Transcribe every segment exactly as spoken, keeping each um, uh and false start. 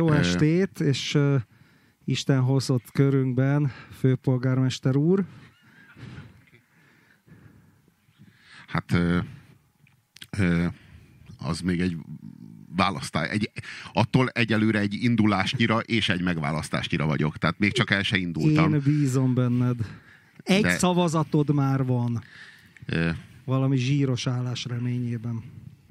Jó estét, és uh, Isten hozott körünkben, főpolgármester úr. Hát ö, ö, az még egy választás. Egy, attól egyelőre egy indulásnyira és egy megválasztásnyira vagyok. Tehát még csak el se indultam. Én bízom benned. Egy De... szavazatod már van. Ö... Valami zsíros állás reményében.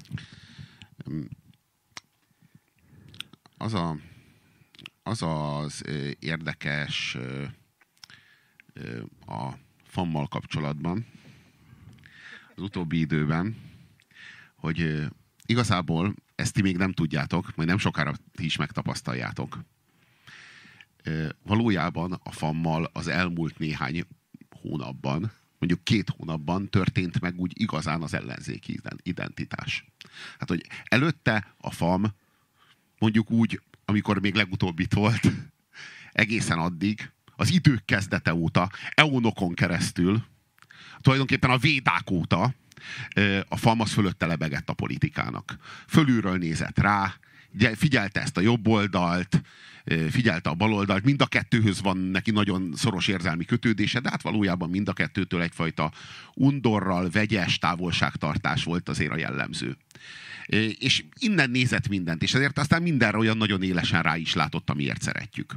Az a, az, az érdekes a fammal kapcsolatban az utóbbi időben, hogy igazából ezt ti még nem tudjátok, majd nem sokára ti is megtapasztaljátok. Valójában a fammal az elmúlt néhány hónapban, mondjuk két hónapban történt meg úgy igazán az ellenzéki identitás. Hát, hogy előtte a fam, mondjuk úgy, amikor még legutóbb itt volt, egészen addig, az idők kezdete óta, eonokon keresztül, tulajdonképpen a védák óta a fam az fölötte lebegett a politikának. Fölülről nézett rá, figyelte ezt a jobb oldalt, figyelte a bal oldalt, mind a kettőhöz van neki nagyon szoros érzelmi kötődése, de hát valójában mind a kettőtől egyfajta undorral, vegyes távolságtartás volt azért a jellemző. És innen nézett mindent, és ezért aztán mindenre olyan nagyon élesen rá is látott, amiért szeretjük.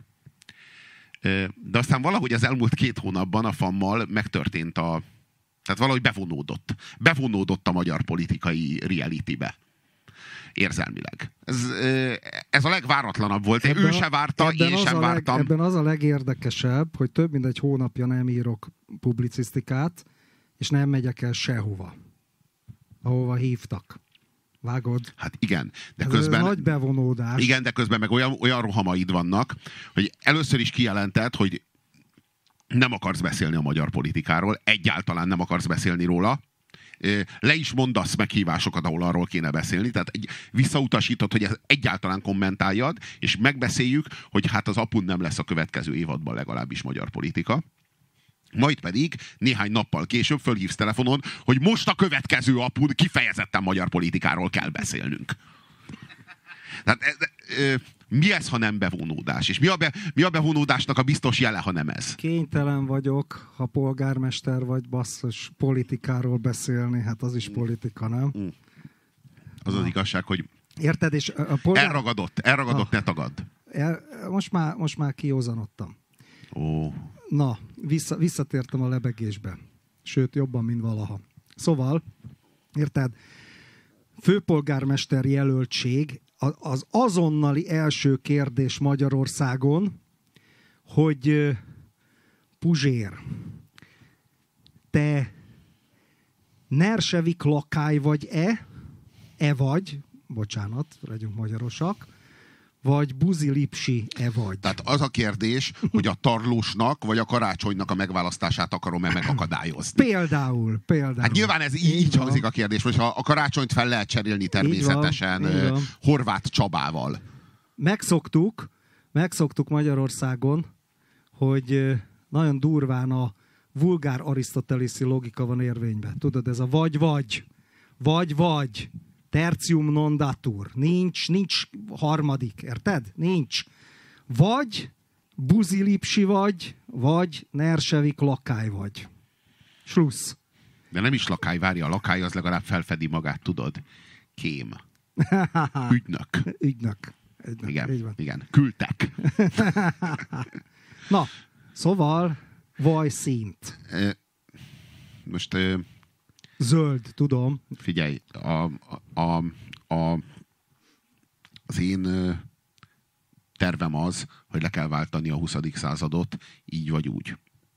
De aztán valahogy az elmúlt két hónapban a fammal megtörtént a... Tehát valahogy bevonódott. Bevonódott a magyar politikai realitybe. Érzelmileg. Ez, ez a legváratlanabb volt. Ebben, ő se várta, én sem vártam. Leg, ebben az a legérdekesebb, hogy több mint egy hónapja nem írok publicisztikát, és nem megyek el sehova, ahova hívtak. Vágod? Hát igen. De ez közben, ez nagy bevonódás. Igen, de közben meg olyan, olyan rohamaid vannak, hogy először is kijelentett, hogy nem akarsz beszélni a magyar politikáról, egyáltalán nem akarsz beszélni róla. Le is mondasz meghívásokat, ahol arról kéne beszélni, tehát egy, visszautasítod, hogy ez egyáltalán kommentáljad, és megbeszéljük, hogy hát az apun nem lesz a következő évadban legalábbis magyar politika. Majd pedig néhány nappal később fölhívsz telefonon, hogy most a következő apun kifejezetten magyar politikáról kell beszélnünk. Tehát, e, e, mi ez, ha nem bevonódás? És mi a, be, mi a bevonódásnak a biztos jele, ha nem ez? Kénytelen vagyok, ha polgármester vagy, basszus, politikáról beszélni, hát az is politika, nem? Mm. Az az igazság, hogy érted, és a polgár... elragadott, elragadott, ah, ne tagadd. El, most, már, most már kiózanodtam. Ó. Na, vissza, visszatértem a lebegésbe. Sőt, jobban, mint valaha. Szóval, érted, főpolgármester jelöltség, az azonnali első kérdés Magyarországon, hogy Puzsér, te nersevik lakály vagy-e, e vagy, bocsánat, legyünk magyarosak, vagy buzilipsi-e vagy? Tehát az a kérdés, hogy a Tarlósnak vagy a Karácsonynak a megválasztását akarom-e megakadályozni. Például, például. Hát nyilván ez így, így hangzik a kérdés, hogy ha a Karácsonyt fel lehet cserélni természetesen így van, így van. Horváth Csabával. Megszoktuk, megszoktuk Magyarországon, hogy nagyon durván a vulgár arisztotelészi logika van érvényben. Tudod, ez a vagy-vagy, vagy-vagy, tertium non datur. Nincs, nincs harmadik, érted? Nincs. Vagy buzilipsi vagy, vagy nersevik lakály vagy. Slussz. De nem is lakály, várja, a lakály az legalább felfedi magát, tudod. Kém. Ügynök. Ügynök. Ügynök. Igen, igen. Küldtek. Na, szóval vajszint. Most... Zöld, tudom. Figyelj, a, a, a, az én tervem az, hogy le kell váltani a huszadik századot, így vagy úgy.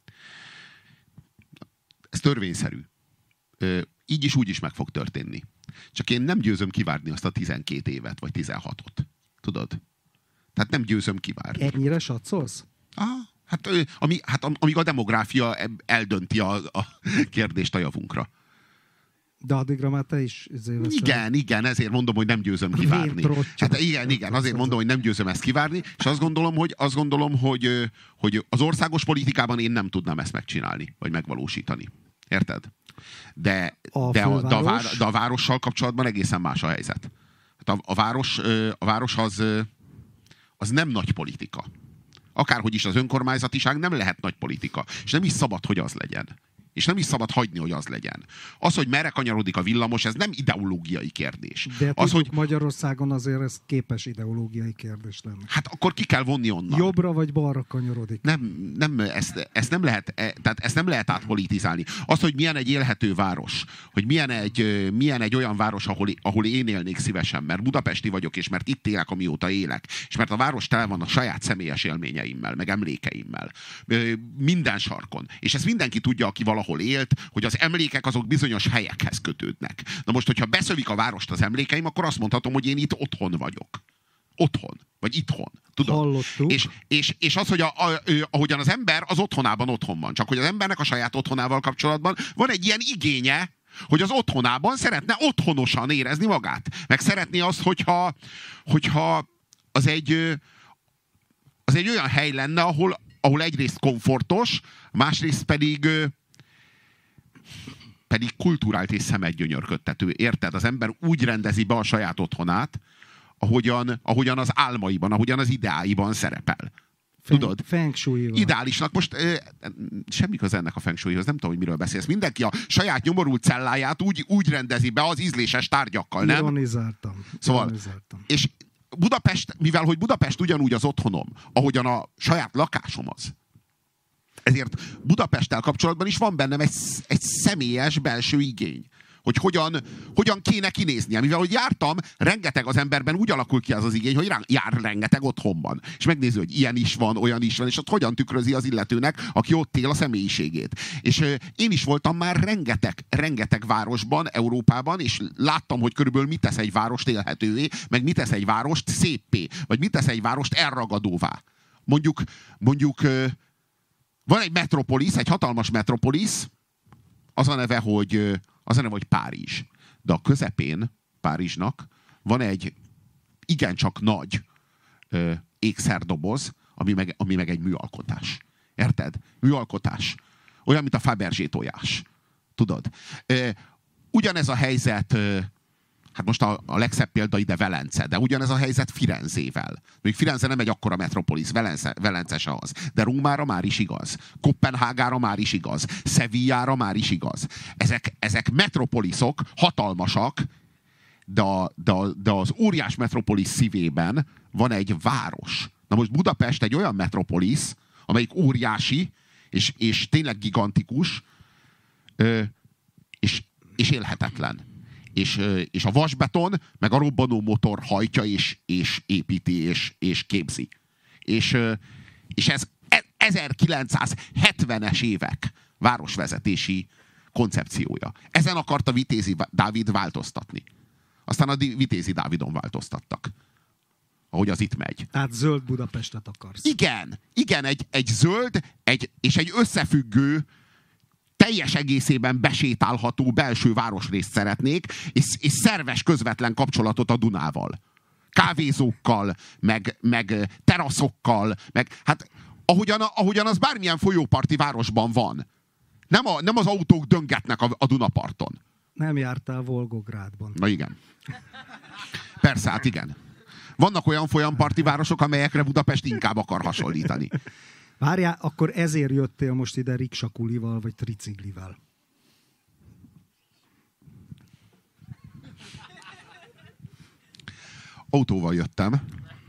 Ez törvényszerű. Így is úgy is meg fog történni. Csak én nem győzöm kivárni azt a tizenkét évet, vagy tizenhatot. Tudod? Tehát nem győzöm kivárni. Ennyire satszolsz? Ah, hát, ami, hát amíg a demográfia eldönti a, a kérdést a javunkra. De addigra már te is izévesen. Igen, igen, ezért mondom, hogy nem győzöm kivárni. Hát igen, igen, azért mondom, hogy nem győzöm ezt kivárni, és azt gondolom, hogy, azt gondolom, hogy, hogy az országos politikában én nem tudnám ezt megcsinálni, vagy megvalósítani. Érted? De a, de a, de a, vár, de a várossal kapcsolatban egészen más a helyzet. Hát a, a, város, a város az, az nem nagy politika. Akárhogy is az önkormányzatiság nem lehet nagy politika. És nem is szabad, hogy az legyen. És nem is szabad hagyni, hogy az legyen. Az, hogy merre kanyarodik a villamos, ez nem ideológiai kérdés. De az, tudjuk, hogy Magyarországon azért ez képes ideológiai kérdés lenni. Hát akkor ki kell vonni onnan. Jobbra vagy balra kanyarodik. Nem, nem, ezt, ezt nem lehet, tehát ezt nem lehet átpolitizálni. Az, hogy milyen egy élhető város, hogy milyen egy, milyen egy olyan város, ahol, ahol én élnék szívesen, mert budapesti vagyok, és mert itt élek, amióta élek, és mert a város tele van a saját személyes élményeimmel, meg emlékeimmel. Minden sarkon. És ezt mindenki tudja, aki valahol élt, hogy az emlékek azok bizonyos helyekhez kötődnek. Na most, hogyha beszövik a várost az emlékeim, akkor azt mondhatom, hogy én itt otthon vagyok. Otthon. Vagy itthon. Tudod? Hallottuk. És, és, és az, hogy a, a, a, ahogyan az ember az otthonában otthon van. Csak hogy az embernek a saját otthonával kapcsolatban van egy ilyen igénye, hogy az otthonában szeretne otthonosan érezni magát. Meg szeretné azt, hogyha, hogyha az egy, az egy olyan hely lenne, ahol, ahol egyrészt komfortos, másrészt pedig pedig kulturált és szemedgyönyörködtető. Érted? Az ember úgy rendezi be a saját otthonát, ahogyan, ahogyan az álmaiban, ahogyan az ideáiban szerepel. Tudod? Feng shui-val. Ideálisnak most e, semmi köze ennek a feng shuihoz, nem tudom, hogy miről beszélsz. Mindenki a saját nyomorult celláját úgy, úgy rendezi be az ízléses tárgyakkal, nem? Ironizáltam. Szóval, Ironizáltam. és Budapest, mivel hogy Budapest ugyanúgy az otthonom, ahogyan a saját lakásom az, ezért Budapesttel kapcsolatban is van bennem egy, egy személyes belső igény, hogy hogyan, hogyan kéne kinéznie. Mivel, hogy jártam, rengeteg az emberben úgy alakul ki az az igény, hogy jár rengeteg otthonban. És megnézi, hogy ilyen is van, olyan is van, és ott hogyan tükrözi az illetőnek, aki ott él, a személyiségét. És euh, én is voltam már rengeteg, rengeteg városban, Európában, és láttam, hogy körülbelül mit tesz egy várost élhetővé, meg mit tesz egy várost széppé, vagy mit tesz egy várost elragadóvá. Mondjuk, mondjuk euh, van egy metropolisz, egy hatalmas metropolisz, az a neve, hogy, az a neve, hogy Párizs. De a közepén Párizsnak van egy igencsak nagy ö, ékszerdoboz, ami meg, ami meg egy műalkotás. Érted? Műalkotás. Olyan, mint a Fabergé tojás. Tudod? Ö, ugyanez a helyzet, ö, hát most a, a legszebb példa ide Velence, de ugyanez a helyzet Firenzével. Még Firenze nem egy akkora metropolisz, Velence, Velence se az. De Rómára már is igaz. Koppenhágára már is igaz. Sevillára már is igaz. Ezek, ezek metropoliszok, hatalmasak, de, a, de, a, de az óriás metropolisz szívében van egy város. Na most Budapest egy olyan metropolisz, amelyik óriási, és, és tényleg gigantikus, és, és élhetetlen. És, és a vasbeton, meg a robbanó motor hajtja, és, és építi, és, és képzi. És, és ez ezerkilencszázhetvenes évek városvezetési koncepciója. Ezen akarta Vitézi Dávid változtatni. Aztán a Vitézi Dávidon változtattak. Ahogy az itt megy. Tehát zöld Budapestet akarsz. Igen, igen, egy, egy zöld egy, és egy összefüggő, teljes egészében besétálható belső városrészt szeretnék, és, és szerves közvetlen kapcsolatot a Dunával. Kávézókkal, meg, meg teraszokkal, meg hát ahogyan, ahogyan az bármilyen folyóparti városban van. Nem, a, nem az autók döngetnek a, a Dunaparton. Nem jártál Volgográdban. Na igen. Persze, hát igen. Vannak olyan folyamparti városok, amelyekre Budapest inkább akar hasonlítani. Várjál, akkor ezért jöttél most ide riksakulival, vagy triciglivel? Autóval jöttem.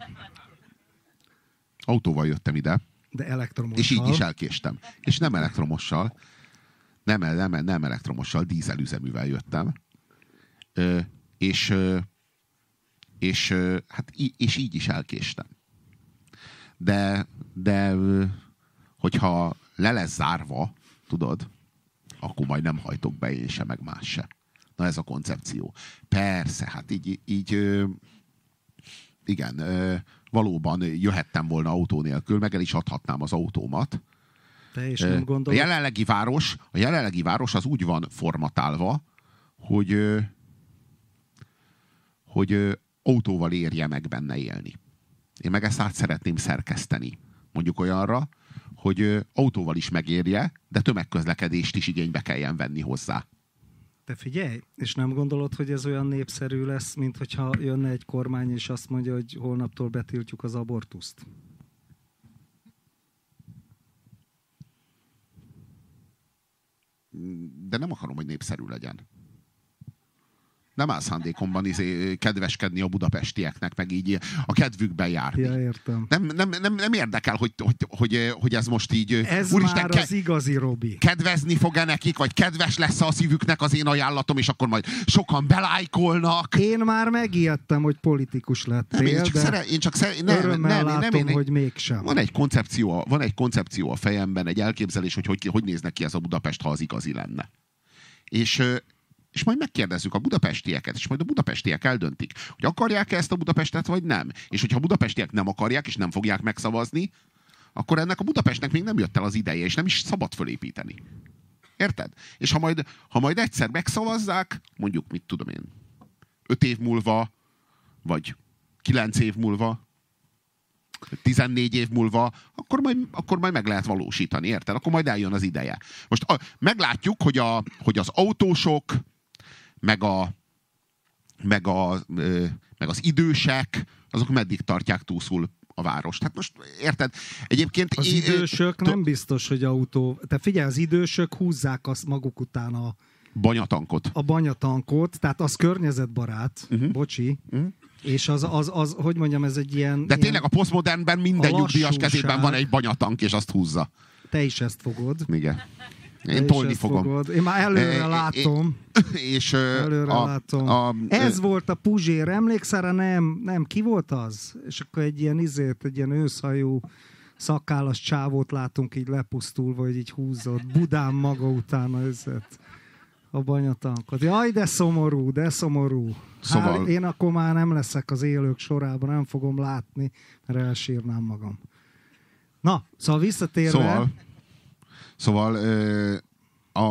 Autóval jöttem ide. De elektromossal. És így is elkéstem. És nem elektromossal. Nem, nem, nem elektromossal, dízelüzeművel jöttem. Ö, és, ö, és, ö, hát, és így is elkéstem. De, de hogyha le lesz zárva, tudod, akkor majd nem hajtok be én se, meg más se. Na ez a koncepció. Persze, hát így, így igen, valóban jöhettem volna autó nélkül, meg el is adhatnám az autómat. Te is nem gondolod? A jelenlegi város, a jelenlegi város az úgy van formatálva, hogy, hogy autóval érje meg benne élni. Én meg ezt át szeretném szerkeszteni. Mondjuk olyanra, hogy autóval is megérje, de tömegközlekedést is igénybe kelljen venni hozzá. Te figyelj, és nem gondolod, hogy ez olyan népszerű lesz, mint hogyha jönne egy kormány, és azt mondja, hogy holnaptól betiltjuk az abortuszt? De nem akarom, hogy népszerű legyen. Nem áll szándékomban izé kedveskedni a budapestieknek, meg így a kedvükben járni. Ja, értem. Nem, nem, nem, nem érdekel, hogy, hogy, hogy, hogy ez most így... Ez úristen, már az igazi Robi. Kedvezni fog-e nekik, vagy kedves lesz a szívüknek az én ajánlatom, és akkor majd sokan belájkolnak. Én már megijedtem, hogy politikus lettél, nem, én csak de szere, én csak szere, nem, örömmel nem, látom, nem, én, hogy mégsem. Van egy, koncepció, van egy koncepció a fejemben, egy elképzelés, hogy hogy, hogy néznek ki ez a Budapest, ha az igazi lenne. És... és majd megkérdezzük a budapestieket, és majd a budapestiek eldöntik, hogy akarják-e ezt a Budapestet, vagy nem. És hogyha a budapestiek nem akarják, és nem fogják megszavazni, akkor ennek a Budapestnek még nem jött el az ideje, és nem is szabad fölépíteni. Érted? És ha majd, ha majd egyszer megszavazzák, mondjuk, mit tudom én, öt év múlva, vagy kilenc év múlva, tizennégy év múlva, akkor majd, akkor majd meg lehet valósítani, érted? Akkor majd eljön az ideje. Most a, meglátjuk, hogy, a, hogy az autósok, meg, a, meg, a, ö, meg az idősek, azok meddig tartják túlszul a várost. Hát most érted? Egyébként... Az é, idősök nem biztos, hogy autó... Te figyelj, az idősök húzzák azt maguk után a... Banyatankot. A banyatankot, tehát az környezetbarát, uh-huh. bocsi, uh-huh. és az, az, az, hogy mondjam, ez egy ilyen... De tényleg ilyen a posztmodernben minden nyugdíjas kezében van egy banyatank, és azt húzza. Te is ezt fogod. Igen. Én Te tolni fogom. Fogod. Én már előre e, látom. És előre a, látom. A, a, ez volt a Puzsér, emlékszel rá? Nem, nem, ki volt az? És akkor egy ilyen izét, egy ilyen őszhajú szakállas csávót látunk így lepusztulva, hogy így húzott. Budán maga utána ezért. A banyatankot. Jaj, de szomorú, de szomorú. Szóval... Hál, én akkor már nem leszek az élők sorában, nem fogom látni, mert elsírnám magam. Na, szóval visszatérve... Szóval, szóval ö, a,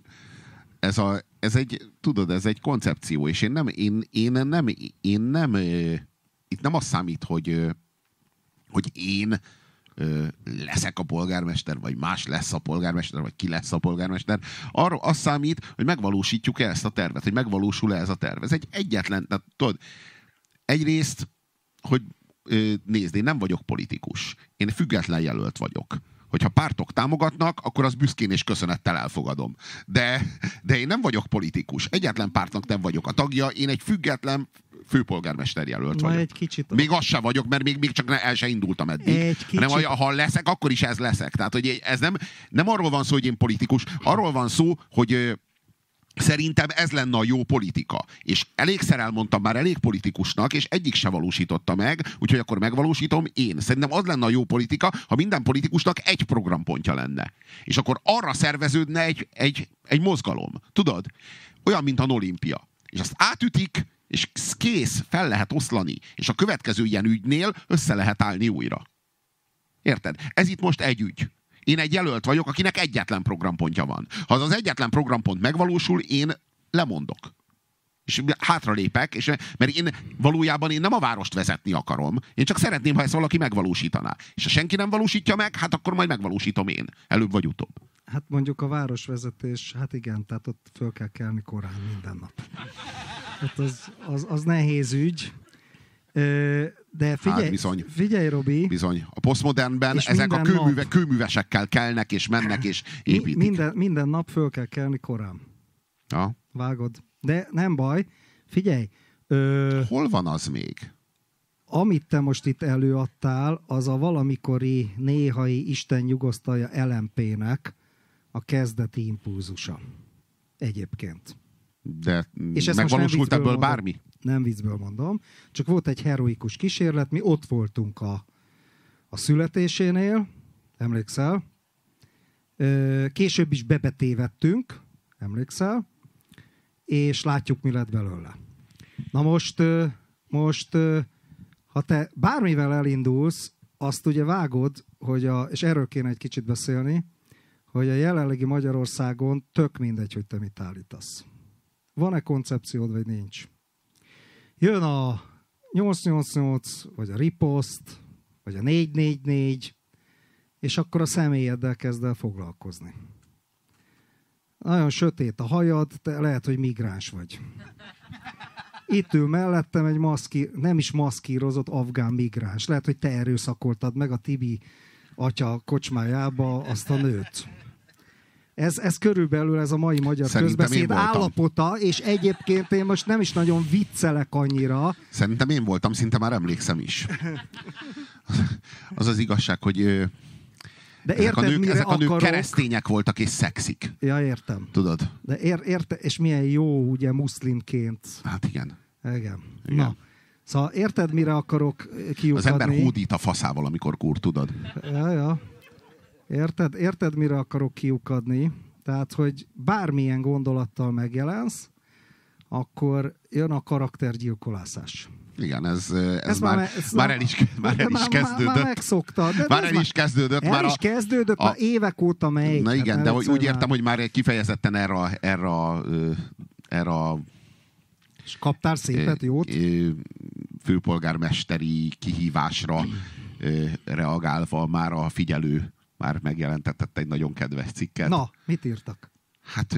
ez, a, ez egy, tudod, ez egy koncepció, és én nem, én, én nem, én nem, ö, itt nem az számít, hogy, ö, hogy én leszek a polgármester, vagy más lesz a polgármester, vagy ki lesz a polgármester. Arról az számít, hogy megvalósítjuk-e ezt a tervet, hogy megvalósul-e ez a terv. Ez egy egyetlen, tehát, tudod, egyrészt, hogy nézd, én nem vagyok politikus. Én független jelölt vagyok. Hogyha pártok támogatnak, akkor az büszkén és köszönettel elfogadom. De, de én nem vagyok politikus. Egyetlen pártnak nem vagyok a tagja, én egy független főpolgármester jelölt vagyok. Egy kicsit... Még az sem vagyok, mert még, még csak el sem indultam eddig. Egy kicsit... Hanem ha leszek, akkor is ez leszek. Tehát, hogy ez nem, nem arról van szó, hogy én politikus, arról van szó, hogy szerintem ez lenne a jó politika. És elégszer elmondtam már elég politikusnak, és egyik se valósította meg, úgyhogy akkor megvalósítom én. Szerintem az lenne a jó politika, ha minden politikusnak egy programpontja lenne. És akkor arra szerveződne egy, egy, egy mozgalom. Tudod? Olyan, mint a olimpia. És azt átütik, és kész, fel lehet oszlani. És a következő ilyen ügynél össze lehet állni újra. Érted? Ez itt most egy ügy. Én egy jelölt vagyok, akinek egyetlen programpontja van. Ha az az egyetlen programpont megvalósul, én lemondok. És hátralépek, és, mert én valójában én nem a várost vezetni akarom. Én csak szeretném, ha ezt valaki megvalósítaná. És ha senki nem valósítja meg, hát akkor majd megvalósítom én. Előbb vagy utóbb. Hát mondjuk a városvezetés, hát igen, tehát ott föl kell kelni korán minden nap. Hát az, az, az nehéz ügy. De figyelj, hát bizony, figyelj, Robi. Bizony. A posztmodernben ezek a kőműve, kőművesekkel kelnek, és mennek, és építik. Mi, minden, minden nap föl kell kelni korán. Ja. Vágod. De nem baj. Figyelj. Ö, Hol van az még? Amit te most itt előadtál, az a valamikori néhai Isten nyugosztalja el em pének a kezdeti impulzusa. Egyébként. De és megvalósult ebből mondom, bármi? Nem viccből mondom. Csak volt egy heroikus kísérlet, mi ott voltunk a, a születésénél, emlékszel? Később is bebetévettünk, emlékszel? És látjuk, mi lett belőle. Na most, most ha te bármivel elindulsz, azt ugye vágod, hogy a, és erről kéne egy kicsit beszélni, hogy a jelenlegi Magyarországon tök mindegy, hogy te mit állítasz. Van-e koncepciód, vagy nincs? Jön a nyolc nyolc nyolc, vagy a riposzt, vagy a négy négy négy, és akkor a személyeddel kezd el foglalkozni. nagyon sötét a hajad, te lehet, hogy migráns vagy. Itt ül mellettem egy maszkír, nem is maszkírozott afgán migráns. Lehet, hogy te erőszakoltad meg a Tibi atya kocsmájába azt a nőt. Ez, ez körülbelül ez a mai magyar Szerintem közbeszéd állapota, és egyébként én most nem is nagyon viccelek annyira. Szerintem én voltam, szinte már emlékszem is. Az az igazság, hogy de ezek érted, a nők, mire ezek a nők akarok? keresztények voltak és szexik. Ja, értem. Tudod? De ér, érte, és milyen jó, ugye, muszlimként. Hát igen. Igen. Igen. Na. Szóval érted, mire akarok kiukadni? Az ember hódít a faszával, amikor kur, tudod? Ja, ja. Érted, érted, mire akarok kiukadni? Tehát, hogy bármilyen gondolattal megjelensz, akkor jön a karaktergyilkolászás. Igen, ez, ez, ez már, már, ez már el is, már el is kezdődött. Már, már megszoktad. De már el is kezdődött. El már is a, kezdődött, a, már évek óta megy. Na igen, hát de úgy már. értem, hogy már kifejezetten erre a, erre a, erre a és kaptál szépet, jót? Főpolgármesteri kihívásra reagálva már a figyelő már megjelentetett egy nagyon kedves cikket. Na, mit írtak? Hát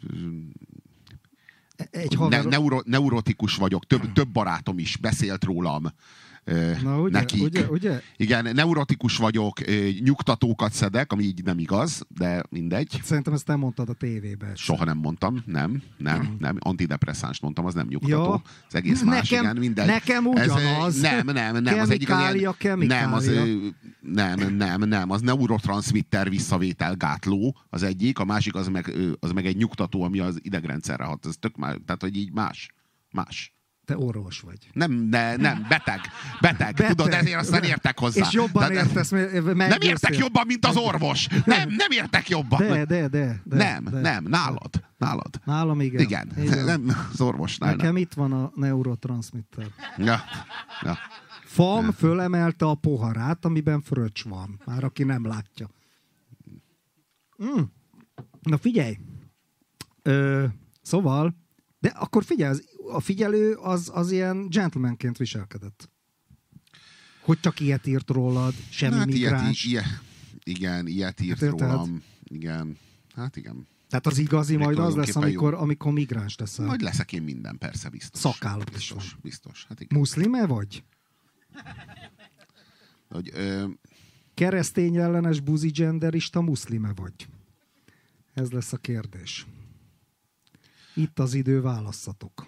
egy haver... ne, neuro, neurotikus vagyok, több, több barátom is beszélt rólam. Na, ugye, nekik. Ugye, ugye? Igen, neurotikus vagyok, nyugtatókat szedek, ami így nem igaz, de mindegy. Szerintem ezt nem mondtad a tévében. Soha nem mondtam, nem, nem, nem. Antidepresszánst mondtam, az nem nyugtató. Ja. Az egész más, nekem, igen, mindegy. Nekem ugyanaz. Ez, nem, nem, nem. Az egyik az ilyen, nem, az, nem, nem, nem. Az neurotranszmitter visszavételgátló az egyik, a másik az meg, az meg egy nyugtató, ami az idegrendszerre hat. Ez tök más, tehát hogy így más. Más. Te orvos vagy. Nem, de nem, beteg. Beteg. beteg. Tudod, ezért aztán értek hozzá. És jobban de, értesz, meggyőztél. Nem értek jobban, mint az orvos. Nem, nem értek jobban. De, de, de. de nem, de. nem, nálad. Nálad. Nálam igen. Igen, igen. Nem az orvosnál. Nekem nem. itt van a neurotranszmitter. Ja. Ja. Fam ja. fölemelte a poharát, amiben fröccs van. Már aki nem látja. Mm. Na figyelj. Ö, szóval, de akkor figyelj, az, a figyelő az, az ilyen gentlemanként viselkedett. Hogy csak ilyet írt rólad, semmi hát migráns. Ilyet, ilyet, igen, ilyet írt hát rólam. Igen, hát igen. Tehát az igazi de majd az lesz, amikor, amikor migráns leszel. Majd leszek én minden, persze, biztos. Szakállat biztos, is van. Biztos, hát igen. Muszlime vagy? Hogy, ö... Keresztény ellenes buzi genderista muszlime vagy? Ez lesz a kérdés. Itt az idő, válasszatok.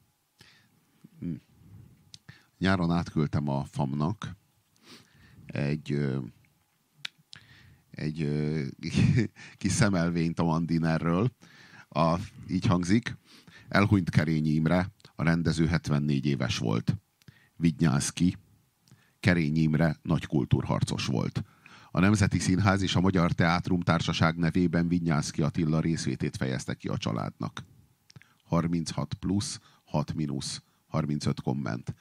Nyáron átküldtem a famnak egy ö, egy ö, kis szemelvényt a Mandinerről. A, így hangzik. Elhunyt Kerényi Imre, a rendező hetvennégy éves volt. Vidnyánszky, Kerényi Imre nagy kultúrharcos volt. A Nemzeti Színház és a Magyar Teátrum Társaság nevében Vidnyánszky Attila részvétét fejezte ki a családnak. harminchat plusz, hat mínusz, harmincöt komment.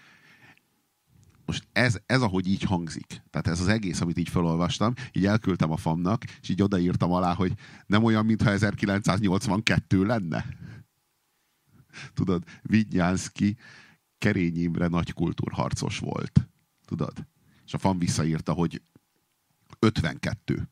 Most ez, ez, ahogy így hangzik, tehát ez az egész, amit így felolvastam, így elküldtem a famnak, és így odaírtam alá, hogy nem olyan, mintha ezerkilencszáznyolcvankettő lenne. Tudod, Vidnyánszky Kerényi Imre nagy kultúrharcos volt. Tudod? És a fam visszaírta, hogy ötvenkettő.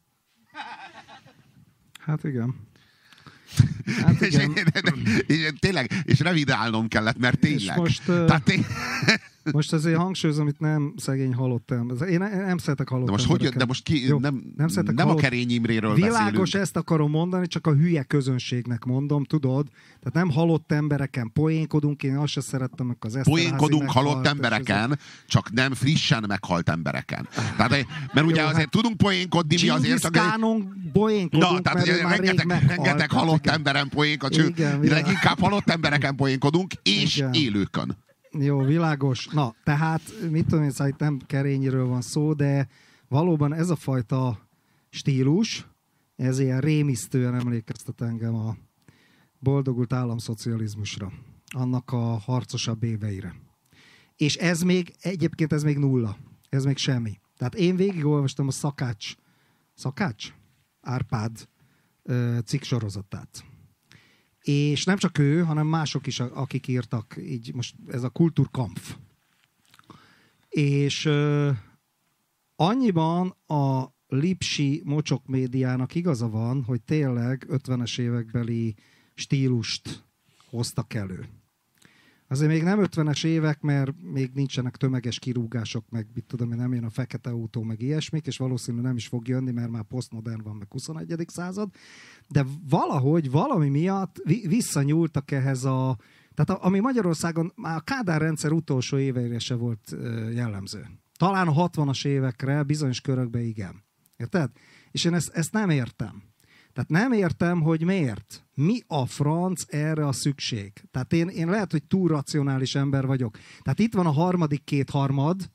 Hát igen. Hát igen. és, és, tényleg, és revidálnom kellett, mert tényleg. És most, Tehát tény... most azért hangsúlyozom, itt nem szegény halott ember. Én nem szeretek halott de most embereket. Hogy, de most ki, Jó, nem, nem, nem a Kerényi Imréről Világos, beszélünk. ezt akarom mondani, csak a hülye közönségnek mondom, tudod? Tehát nem halott embereken poénkodunk, én azt se szerettem, amikor az Eszterházy Poénkodunk meghalt, halott embereken, a... csak nem frissen meghalt embereken. Tehát, mert ugye Jó, azért hát tudunk poénkodni, mi azért... Csingis Kánon poénkodunk, Na, tehát, mert már rengeteg, rég rengeteg halott emberen poénkodunk, leginkább halott embereken poénkodunk, és igen. élőkön. Jó, világos. Na, tehát, mit tudom én, szóval itt nem Kerényiről van szó, de valóban ez a fajta stílus, ez ilyen rémisztően emlékeztet engem a boldogult államszocializmusra, annak a harcosabb éveire. És ez még, egyébként ez még nulla. Ez még semmi. Tehát én végigolvastam a Szakács, Szakács? Árpád cikk sorozatát. És nem csak ő, hanem mások is, akik írtak, így most ez a Kulturkampf. És uh, annyiban a lipsi mocsok médiának igaza van, hogy tényleg ötvenes évekbeli stílust hoztak elő. Azért még nem ötvenes évek, mert még nincsenek tömeges kirúgások, meg mit tudom én, nem jön a fekete autó, meg ilyesmik, és valószínűleg nem is fog jönni, mert már posztmodern van, meg huszonegyedik század, de valahogy, valami miatt visszanyúltak ehhez a... Tehát ami Magyarországon már a Kádár rendszer utolsó éveire se volt jellemző. Talán a hatvanas évekre, bizonyos körökben igen. Érted? És én ezt, ezt nem értem. Tehát nem értem, hogy miért. Mi a franc erre a szükség? Tehát én, én lehet, hogy túl racionális ember vagyok. Tehát itt van a harmadik kétharmad,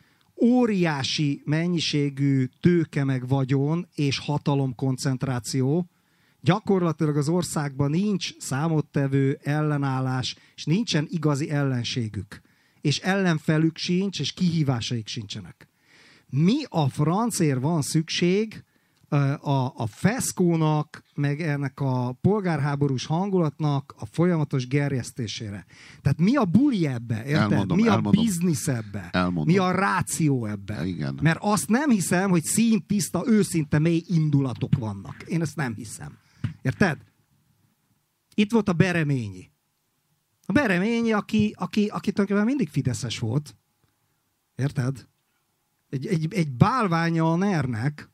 óriási mennyiségű tőke meg vagyon és hatalomkoncentráció. Gyakorlatilag az országban nincs számottevő ellenállás, és nincsen igazi ellenségük. És ellenfelük sincs, és kihívásaik sincsenek. Mi a francért van szükség a, a feszkónak, meg ennek a polgárháborús hangulatnak a folyamatos gerjesztésére? Tehát mi a buli ebbe? Érted? Elmondom, mi a elmondom. biznisz ebbe? Elmondom. Mi a ráció ebbe? Igen. Mert azt nem hiszem, hogy színtiszta, őszinte, mély indulatok vannak. Én ezt nem hiszem. Érted? Itt volt a Bereményi. A Bereményi, aki, aki, aki tulajdonképpen mindig fideszes volt. Érted? Egy, egy, egy bálványa a nernek,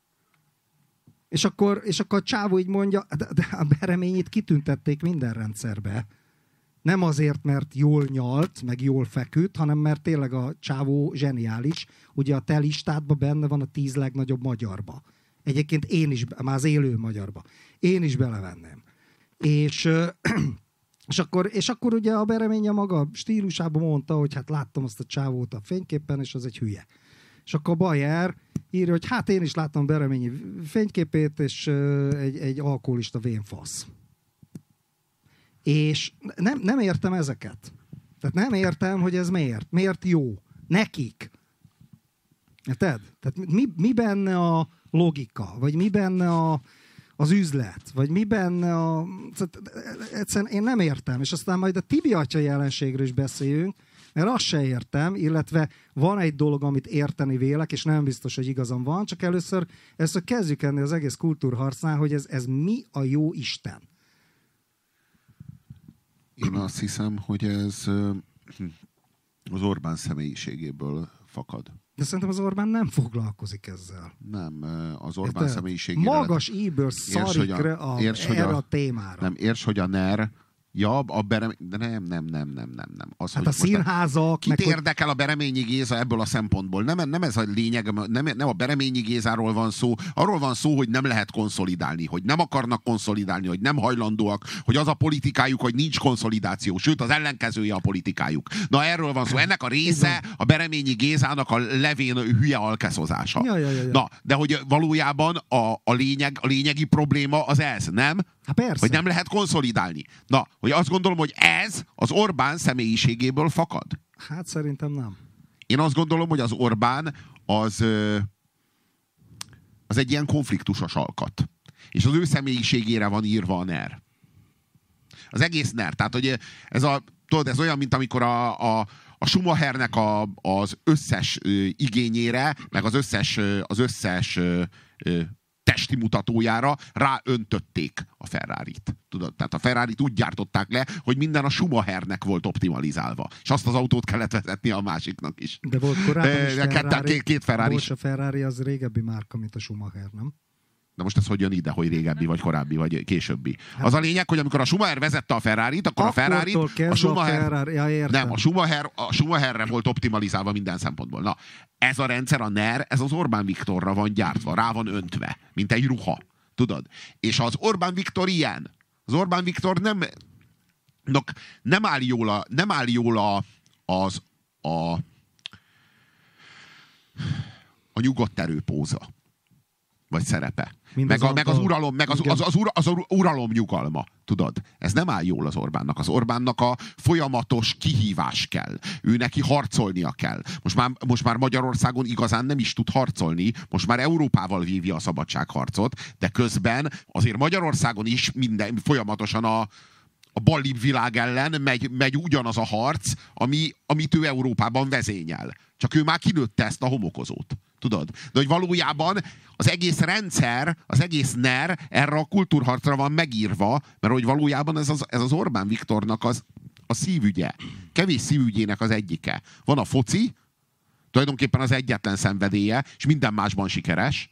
és akkor, és akkor a csávó így mondja, de, de a Bereményit kitüntették minden rendszerbe. Nem azért, mert jól nyalt, meg jól feküdt, hanem mert tényleg a csávó zseniális. Ugye a te listádban benne van a tíz legnagyobb magyarba. Egyébként én is, már az élő magyarba. Én is belevenném. És, és, akkor, és akkor ugye a Bereménye maga stílusában mondta, hogy hát láttam azt a csávót a fényképen, és az egy hülye. És akkor Bayer írja, hogy hát én is láttam Bereményi fényképét, és egy, egy alkoholista vénfasz. És nem, nem értem ezeket. Tehát nem értem, hogy ez miért. Miért jó? Nekik. Érted? Tehát mi, mi benne a logika? Vagy mi benne a, az üzlet? Vagy mi benne a... Egyszerűen én nem értem. És aztán majd a Tibi atya jelenségről is beszéljünk, mert azt se értem, illetve van egy dolog, amit érteni vélek, és nem biztos, hogy igazam van, csak először, először kezdjük ennél az egész kultúrharcnál, hogy ez, ez mi a jó Isten? Én azt hiszem, hogy ez az Orbán személyiségéből fakad. De szerintem az Orbán nem foglalkozik ezzel. Nem, az Orbán Érte? személyiségére... Magas íből szarik a, a, érts, erre a, a témára. Nem, érts, hogy a NER... Ja, a Berem... De nem, nem, nem, nem, nem, nem. Az, hát hogy a színházak... Kit meg érdekel hogy... a Bereményi Géza ebből a szempontból? Nem, nem ez a lényeg, nem, nem a Bereményi Gézáról van szó. Arról van szó, hogy nem lehet konszolidálni, hogy nem akarnak konszolidálni, hogy nem hajlandóak, hogy az a politikájuk, hogy nincs konszolidáció, sőt az ellenkezője a politikájuk. Na erről van szó. Ennek a része a Bereményi Gézának a levén hülye alkeszozása. Ja, ja, ja, ja. Na, de hogy valójában a, a, lényeg, a lényegi probléma az ez, nem? Hát persze. Hogy nem lehet konszolidálni. Na, hogy azt gondolom, hogy ez az Orbán személyiségéből fakad. Hát szerintem nem. Én azt gondolom, hogy az Orbán az, az egy ilyen konfliktusos alkat. És az ő személyiségére van írva a NER. Az egész NER. Tehát, hogy ez, a, tudod, ez olyan, mint amikor a, a, a Schumachernek a, az összes ö, igényére, meg az összes, ö, az összes ö, ö, testi mutatójára ráöntötték a Ferrarit. Tudod? Tehát a Ferrarit úgy gyártották le, hogy minden a Schumachernek volt optimalizálva. És azt az autót kellett vezetni a másiknak is. De volt korábban is Ferrari. Két, két Ferrari. Volt a Ferrari, az régebbi márka, mint a Schumacher, nem? De most ez hogy jön ide, hogy régebbi, vagy korábbi, vagy későbbi? Az a lényeg, hogy amikor a Schumacher vezette a Ferrarit, akkor a Ferrarit, a Schumacher, a Ferrari, ja, nem, a Schumacher, a Schumacherre volt optimalizálva minden szempontból. Na, ez a rendszer, a NER, ez az Orbán Viktorra van gyártva, rá van öntve, mint egy ruha. Tudod? És az Orbán Viktor ilyen. Az Orbán Viktor nem, nem áll jól, a, nem áll jól a, az a, a nyugodt erőpóza. Vagy szerepe. Meg, a, meg az uralom, meg az, az, az, ura, az uralom nyugalma. Tudod? Ez nem áll jól az Orbánnak. Az Orbánnak a folyamatos kihívás kell. Ő neki harcolnia kell. Most már, most már Magyarországon igazán nem is tud harcolni. Most már Európával vívja a szabadságharcot, de közben azért Magyarországon is minden folyamatosan a, a ballibb világ ellen megy, megy ugyanaz a harc, ami, amit ő Európában vezényel. Csak ő már kinőtte ezt a homokozót. Tudod? De hogy valójában az egész rendszer, az egész en e er erre a kultúrharcra van megírva, mert hogy valójában ez az, ez az Orbán Viktornak az, a szívügye. Kevés szívügyének az egyike. Van a foci, tulajdonképpen az egyetlen szenvedélye, és minden másban sikeres.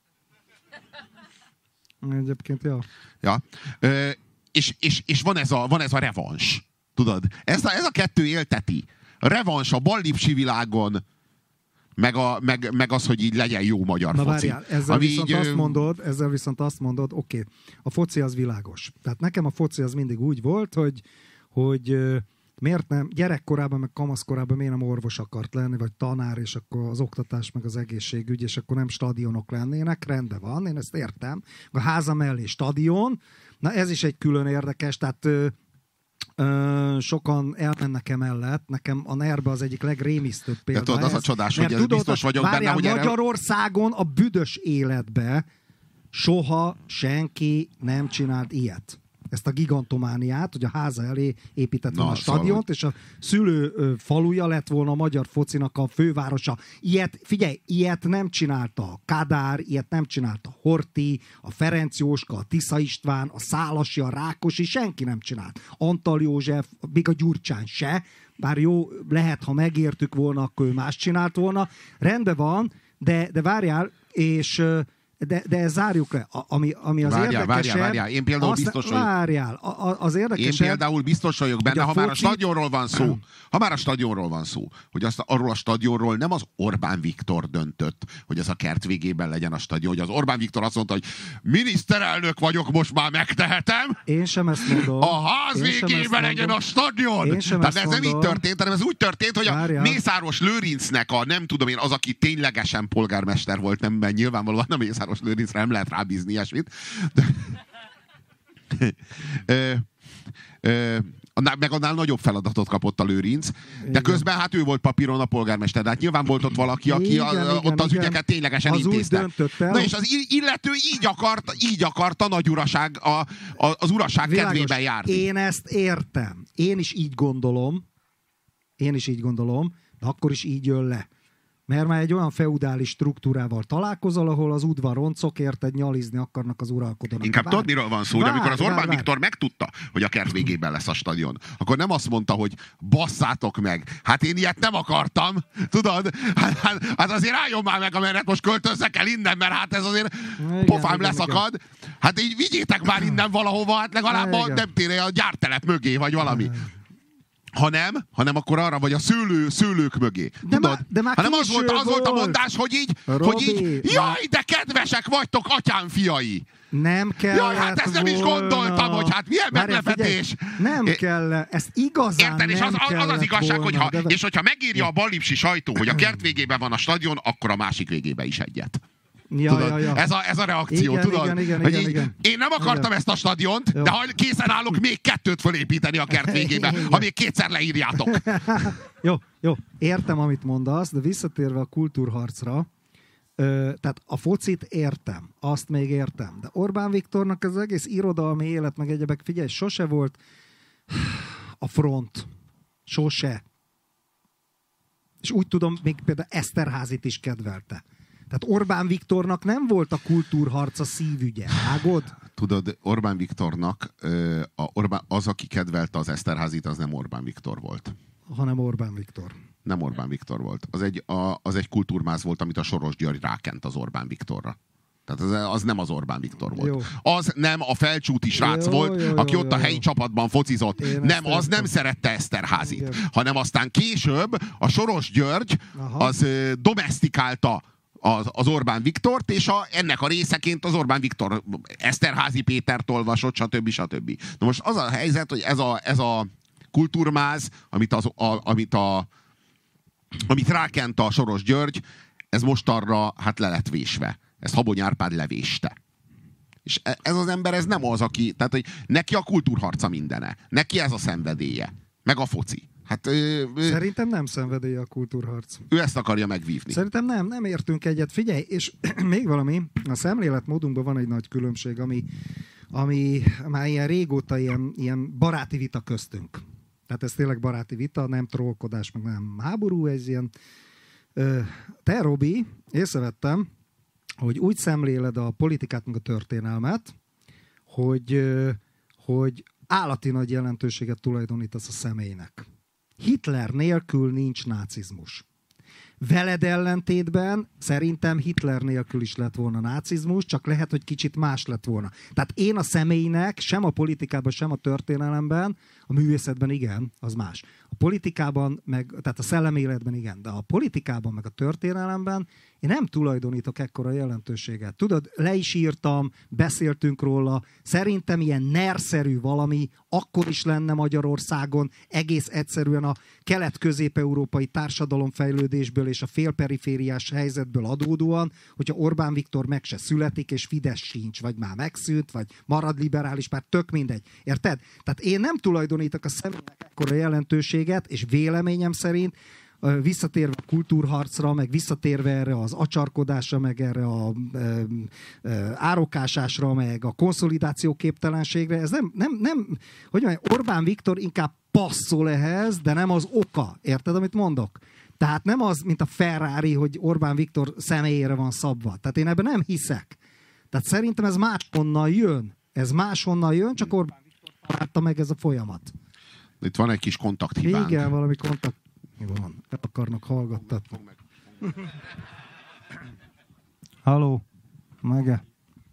Egyébként, ja. Ja. Ö, és, és, és van, ez a, van ez a revans. Tudod? Ez a, ez a kettő élteti. A revans a ballipsi világon, meg, a, meg, meg az, hogy így legyen jó magyar Na, foci. Várjál, ezzel Ami viszont így, azt mondod, ezzel viszont azt mondod, oké, okay, a foci az világos. Tehát nekem a foci az mindig úgy volt, hogy, hogy miért nem, gyerekkorában, meg kamaszkorában miért nem orvos akart lenni, vagy tanár, és akkor az oktatás, meg az egészségügy, és akkor nem stadionok lennének, rendben van, én ezt értem. A háza mellé stadion, na ez is egy külön érdekes, tehát ö, ö, sokan elmennek emellett, nekem a en e er-be az egyik legrémisztőbb példa. De tudod, az a csodás, hogy ez tudod, biztos vagyok várjál, benne, hogy Magyarországon a büdös életbe soha senki nem csinált ilyet. Ezt a gigantomániát, hogy a háza elé épített volna a stadiont, és a szülő ö, faluja lett volna a magyar focinak a fővárosa. Ilyet, figyelj, ilyet nem csinálta a Kádár, ilyet nem csinálta a Horthy, a Ferenc Jóska, a Tisza István, a Szálasi, a Rákosi, senki nem csinált. Antal József, még a Gyurcsány se, bár jó, lehet, ha megértük volna, akkor ő más csinált volna. Rendben van, de, de várjál, és... De, de zárjuk le, a, ami, ami az várjál, érdekesebb... Várjál, várjál, én például azt, biztos vagyok. Várjál, a, az érdekesebb... Én például biztos vagyok benne, ha foci... már a stadionról van szó, ha már a stadionról van szó, hogy azt, arról a stadionról nem az Orbán Viktor döntött, hogy ez a kert végében legyen a stadion, hogy az Orbán Viktor azt mondta, hogy miniszterelnök vagyok, most már megtehetem. Én sem ezt mondom. A ház végében legyen a stadion. Én sem Tehát ezt ez nem így történt, hanem ez úgy történt, hogy Várjál. a Mészáros Lőrincnek a, nem tudom én, az, aki ténylegesen polgármester volt, nem, mert nyilvánvalóan a Mészáros Lőrincre nem lehet rábízni ilyesmit. De, ö, ö, annál, meg annál nagyobb feladatot kapott a Lőrinc, de igen. Közben hát ő volt papíron a polgármester, de hát nyilván volt ott valaki, aki igen, a, igen, ott az igen. ügyeket ténylegesen az intézte. Na és az illető így akart, így akart a nagy uraság, a, a, az uraság Világos. kedvében járni. Én ezt értem. Én is így gondolom, én is így gondolom, de akkor is így jön le. Mert már egy olyan feudális struktúrával találkozol, ahol az udvaroncok érted nyalizni akarnak az uralkodónak. Inkább tudod, miről van szó, hogy vár, amikor az Orbán vár, vár. Viktor megtudta, hogy a kert végében lesz a stadion, akkor nem azt mondta, hogy basszátok meg. Hát én ilyet nem akartam, tudod? Hát, hát, hát azért álljon már meg, amelyet most költözzek el innen, mert hát ez azért igen, pofám igen, leszakad. Igen. Hát így vigyétek már innen valahova, hát legalább a, nem tényleg a gyártelep mögé, vagy valami. hanem, hanem akkor arra vagy a szőlő, szőlők mögé. De Tudod? Má, de már hanem az volt, az volt a mondás, hogy így, hogy így, jaj, de kedvesek vagytok, atyám fiai! Nem kell. Jaj, hát ezt nem volna. is gondoltam, hogy hát milyen meglepetés. Nem é, kell, ezt igazán érted, és az az, az, az igazság, volna, hogyha, de... és hogyha megírja a ballipsi sajtó, hogy a kert végében van a stadion, akkor a másik végében is egyet. Ja, tudod? Ja, ja. Ez, a, ez a reakció, igen, tudod? Igen, igen, hogy igen, így, igen. Én nem akartam igen. ezt a stadiont, jó. De ha készen állok még kettőt fölépíteni a kert végébe, ha még kétszer leírjátok. jó, jó, értem, amit mondasz, de visszatérve a kultúrharcra, ö, tehát a focit értem, azt még értem, de Orbán Viktornak az egész irodalmi élet, meg egyebek, figyelj, sose volt a front. Sose. És úgy tudom, még például Eszterházit is kedvelte. Tehát Orbán Viktornak nem volt a kultúrharca szívügye. Vágod? Tudod, Orbán Viktornak a Orbán, az, aki kedvelte az Eszterházit, az nem Orbán Viktor volt. Hanem Orbán Viktor. Nem Orbán Viktor volt. Az egy, a, az egy kultúrmáz volt, amit a Soros György rákent az Orbán Viktorra. Tehát az, az nem az Orbán Viktor volt. Jó. Az nem a felcsúti srác jó, volt, jó, aki jó, ott jó, a helyi jó. csapatban focizott. Én nem, az nem szerette Eszterházit. Igen. Hanem aztán később a Soros György Aha. az ö, domesztikálta Az, az Orbán Viktort, és a, ennek a részeként az Orbán Viktor Eszterházi Pétert olvasott, stb. stb. Na most az a helyzet, hogy ez a, ez a kultúrmáz, amit, az, a, amit, a, amit rákent a Soros György, ez most arra hát le lett vésve. Ezt Habony Árpád levéste. És ez az ember, ez nem az, aki... Tehát, hogy neki a kultúrharca mindene. Neki ez a szenvedélye. Meg a foci. Hát, ö, ö, Szerintem nem szenvedélye a kultúrharc. Ő ezt akarja megvívni. Szerintem nem, nem értünk egyet. Figyelj, és még valami, a szemléletmódunkban van egy nagy különbség, ami, ami már ilyen régóta ilyen, ilyen baráti vita köztünk. Tehát ez tényleg baráti vita, nem trollkodás, meg nem háború, ez ilyen Te, Robi, észrevettem, hogy úgy szemléled a politikát, meg a történelmet, hogy, hogy állati nagy jelentőséget tulajdonítasz a személynek. Hitler nélkül nincs nácizmus. Veled ellentétben szerintem Hitler nélkül is lett volna nácizmus, csak lehet, hogy kicsit más lett volna. Tehát én a személynek sem a politikában, sem a történelemben, a művészetben igen, az más. A politikában, meg, tehát a szelleméletben igen, de a politikában, meg a történelemben én nem tulajdonítok ekkora jelentőséget. Tudod, le is írtam, beszéltünk róla, szerintem ilyen nerszerű valami akkor is lenne Magyarországon, egész egyszerűen a kelet-közép-európai társadalomfejlődésből és a félperifériás helyzetből adódóan, hogyha Orbán Viktor meg se születik, és Fidesz sincs, vagy már megszűnt, vagy marad liberális, már tök mindegy. Érted? Tehát én nem tulajdonítok a személynek ekkora jelentőséget, és véleményem szerint visszatérve a kultúrharcra, meg visszatérve erre az acsarkodásra, meg erre a e, e, árokásásra, meg a konszolidáció képtelenségre, ez nem, nem, nem hogy mondjam, Orbán Viktor inkább passzol ehhez, de nem az oka. Érted, amit mondok? Tehát nem az, mint a Ferrari, hogy Orbán Viktor személyére van szabva. Tehát én ebben nem hiszek. Tehát szerintem ez máshonnan jön. Ez máshonnan jön, csak Orbán Viktor találta meg ez a folyamat. Itt van egy kis kontakthibánk. Igen, valami kontakt. Van. El akarnak hallgattatni. Halló, Mege.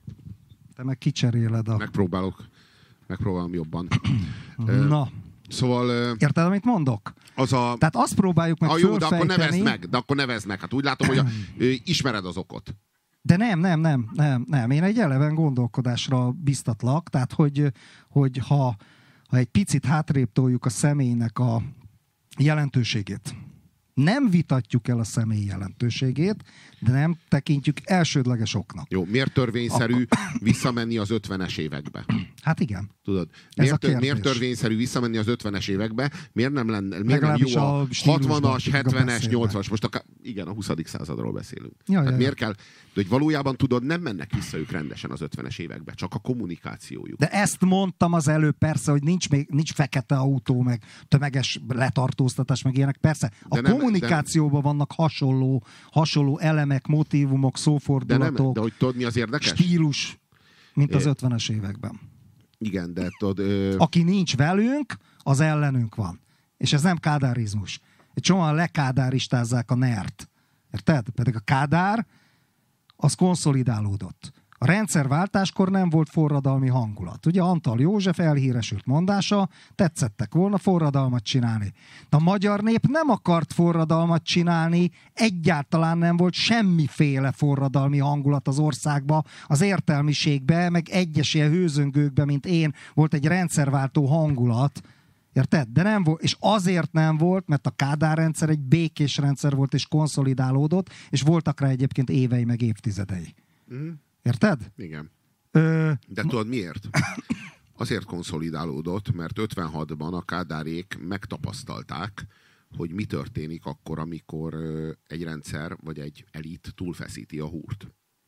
Te meg kicseréled a... Megpróbálok. Megpróbálom jobban. Na. Szóval... Érted, amit mondok? Az a... Tehát azt próbáljuk meg a jó, de akkor nevezd meg. De akkor nevezd meg. Hát úgy látom, hogy a, ismered az okot. De nem, nem, nem, nem, nem. Én egy eleven gondolkodásra biztatlak. Tehát, hogy, hogy ha, ha egy picit hátrébb toljuk a személynek a jelentőségét. Nem vitatjuk el a személy jelentőségét, de nem tekintjük elsődleges oknak. Jó, miért törvényszerű Akkor... visszamenni az ötvenes évekbe? Hát igen. Tudod, miért, tör, miért törvényszerű visszamenni az ötvenes évekbe? Miért nem lenne, miért nem jó a, a hatvanas, hetvenes, nyolcvanas, most a, igen, a huszadik századról beszélünk. Ja, Tehát ja, miért ja. kell, de hogy valójában tudod, nem mennek vissza ők rendesen az ötvenes évekbe, csak a kommunikációjuk. De ezt mondtam az előbb, persze, hogy nincs, még, nincs fekete autó, meg tömeges letartóztatás, meg ilyenek, persze. A de nem, kommunikációban de... vannak hasonló, hasonló elemek, motívumok, szófordulatok, de, nem, de hogy tudod, mi az érdekes? Stílus, mint az ötvenes években. Igen, de tudod... Ö... Aki nincs velünk, az ellenünk van. És ez nem kádárizmus. Egy csomóan lekádáristázzák a nert. Érted? Pedig a Kádár az konszolidálódott. A rendszerváltáskor nem volt forradalmi hangulat. Ugye Antal József elhíresült mondása, tetszettek volna forradalmat csinálni. De a magyar nép nem akart forradalmat csinálni, egyáltalán nem volt semmiféle forradalmi hangulat az országba, az értelmiségbe, meg egyes ilyen hőzöngőkbe, mint én, volt egy rendszerváltó hangulat. Érted? De nem volt, és azért nem volt, mert a Kádár rendszer egy békés rendszer volt, és konszolidálódott, és voltak rá egyébként évei, meg évtizedei. Mm. Érted? Igen. Ö... De tudod miért? Azért konszolidálódott, mert ötvenhatban a Kádárék megtapasztalták, hogy mi történik akkor, amikor egy rendszer vagy egy elit túlfeszíti a húrt.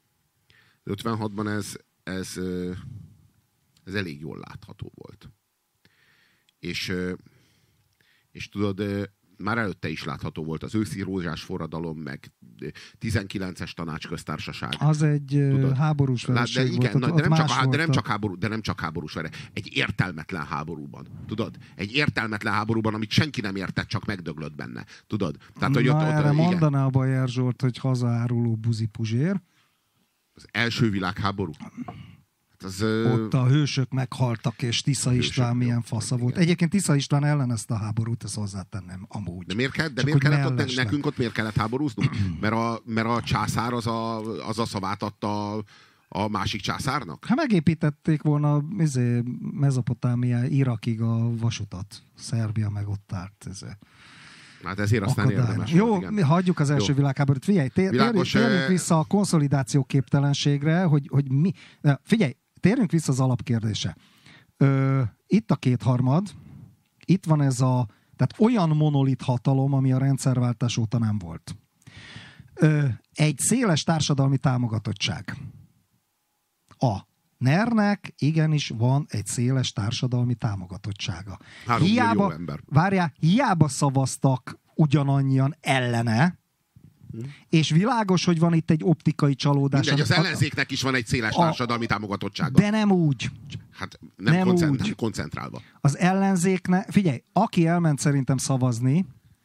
ötvenhatban ez, ez, ez elég jól látható volt. És, és tudod, már előtte is látható volt az őszi rózsás forradalom, meg tizenkilences tanácsköztársaság. Az egy tudod, háborús vereség de igen, volt. De nem, csak, de, nem csak háború, de nem csak háborús vereség. Egy értelmetlen háborúban. Tudod? Egy értelmetlen háborúban, amit senki nem értett, csak megdöglött benne. Tudod? Tehát, hogy Na, ott, ott, erre igen. mondaná a Bajer Zsolt, hogy hazaáruló buzipuzsér. Az első világháború. Az, ott a hősök meghaltak, és Tisza István milyen fasza volt. Igen. Egyébként Tisza István ellenezte a háborút, ezt hozzátennem amúgy. De miért, kell, de miért kellett ott, nekünk ott miért kellett háborúznunk? Mert a, mert a császár az a, az a szavát adta a, a másik császárnak? Hát megépítették volna izé, Mezopotámia, Irakig a vasutat. Szerbia meg ott állt. Izé. Hát ezért aztán akadály. Érdemes. Jó, volt, mi hagyjuk az első Jó. világháborút. Figyelj, tér, Világos, térjünk vissza a konszolidáció képtelenségre, hogy, hogy mi... Figyelj, térjünk vissza az alapkérdése. Ö, itt a kétharmad, itt van ez a... Tehát olyan monolit hatalom, ami a rendszerváltás óta nem volt. Ö, egy széles társadalmi támogatottság. A ner-nek igenis van egy széles társadalmi támogatottsága. Három hiába, millió ember. Várjál, hiába szavaztak ugyanannyian ellene, Hm. És világos, hogy van itt egy optikai csalódás. Mindegy, az ellenzéknek is van egy széles a, társadalmi támogatottsága. De nem úgy. Hát nem, nem koncentrál, úgy. koncentrálva. Az ellenzéknek, figyelj, aki elment szerintem szavazni,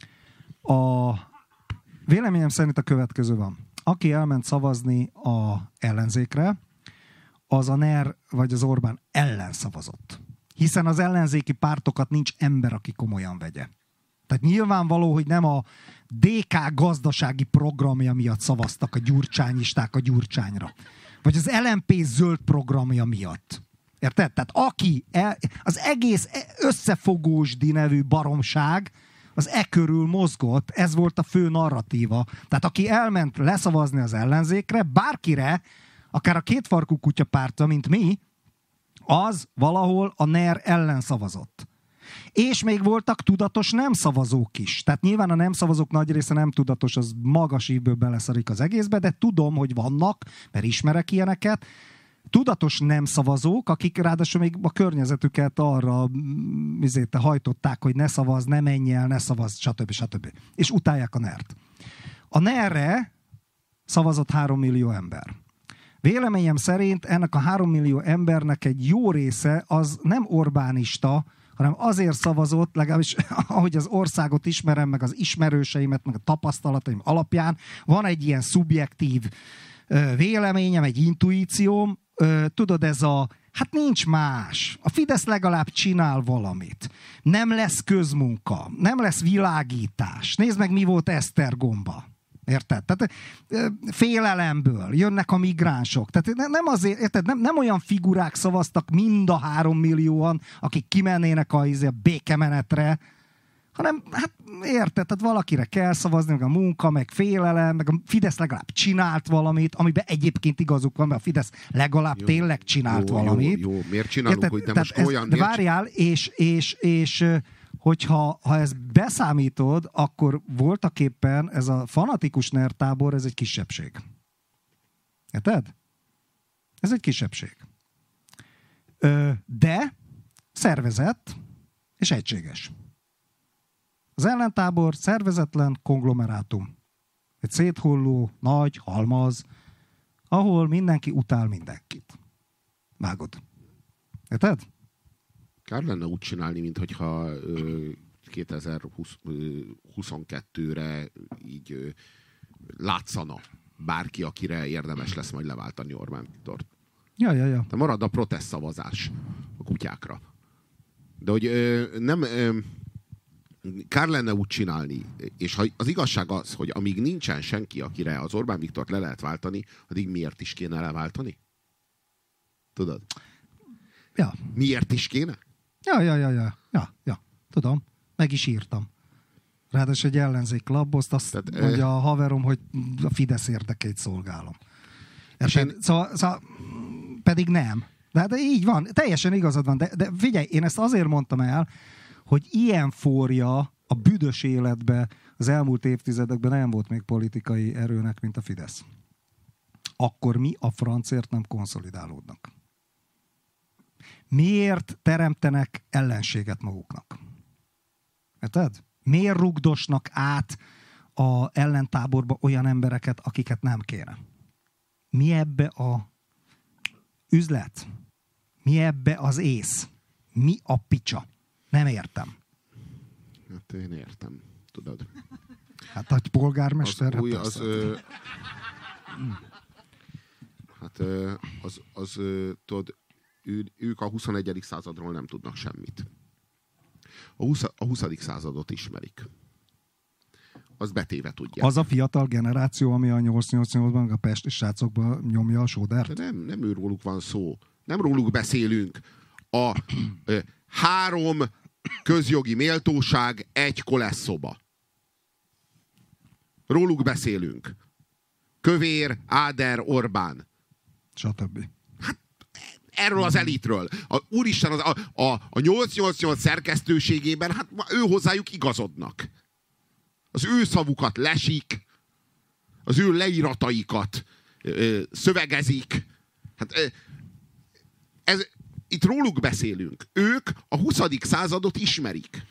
a véleményem szerint a következő van. Aki elment szavazni a ellenzékre, az a NER vagy az Orbán ellen szavazott. Hiszen az ellenzéki pártokat nincs ember, aki komolyan vegye. Tehát nyilvánvaló, hogy nem a dé ká gazdasági programja miatt szavaztak a gyurcsányisták a Gyurcsányra. Vagy az el em pé zöld programja miatt. Érted? Tehát aki el, az egész összefogósdi nevű baromság az e körül mozgott, ez volt a fő narratíva. Tehát aki elment leszavazni az ellenzékre, bárkire, akár a kétfarkú kutyapárta, mint mi, az valahol a NER ellen szavazott. És még voltak tudatos nem szavazók is. Tehát nyilván a nem szavazók nagy része nem tudatos, az magas ívből beleszarik az egészbe, de tudom, hogy vannak, mert ismerek ilyeneket, tudatos nem szavazók, akik ráadásul még a környezetüket arra izéte hajtották, hogy ne szavaz, ne menj el, ne szavaz, stb. stb. És utálják a nert. A nerre szavazott három millió ember. Véleményem szerint ennek a három millió embernek egy jó része az nem Orbánista, hanem azért szavazott, legalábbis ahogy az országot ismerem, meg az ismerőseimet, meg a tapasztalataim alapján, van egy ilyen szubjektív véleményem, egy intuícióm, tudod, ez a, hát nincs más. A Fidesz legalább csinál valamit. Nem lesz közmunka, nem lesz világítás. Nézd meg, mi volt Esztergomba. Érted? Tehát félelemből jönnek a migránsok. Tehát nem azért, érted? Nem, nem olyan figurák szavaztak mind a három millióan, akik kimennének a, a békemenetre, hanem, hát érted, tehát valakire kell szavazni, meg a munka, meg félelem, meg a Fidesz legalább csinált valamit, amiben egyébként igazuk van, mert a Fidesz legalább jó, tényleg csinált jó, valamit. Jó, jó, miért csinálunk, érted? Hogy nem most ez, olyan... De várjál, és, és, és hogyha ha ezt beszámítod, akkor voltaképpen ez a fanatikus nertábor, ez egy kisebbség. Érted? Ez egy kisebbség. De szervezett és egységes. Az ellentábor szervezetlen konglomerátum. Egy széthulló, nagy halmaz, ahol mindenki utál mindenkit. Vágod. Érted? Kár lenne úgy csinálni, mintha kétezer-huszonkettőre így ö, látszana bárki, akire érdemes lesz majd leváltani Orbán Viktort. Ja, ja, ja. De marad a protest szavazás a kutyákra. De hogy ö, nem... Ö, kár lenne úgy csinálni, és ha az igazság az, hogy amíg nincsen senki, akire az Orbán Viktort le lehet váltani, addig miért is kéne leváltani? Tudod? Ja. Miért is kéne? Ja, ja, ja, ja, ja, ja. Tudom. Meg is írtam. Ráadásul egy ellenzék labbozt, azt Tehát, mondja e... a haverom, hogy a Fidesz érdekeit szolgálom. Én... Szóval, szóval pedig nem. De, de így van, teljesen igazad van. De, de figyelj, én ezt azért mondtam el, hogy ilyen forja a büdös életbe az elmúlt évtizedekben nem volt még politikai erőnek, mint a Fidesz. Akkor mi a francért nem konszolidálódnak? Miért teremtenek ellenséget maguknak? Érted? Miért rugdosnak át a ellentáborba olyan embereket, akiket nem kéne? Mi ebbe a üzlet? Mi ebbe az ész? Mi a picsa? Nem értem. Hát én értem, tudod. Hát a polgármester... Az új, az... Ö... Hát ö, az, az ö, tudod, ő, ők a huszonegyedik századról nem tudnak semmit. A, húsz, a huszadik századot ismerik. Az betéve tudják. Az a fiatal generáció, ami a nyolcszáznyolcvannyolcban a pesti srácokban nyomja a sódert? De nem, nem őróluk van szó. Nem róluk beszélünk. A ö, három közjogi méltóság, egy kolesszoba. Róluk beszélünk. Kövér, Áder, Orbán. Stb. Hát erről az elitről. A, úristen, az, a, a, a nyolcszáznyolcvannyolc szerkesztőségében, hát ő hozzájuk igazodnak. Az ő szavukat lesik, az ő leírataikat ö, szövegezik. Hát ö, ez... Itt róluk beszélünk. Ők a huszadik századot ismerik.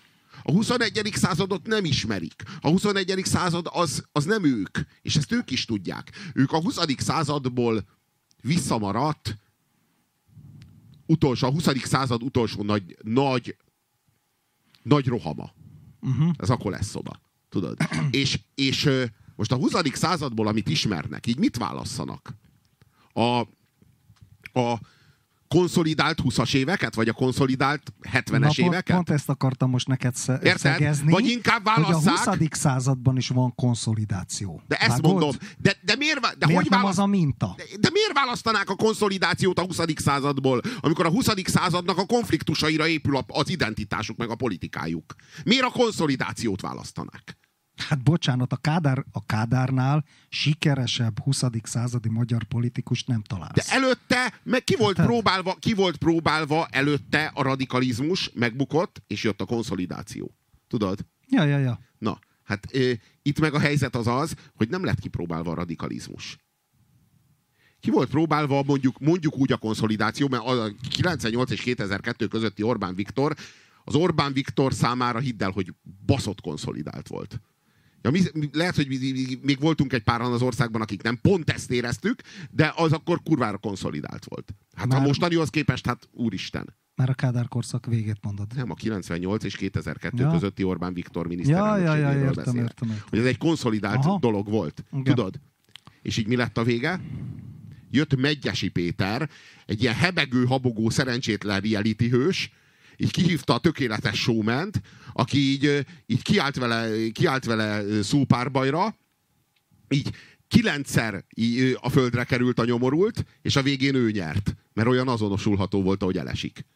A huszonegyedik századot nem ismerik. A huszonegyedik század az, az nem ők. És ezt ők is tudják. Ők a huszadik századból visszamaradt utolsó, a huszadik század utolsó nagy, nagy, nagy rohama. Uh-huh. Ez akkor lesz szoba. Tudod? és, és most a huszadik századból, amit ismernek, így mit válasszanak? A, a konszolidált huszas éveket, vagy a konszolidált hetvenes Na, éveket? Pont ezt akartam most neked szegezni, vagy inkább válasszák, hogy a huszadik században is van konszolidáció. De ezt Vágod? mondom. De, de miért, de miért hogy nem választ... az a minta? De, de miért választanák a konszolidációt a huszadik századból, amikor a huszadik századnak a konfliktusaira épül az identitásuk, meg a politikájuk? Miért a konszolidációt választanák? Hát bocsánat, a, Kádár, a Kádárnál sikeresebb huszadik századi magyar politikust nem találsz. De előtte, meg ki volt, próbálva, ki volt próbálva előtte a radikalizmus, megbukott, és jött a konszolidáció. Tudod? Ja, ja, ja. Na, hát e, itt meg a helyzet az az, hogy nem lett kipróbálva a radikalizmus. Ki volt próbálva mondjuk, mondjuk úgy a konszolidáció, mert a kilencvennyolc és kétezer-kettő közötti Orbán Viktor, az Orbán Viktor számára hidd el, hogy baszott konszolidált volt. Ja, mi, mi, lehet, hogy mi, mi, még voltunk egy páran az országban, akik nem pont ezt éreztük, de az akkor kurvára konszolidált volt. Hát már, a mostanihoz képest, hát úristen. Már a Kádár korszak végét mondod. Nem, a kilencvennyolc és kétezer-kettő ja. közötti Orbán Viktor miniszterelnökségéről ja, ja, ja, beszél. értem, értem, értem. Hogy ez egy konszolidált Aha. dolog volt. Igen. Tudod? És így mi lett a vége? Jött Medgyessy Péter, egy ilyen hebegő, habogó, szerencsétlen reality hős, így kihívta a tökéletes showment, aki így, így kiállt, vele, kiállt vele szópárbajra, így kilencszer így a földre került a nyomorult, és a végén ő nyert, mert olyan azonosulható volt, ahogy elesik.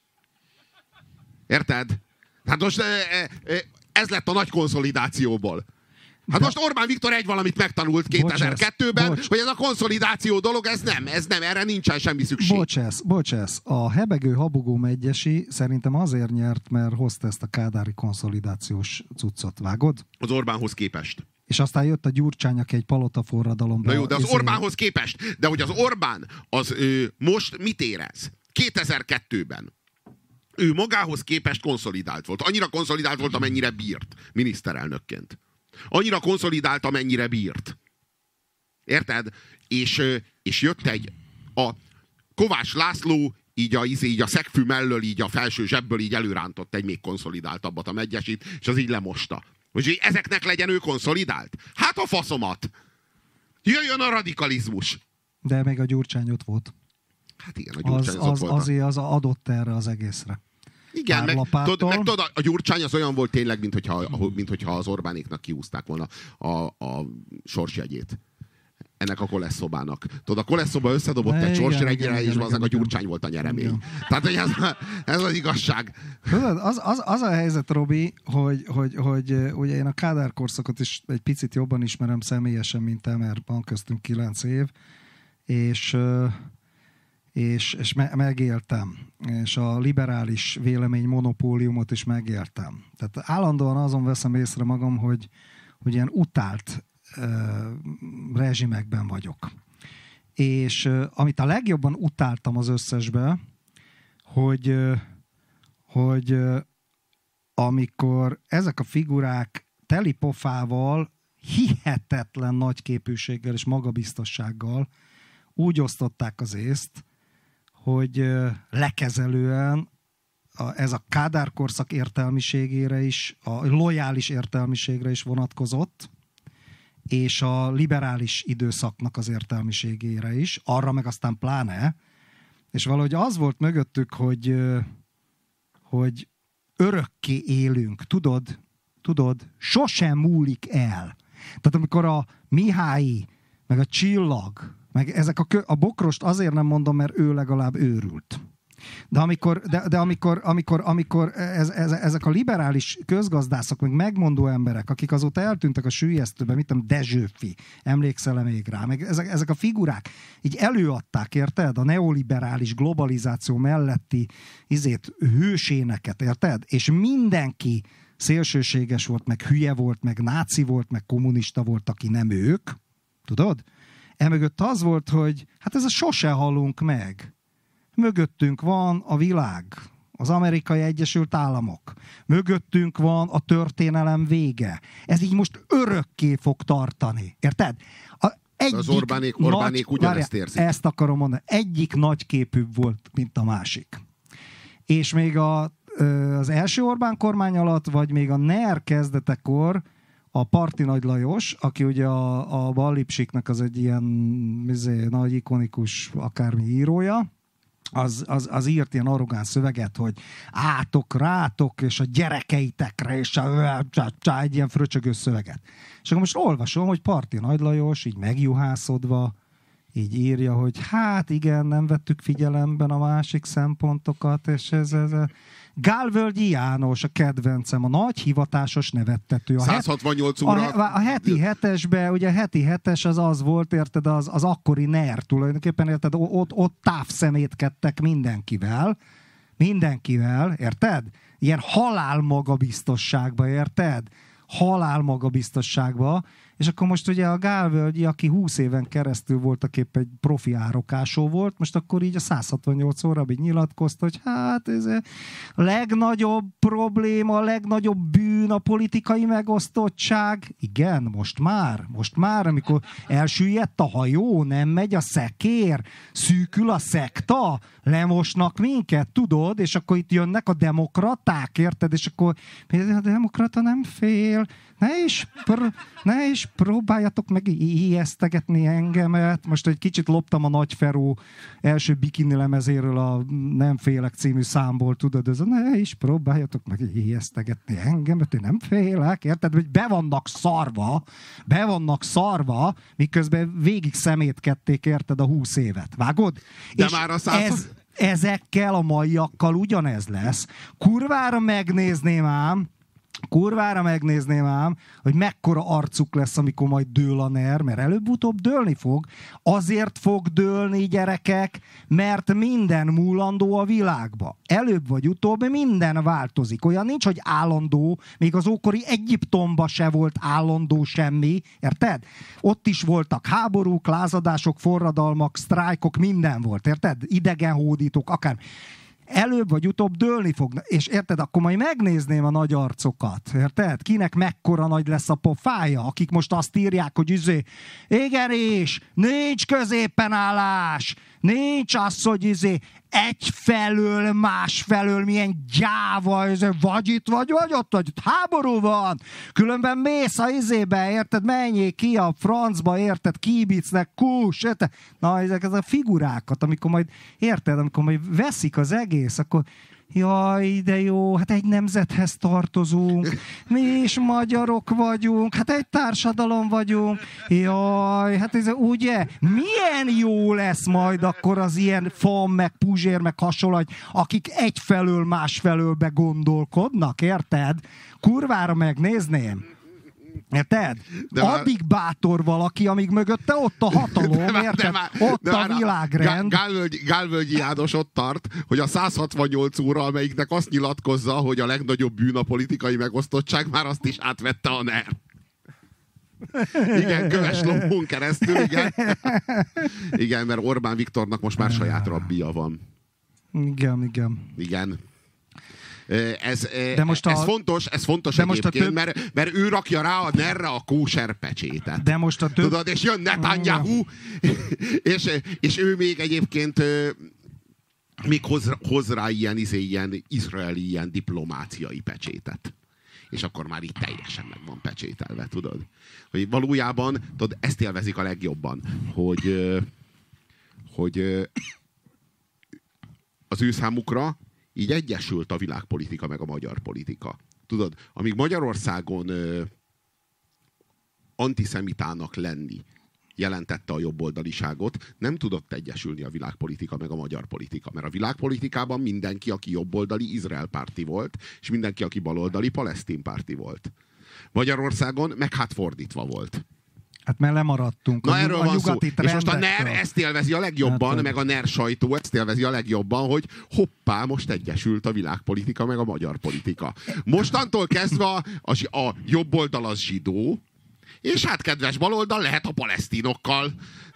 Érted? Hát most ez lett a nagy konszolidációból. Hát de... most Orbán Viktor egy valamit megtanult kétezer-kettőben, bocs. hogy ez a konszolidáció dolog, ez nem, ez nem, erre nincsen semmi szükség. Bocsász, bocsász. A hebegő habogó Medgyessy szerintem azért nyert, mert hozta ezt a kádári konszolidációs cuccot, vágod? Az Orbánhoz képest. És aztán jött a Gyurcsány, aki egy palotaforradalomban... Na jó, de az Orbánhoz képest. De hogy az Orbán az ö, most mit érez? kétezer-kettőben. Ő magához képest konszolidált volt. Annyira konszolidált volt, amennyire bírt miniszterelnökként. Annyira konszolidált, amennyire bírt. Érted? És, és jött egy a Kovács László így a, így a szegfű mellől, így a felső zsebből így előrántott egy még konszolidáltabbat, a Medgyesyt, és az így lemosta. Hogy ezeknek legyen ő konszolidált? Hát a faszomat! Jöjjön a radikalizmus! De még a Gyurcsány ott volt. Hát igen, a Gyurcsány az, az, az azért az adott erre az egészre. Igen, meg, tudod, meg tudod, a Gyurcsány az olyan volt tényleg, mint hogyha, mint hogyha az Orbánéknak kihúzták volna a, a sorsjegyét. Ennek a koleszszobának. Tudod, a koleszszoba összedobott egy sorsjegyre, és az a Gyurcsány volt a nyeremény. Igen. Tehát, hogy ez, ez az igazság. Tudod, az, az, az a helyzet, Robi, hogy, hogy, hogy ugye én a Kádár korszakot is egy picit jobban ismerem személyesen, mint te, mert van köztünk kilenc év, és... és, és me- megéltem, és a liberális vélemény monopóliumot is megéltem. Tehát állandóan azon veszem észre magam, hogy, hogy ilyen utált uh, rezsimekben vagyok. És uh, amit a legjobban utáltam az összesbe, hogy, uh, hogy uh, amikor ezek a figurák teli pofával, hihetetlen nagyképűséggel és magabiztossággal úgy osztották az észt, hogy lekezelően a, ez a Kádár korszak értelmiségére is, a lojális értelmiségre is vonatkozott, és a liberális időszaknak az értelmiségére is, arra meg aztán pláne, és valahogy az volt mögöttük, hogy, hogy örökké élünk, tudod, tudod, sosem múlik el. Tehát amikor a Mihályi, meg a Csillag, meg ezek a, kö, a Bokrost azért nem mondom, mert ő legalább őrült. De amikor, de, de amikor, amikor, amikor ez, ez, ezek a liberális közgazdászok, meg megmondó emberek, akik azóta eltűntek a süllyesztőben, mit tudom, Dezsőfi, emlékszel még rá, meg ezek, ezek a figurák így előadták, érted? A neoliberális globalizáció melletti izét, hőséneket, érted? És mindenki szélsőséges volt, meg hülye volt, meg náci volt, meg kommunista volt, aki nem ők. Tudod? Emögött az volt, hogy hát ez a sose halunk meg. Mögöttünk van a világ. az Amerikai Egyesült Államok. Mögöttünk van a történelem vége. Ez így most örökké fog tartani. Érted? A egyik az Orbánék, Orbánék nagy, ugyanezt érzik. Ezt akarom mondani. Egyik nagyképűbb volt, mint a másik. És még a, az első Orbán kormány alatt, vagy még a NER kezdetekor a Parti Nagy Lajos, aki ugye a, a Ballipsiknek az egy ilyen mizé, nagy ikonikus akármi írója, az, az, az írt ilyen arrogáns szöveget, hogy átok, rátok, és a gyerekeitekre, és a, csá, csá, egy ilyen fröcsögő szöveget. És akkor most olvasom, hogy Parti Nagy Lajos így megjuhászodva így írja, hogy hát igen, nem vettük figyelemben a másik szempontokat, és ez, ez, ez. Gálvölgyi János, a kedvencem, a nagy hivatásos nevettető. A száz hatvannyolc óra. A, a heti hetesben, ugye a heti hetes az az volt, érted, az, az akkori NER tulajdonképpen, érted, ott, ott távszemétkedtek mindenkivel, mindenkivel, érted? Ilyen halál magabiztosságba, érted? Halál magabiztosságba, és akkor most ugye a Gálvölgyi, aki húsz éven keresztül voltak épp egy profi árokásó volt, most akkor így a száz hatvannyolc órában így nyilatkozta, hogy hát ez a legnagyobb probléma, a legnagyobb bűn a politikai megosztottság. Igen, most már, most már, amikor elsüllyedt a hajó, nem megy a szekér, szűkül a szekta, lemosnak minket, tudod, és akkor itt jönnek a demokraták, érted, és akkor a demokrata nem fél, ne is, pr- ne is próbáljatok meg ijesztegetni engemet. Most egy kicsit loptam a Nagy Feró első bikini lemezéről a Nem félek című számból, tudod, ez a ne is próbáljatok meg ijesztegetni engemet, én nem félek, érted? Hogy be vannak szarva, be vannak szarva, miközben végig szemétkedték, érted, a húsz évet. Vágod? De és már a száz... ez, ezekkel a maiakkal ugyanez lesz. Kurvára megnézném ám, Kurvára megnézném ám, hogy mekkora arcuk lesz, amikor majd dől a NER, mert előbb-utóbb dőlni fog. Azért fog dőlni, gyerekek, mert minden múlandó a világba. Előbb vagy utóbb minden változik. Olyan nincs, hogy állandó, még az ókori Egyiptomba se volt állandó semmi, érted? Ott is voltak háborúk, lázadások, forradalmak, sztrájkok, minden volt, érted? Idegenhódítók, akár... Előbb vagy utóbb dőlni fognak. És érted, akkor majd megnézném a nagy arcokat. Érted? Kinek mekkora nagy lesz a pofája, akik most azt írják, hogy izé, igenis, nincs középen állás, nincs az, hogy izé, egyfelől, másfelől, milyen gyáva, izé, vagy itt, vagy, vagy ott, vagy ott háború van. Különben mész a izébe, érted? Menjél ki a francba, érted? Kibicnek, kus, érted? Na, ezek az a figurákat, amikor majd, érted, amikor majd veszik az egész, akkor jaj, de jó, hát egy nemzethez tartozunk, mi is magyarok vagyunk, hát egy társadalom vagyunk, jaj, hát ez ugye, milyen jó lesz majd akkor az ilyen Fam, meg Puzsér, meg hasonló, akik egyfelől, másfelől begondolkodnak, érted? Kurvára megnézném. Érted? De addig már... bátor valaki, amíg mögötte ott a hatalom, de érted? De már, ott de a világrend. Gálvölgyi, Gálvölgyi János ott tart, hogy a száz hatvannyolc óra, amelyiknek azt nyilatkozza, hogy a legnagyobb bűn a politikai megosztottság, már azt is átvette a NER. Igen, Köves Lombón keresztül, igen. Igen, mert Orbán Viktornak most már saját rabbija van. Igen, igen. Igen. Ez, de most ez a, fontos, ez fontos egyébként, több... mert, mert ő rakja rá a NER-re a kóser pecsétet. De most a több... Tudod, és jön Netanyahu, és, és ő még egyébként még hoz, hoz rá ilyen, izé, ilyen izraeli ilyen diplomáciai pecsétet. És akkor már itt teljesen meg van pecsételve, tudod. Hogy valójában, tudod, ezt élvezik a legjobban, hogy, hogy az ő számukra így egyesült a világpolitika meg a magyar politika. Tudod, amíg Magyarországon ö, antiszemitának lenni jelentette a jobboldaliságot, nem tudott egyesülni a világpolitika meg a magyar politika. Mert a világpolitikában mindenki, aki jobboldali, Izrael párti volt, és mindenki, aki baloldali, palesztin párti volt. Magyarországon meg hát fordítva volt. Hát mert lemaradtunk. Na, a, erről a van szó. És most a NER ezt élvezi a legjobban, hát, meg a NER sajtó ezt élvezi a legjobban, hogy hoppá, most egyesült a világpolitika, meg a magyar politika. Mostantól kezdve a, a, a jobb oldal az zsidó, És hát, kedves baloldal, lehet a palesztinokkal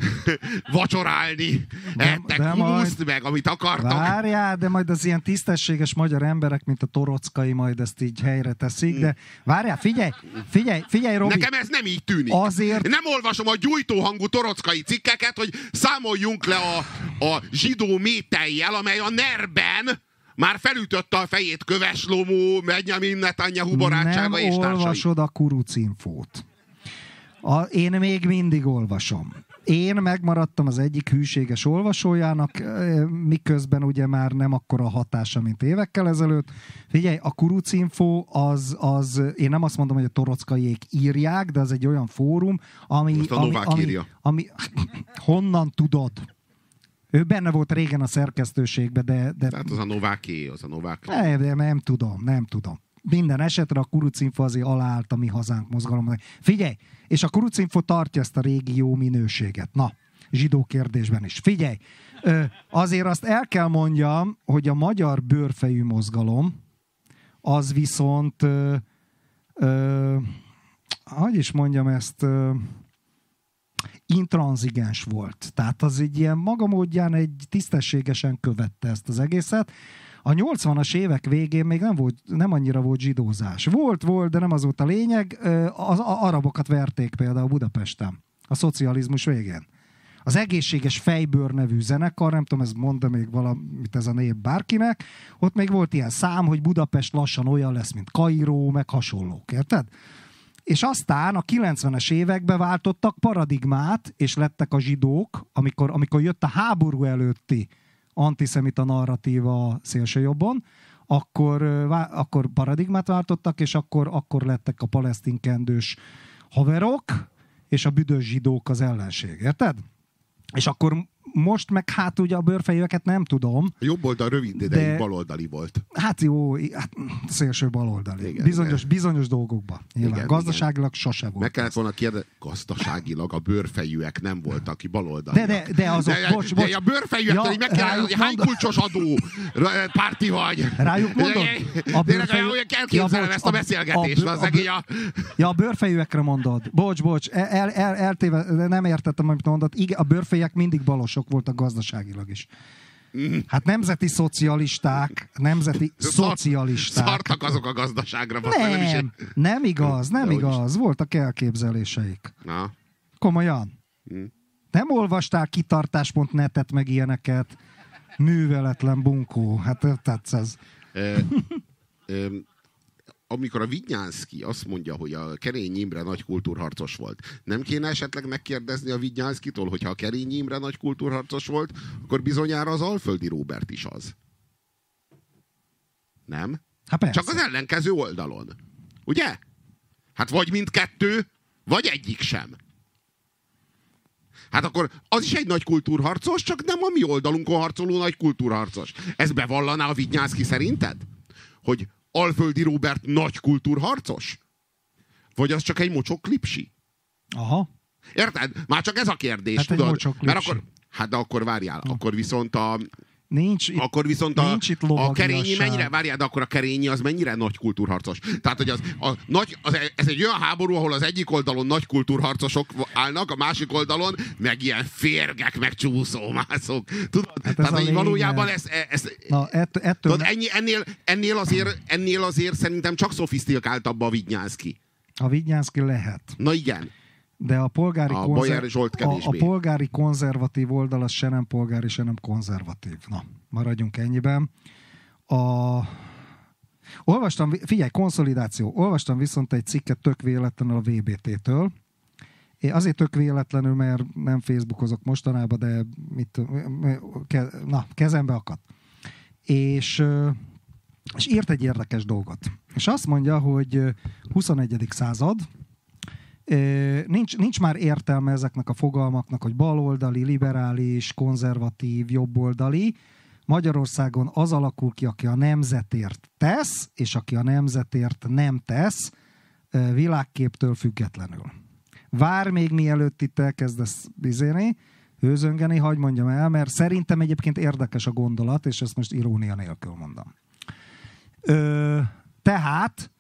vacsorálni. Ettek humuszt, meg amit akartak. Várjál, de majd az ilyen tisztességes magyar emberek, mint a Torockai, majd ezt így helyre teszik, de várjál, figyelj, figyelj, figyelj, Robi. Nekem ez nem így tűnik. Azért... Nem olvasom a gyújtóhangú torockai cikkeket, hogy számoljunk le a, a zsidó métejjel, amely a nerben már felütötte a fejét Köves Lomó, Benjamin Netanyahu barátsága és társai. Nem olvasod a kurucinfót. A, én még mindig olvasom. Én megmaradtam az egyik hűséges olvasójának, miközben ugye már nem akkora hatása, mint évekkel ezelőtt. Figyelj, a kurucinfo az, az, én nem azt mondom, hogy a Torockaiék írják, de az egy olyan fórum, ami... Most a ami, Novák ami, írja. Ami, honnan tudod? Ő benne volt régen a szerkesztőségben, de... de Tehát az a Nováké, az a Novák. Nem, nem, nem tudom, nem tudom. Minden esetre a kurucinfo azért aláállt a Mi Hazánk mozgalomnak. Figyelj, és a kurucinfo tartja ezt a régi jó minőséget. Na, zsidó kérdésben is. Figyelj, azért azt el kell mondjam, hogy a magyar bőrfejű mozgalom az viszont ö, ö, hogy is mondjam ezt, ö, intranzigens volt. Tehát az egy ilyen maga módján egy tisztességesen követte ezt az egészet. A nyolcvanas évek végén még nem, volt, nem annyira volt zsidózás. Volt, volt, de nem az volt a lényeg. Az arabokat verték például Budapesten. A szocializmus végén. Az Egészséges Fejbőr nevű zenekar, nem tudom, ez mondta még valamit ez a név bárkinek, ott még volt ilyen szám, hogy Budapest lassan olyan lesz, mint Kairó, meg hasonlók, érted? És aztán a kilencvenes években váltottak paradigmát, és lettek a zsidók, amikor, amikor jött a háború előtti antiszemita narratíva szélsőjobbon, akkor, akkor paradigmát váltottak, és akkor, akkor lettek a palesztinkendős haverok, és a büdös zsidók az ellenség, érted? És akkor most meg hát ugye a bőrfejűeket nem tudom. A jobb oldal rövid ideig de... baloldali volt. Hát jó, hát szélső baloldali. Igen, bizonyos, igen. bizonyos dolgokban. Igen, gazdaságilag igen. sose volt. Meg kellett volna kérdezni, gazdaságilag a bőrfejűek nem voltak baloldali. De, de, de azok, de, bocs, bocs. De a bőrfejűek, ja, meg kell, hogy hány kulcsos adó párti vagy. Rájuk mondod? A bőrfejű... Elképzelem ja, ezt a beszélgetést. A, a, a, a, ja, a bőrfejűekre mondod. Bocs, bocs, el, el, eltéve, nem értettem, amit mondod. Igen, a bőrfejűek mindig balosok voltak gazdaságilag is. Hát nemzeti szocialisták, nemzeti szocialisták. Szartak azok a gazdaságra. Nem, nem igaz, nem igaz. Voltak elképzeléseik. Na. Komolyan. Nem olvastál kitartás pont netet meg ilyeneket? Műveletlen bunkó. Hát tetsz ez. Amikor a Vidnyánszky azt mondja, hogy a Kerényi Imre nagy kultúrharcos volt, nem kéne esetleg megkérdezni a Vidnyánszkytól, hogyha a Kerényi Imre nagy kultúrharcos volt, akkor bizonyára az Alföldi Róbert is az. Nem? Hát csak az ellenkező oldalon. Ugye? Hát vagy mindkettő, vagy egyik sem. Hát akkor az is egy nagy kultúrharcos, csak nem a mi oldalunkon harcoló nagy kultúrharcos. Ez bevallaná a Vidnyánszky szerinted? Hogy Alföldi Róbert nagy kultúrharcos? Vagy az csak egy mocsok klipsi? Aha. Érted? Már csak ez a kérdés, hát tudod? Mert akkor, hát de akkor várjál, ha. akkor viszont a... Nincs itt, akkor viszont a, nincs itt a Kerényi mennyire, várjál, de akkor a Kerényi az mennyire nagy kultúrharcos? Tehát, hogy az, a nagy, az, ez egy olyan háború, ahol az egyik oldalon nagy kultúrharcosok állnak, a másik oldalon meg ilyen férgek, meg csúszómászok. Tudod? Hát Tehát, hogy valójában ez... ez Na, ett, ettől tudod, ennyi, ennél, ennél, azért, ennél azért szerintem csak szofisztikáltabb a Vidnyánszky. A Vidnyánszky lehet. Na igen. De a polgári, a, konzer... a, a polgári konzervatív oldal az se nem polgári, se nem konzervatív. Na, maradjunk ennyiben. A... Olvastam, figyelj, konszolidáció. Olvastam viszont egy cikket tök véletlenül a vé bé té-től. Én azért tök véletlenül, mert nem Facebookozok mostanában, de mit, na, kezembe akadt. És, és írt egy érdekes dolgot. És azt mondja, hogy huszonegyedik század, Nincs, nincs már értelme ezeknek a fogalmaknak, hogy baloldali, liberális, konzervatív, jobboldali. Magyarországon az alakul ki, aki a nemzetért tesz, és aki a nemzetért nem tesz, világképtől függetlenül. Vár még mielőtt itt elkezdesz bizéni, hőzöngeni, hadd mondjam el, mert szerintem egyébként érdekes a gondolat, és ezt most irónia nélkül mondom. Ö, tehát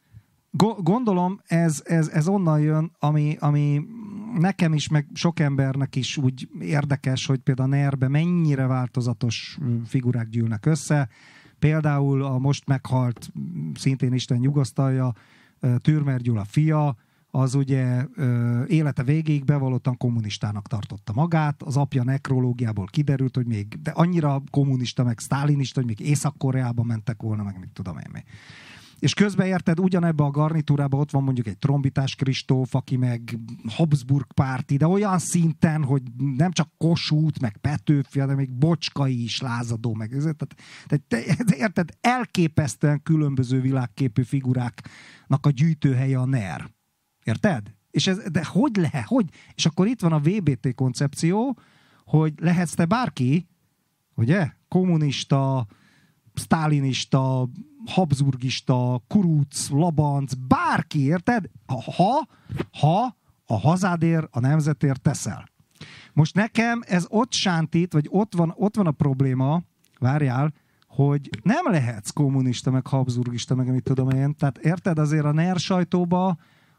Gondolom, ez, ez, ez onnan jön, ami, ami nekem is, meg sok embernek is úgy érdekes, hogy például a en e er-be mennyire változatos figurák gyűlnek össze. Például a most meghalt, szintén Isten nyugasztalja, Türmer Gyula fia, az ugye élete végéig bevallottan kommunistának tartotta magát. Az apja nekrológiából kiderült, hogy még, de annyira kommunista, meg sztálinista, hogy még Észak-Koreába mentek volna, meg mit tudom én még. És közben érted, ugyanebben a garnitúrában ott van mondjuk egy Trombitás Kristóf, aki meg Habsburg párti, de olyan szinten, hogy nem csak Kossuth, meg Petőfi, hanem még Bocskai is lázadó, meg tehát, tehát érted, elképesztően különböző világképű figuráknak a gyűjtőhelye a en e er. Érted? És ez, de hogy lehet? Hogy? És akkor itt van a vé bé té koncepció, hogy lehetsz te bárki, ugye? Kommunista, sztálinista, habsburgista, kuruc, labanc, bárki, érted? Ha, ha a hazádért, a nemzetért teszel. Most nekem ez ott sántít, vagy ott van, ott van a probléma, várjál, hogy nem lehetsz kommunista, meg habsburgista, meg mit tudom én. Tehát érted, azért a en e er sajtóba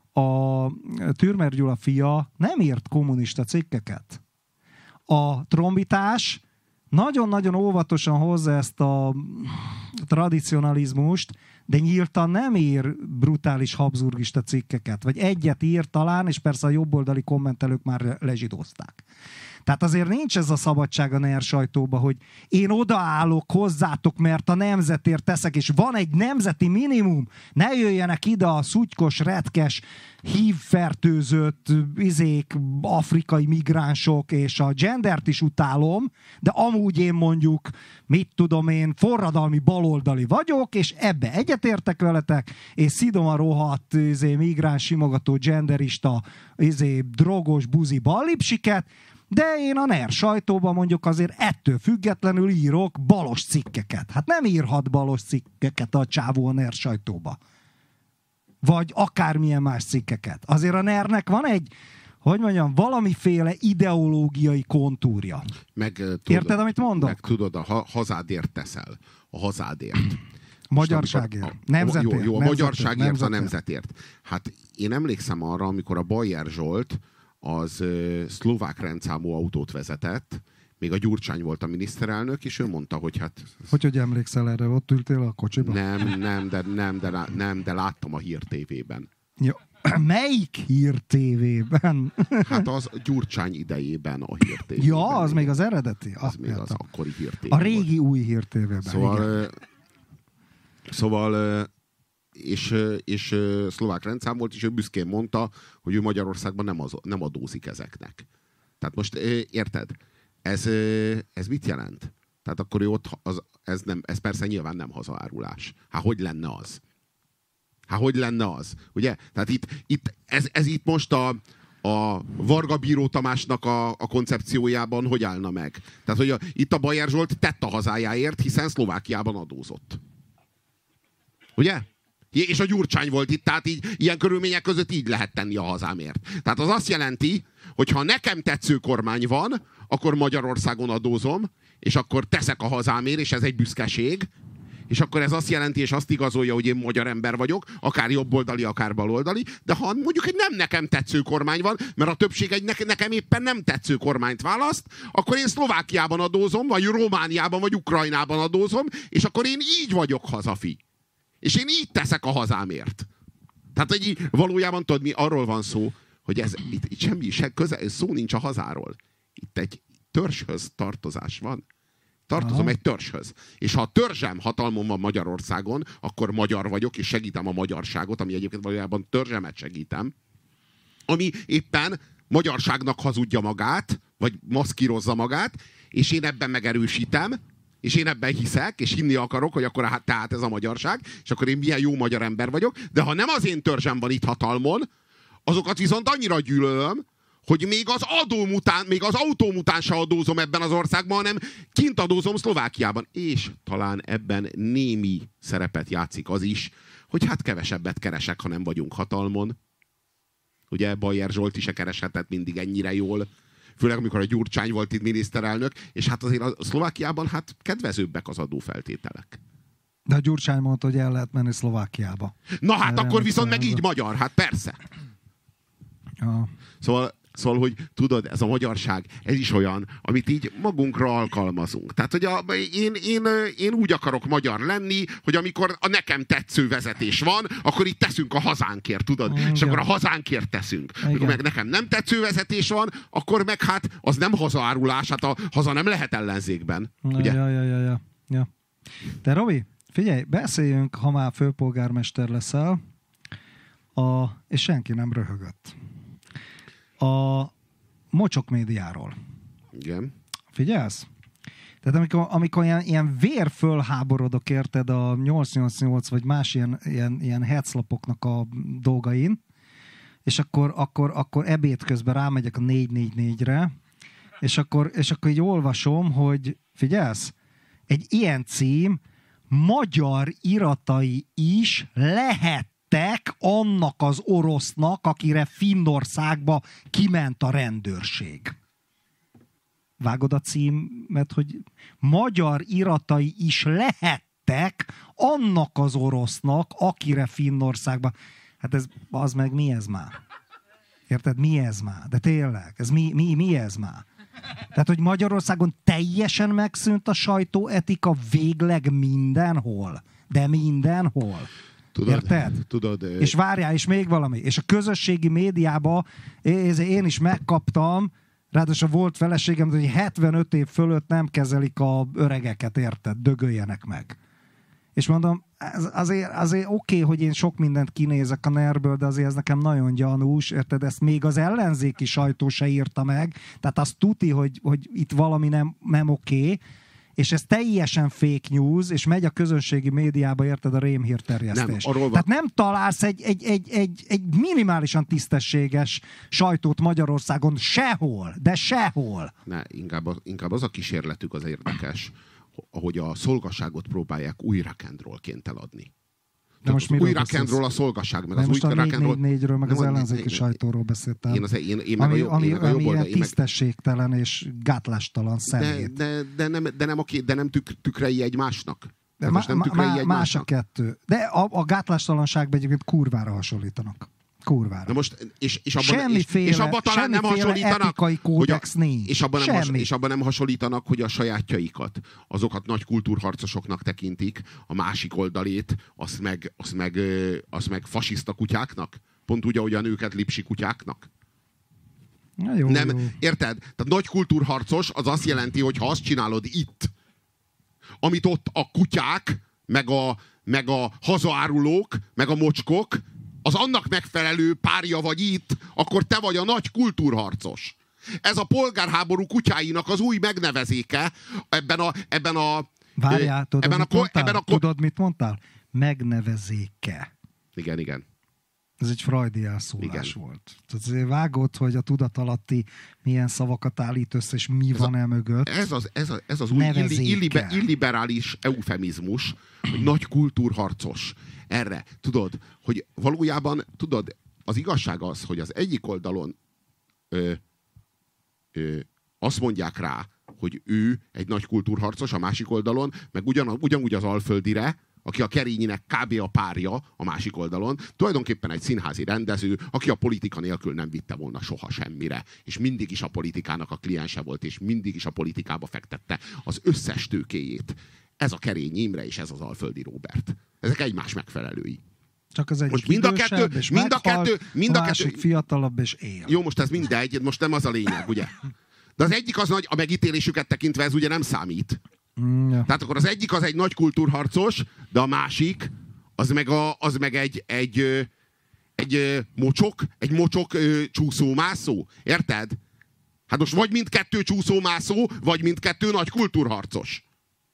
a Türmer Gyula fia nem írt kommunista cikkeket. A Trombitás nagyon-nagyon óvatosan hozza ezt a tradicionalizmust, de nyíltan nem ír brutális habsburgista cikkeket. Vagy egyet ír talán, és persze a jobboldali kommentelők már lezsidózták. Tehát azért nincs ez a szabadság a en e er sajtóba, hogy én odaállok hozzátok, mert a nemzetért teszek, és van egy nemzeti minimum. Ne jöjjenek ide a szutykos, retkes, hívfertőzött izék, afrikai migránsok, és a gendert is utálom, de amúgy én mondjuk, mit tudom én, forradalmi baloldali vagyok, és ebbe egyetértek veletek, és szidom a rohadt izé, migráns simogató genderista, izé, drogos, buzi ballipsiket, de én a en e er sajtóban mondjuk azért ettől függetlenül írok balos cikkeket. Hát nem írhat balos cikkeket a csávó a en e er sajtóba. Vagy akármilyen más cikkeket. Azért a en e er-nek van egy, hogy mondjam, valamiféle ideológiai kontúrja. Meg, tudod, érted, amit mondok? Meg tudod, a hazádért teszel. A hazádért. Magyarságért. A, nemzetért. Jó, jó a nemzetért, magyarságért, nemzetért. a nemzetért. Hát én emlékszem arra, amikor a Bajer Zsolt az uh, szlovák rendszámú autót vezetett, még a Gyurcsány volt a miniszterelnök, és ő mondta, hogy hát... Hogy, hogy emlékszel erre? Ott ültél a kocsiban? Nem, nem, de, nem, de, nem, de láttam a Hír té vében. Ja. Melyik Hír té vében? Hát az Gyurcsány idejében a Hír té vében. Ja, az még az eredeti? Az még az akkori Hír té vé. A régi új Hír té vében. Szóval... Szóval... és, és szlovák rendszám volt, és ő büszkén mondta, hogy ő Magyarországban nem, az, nem adózik ezeknek. Tehát most érted? Ez, ez mit jelent? Tehát akkor ő ott, az, ez, nem, ez persze nyilván nem hazaárulás. Hát hogy lenne az? Hát hogy lenne az? Ugye? Tehát itt, itt ez, ez itt most a, a Varga Bíró Tamásnak a, a koncepciójában hogy állna meg? Tehát, hogy a, itt a Bajer Zsolt tett a hazájáért, hiszen Szlovákiában adózott. Ugye? És a Gyurcsány volt itt, tehát így, ilyen körülmények között így lehet tenni a hazámért. Tehát az azt jelenti, hogy ha nekem tetsző kormány van, akkor Magyarországon adózom, és akkor teszek a hazámért, és ez egy büszkeség, és akkor ez azt jelenti, és azt igazolja, hogy én magyar ember vagyok, akár jobboldali, akár baloldali, de ha mondjuk egy nem nekem tetsző kormány van, mert a többség egy ne- nekem éppen nem tetsző kormányt választ, akkor én Szlovákiában adózom, vagy Romániában, vagy Ukrajnában adózom, és akkor én így vagyok hazafi. És én így teszek a hazámért. Tehát, hogy valójában tudod, mi arról van szó, hogy ez, itt, itt semmi se köze, szó nincs a hazáról. Itt egy törzshöz tartozás van. Tartozom Aha. egy törzshöz. És ha a törzsem hatalmon van Magyarországon, akkor magyar vagyok, és segítem a magyarságot, ami egyébként valójában törzsemet segítem, ami éppen magyarságnak hazudja magát, vagy maszkírozza magát, és én ebben megerősítem, és én ebben hiszek, és hinni akarok, hogy akkor hát, tehát ez a magyarság, és akkor én milyen jó magyar ember vagyok, de ha nem az én törzsem van itt hatalmon, azokat viszont annyira gyűlölöm, hogy még az adóm után, még az autóm után se adózom ebben az országban, hanem kint adózom Szlovákiában. És talán ebben némi szerepet játszik az is, hogy hát kevesebbet keresek, ha nem vagyunk hatalmon. Ugye Bajer Zsolt is se kereshetett mindig ennyire jól. Főleg, amikor a Gyurcsány volt itt miniszterelnök, és hát azért a Szlovákiában hát kedvezőbbek az adófeltételek. De a Gyurcsány mondta, hogy el lehet menni Szlovákiába. Na hát Erre akkor viszont meg ez így a... magyar, hát persze. Ja. Szóval, szóval, hogy tudod, ez a magyarság, ez is olyan, amit így magunkra alkalmazunk. Tehát, hogy a, én, én, én úgy akarok magyar lenni, hogy amikor a nekem tetsző vezetés van, akkor itt teszünk a hazánkért, tudod? Igen. És akkor a hazánkért teszünk. Amikor meg nekem nem tetsző vezetés van, akkor meg hát az nem hazaárulás, hát a haza nem lehet ellenzékben. Na, ugye? Ja, ja, ja, ja, ja. De Robi, figyelj, beszéljünk, ha már főpolgármester leszel, a, és senki nem röhögött. A mocsok médiáról. Igen. Figyelsz? Tehát amikor, amikor ilyen, ilyen vérfölháborodok, érted, a nyolc nyolc nyolc vagy más ilyen, ilyen, ilyen heclapoknak a dolgain, és akkor, akkor, akkor ebéd közben rámegyek a négy négy négyre, és akkor, és akkor így olvasom, hogy figyelsz? Egy ilyen cím, magyar iratai is lehettek annak az orosznak, akire Finnországba kiment a rendőrség. Vágod a címet, hogy magyar iratai is lehettek annak az orosznak, akire Finnországba. Hát ez, az meg mi ez már? Érted? Mi ez már? De tényleg, ez mi, mi, mi ez már? Tehát, hogy Magyarországon teljesen megszűnt a sajtóetika végleg mindenhol. De mindenhol. Tudod, érted? Tudod, és várjál, és még valami. És a közösségi médiában én is megkaptam, ráadásul volt feleségem, hogy hetvenöt év fölött nem kezelik a öregeket, érted? Dögöljenek meg. És mondom, ez azért, azért oké, okay, hogy én sok mindent kinézek a nerből, de azért ez nekem nagyon gyanús, érted? Ezt még az ellenzéki sajtó se írta meg, tehát azt tuti, hogy, hogy itt valami nem, nem oké, okay, és ez teljesen fake news, és megy a közönségi médiába, érted, a rémhírterjesztés. Nem, Tehát nem találsz egy, egy, egy, egy, egy minimálisan tisztességes sajtót Magyarországon sehol, de sehol. Ne, inkább, inkább az a kísérletük az érdekes, ahogy a szolgaságot próbálják új rock'n'rollként eladni. De most új rock'n'roll a szolgaság, meg az most új a négy négy négyről, meg az ellenzéki sajtóról beszéltem. Én, az, én, én meg ami, a jobb, ami, én meg a jobb ami oldal, ilyen tisztességtelen és gátlástalan szemét. De, de, de, nem, de nem, de nem tük, tükrei egymásnak. De má, nem tükrei má, egymásnak. Más a kettő. De a, a gátlástalanságban egyébként kurvára hasonlítanak. Kurvára. Na most, és, és abban, és, és abban talán nem hasonlítanak, hogy a, és, abban nem has, és abban nem hasonlítanak, hogy a sajátjaikat, azokat nagy kultúrharcosoknak tekintik, a másik oldalét, azt meg, azt meg, azt meg fasiszta kutyáknak? Pont úgy, ahogy a nőket lipsi kutyáknak? Na jó, nem, jó. Érted? Tehát nagy kultúrharcos az azt jelenti, hogy ha azt csinálod itt, amit ott a kutyák, meg a, meg a hazaárulók, meg a mocskok, az annak megfelelő párja vagy itt, akkor te vagy a nagy kultúrharcos. Ez a polgárháború kutyáinak az új megnevezéke ebben a... Ebben a Várjál, tudod, ebben mit a, mondtál? Ebben a, Tudod, mit mondtál? Megnevezéke. Igen, igen. Ez egy freudi elszólás volt. Tehát azért vágod, hogy a tudatalatti milyen szavakat állít össze, és mi ez van el mögött. Ez az, ez, a, ez az új illi, illibe, illiberális eufemizmus, hogy nagy kultúrharcos. Erre, tudod, hogy valójában, tudod, az igazság az, hogy az egyik oldalon ö, ö, azt mondják rá, hogy ő egy nagy kultúrharcos, a másik oldalon, meg ugyan, ugyanúgy az Alföldire, aki a Kerényinek kb. A párja a másik oldalon, tulajdonképpen egy színházi rendező, aki a politika nélkül nem vitte volna soha semmire, és mindig is a politikának a kliense volt, és mindig is a politikába fektette az összes tőkéjét. Ez a Kerényi Imre, és ez az Alföldi Róbert. Ezek egymás megfelelői. Csak az egyik most mind a kettő, és mind meghal, a kettő, mind a, a másik kettő, fiatalabb és él. Jó, most ez mindegy, most nem az a lényeg, ugye? De az egyik az nagy, a megítélésüket tekintve ez ugye nem számít. Mm, ja. Tehát akkor az egyik az egy nagy kultúrharcos, de a másik az meg, a, az meg egy, egy, egy, egy mocsok, egy mocsok csúszómászó. Érted? Hát most vagy mindkettő csúszómászó, vagy mindkettő nagy kultúrharcos.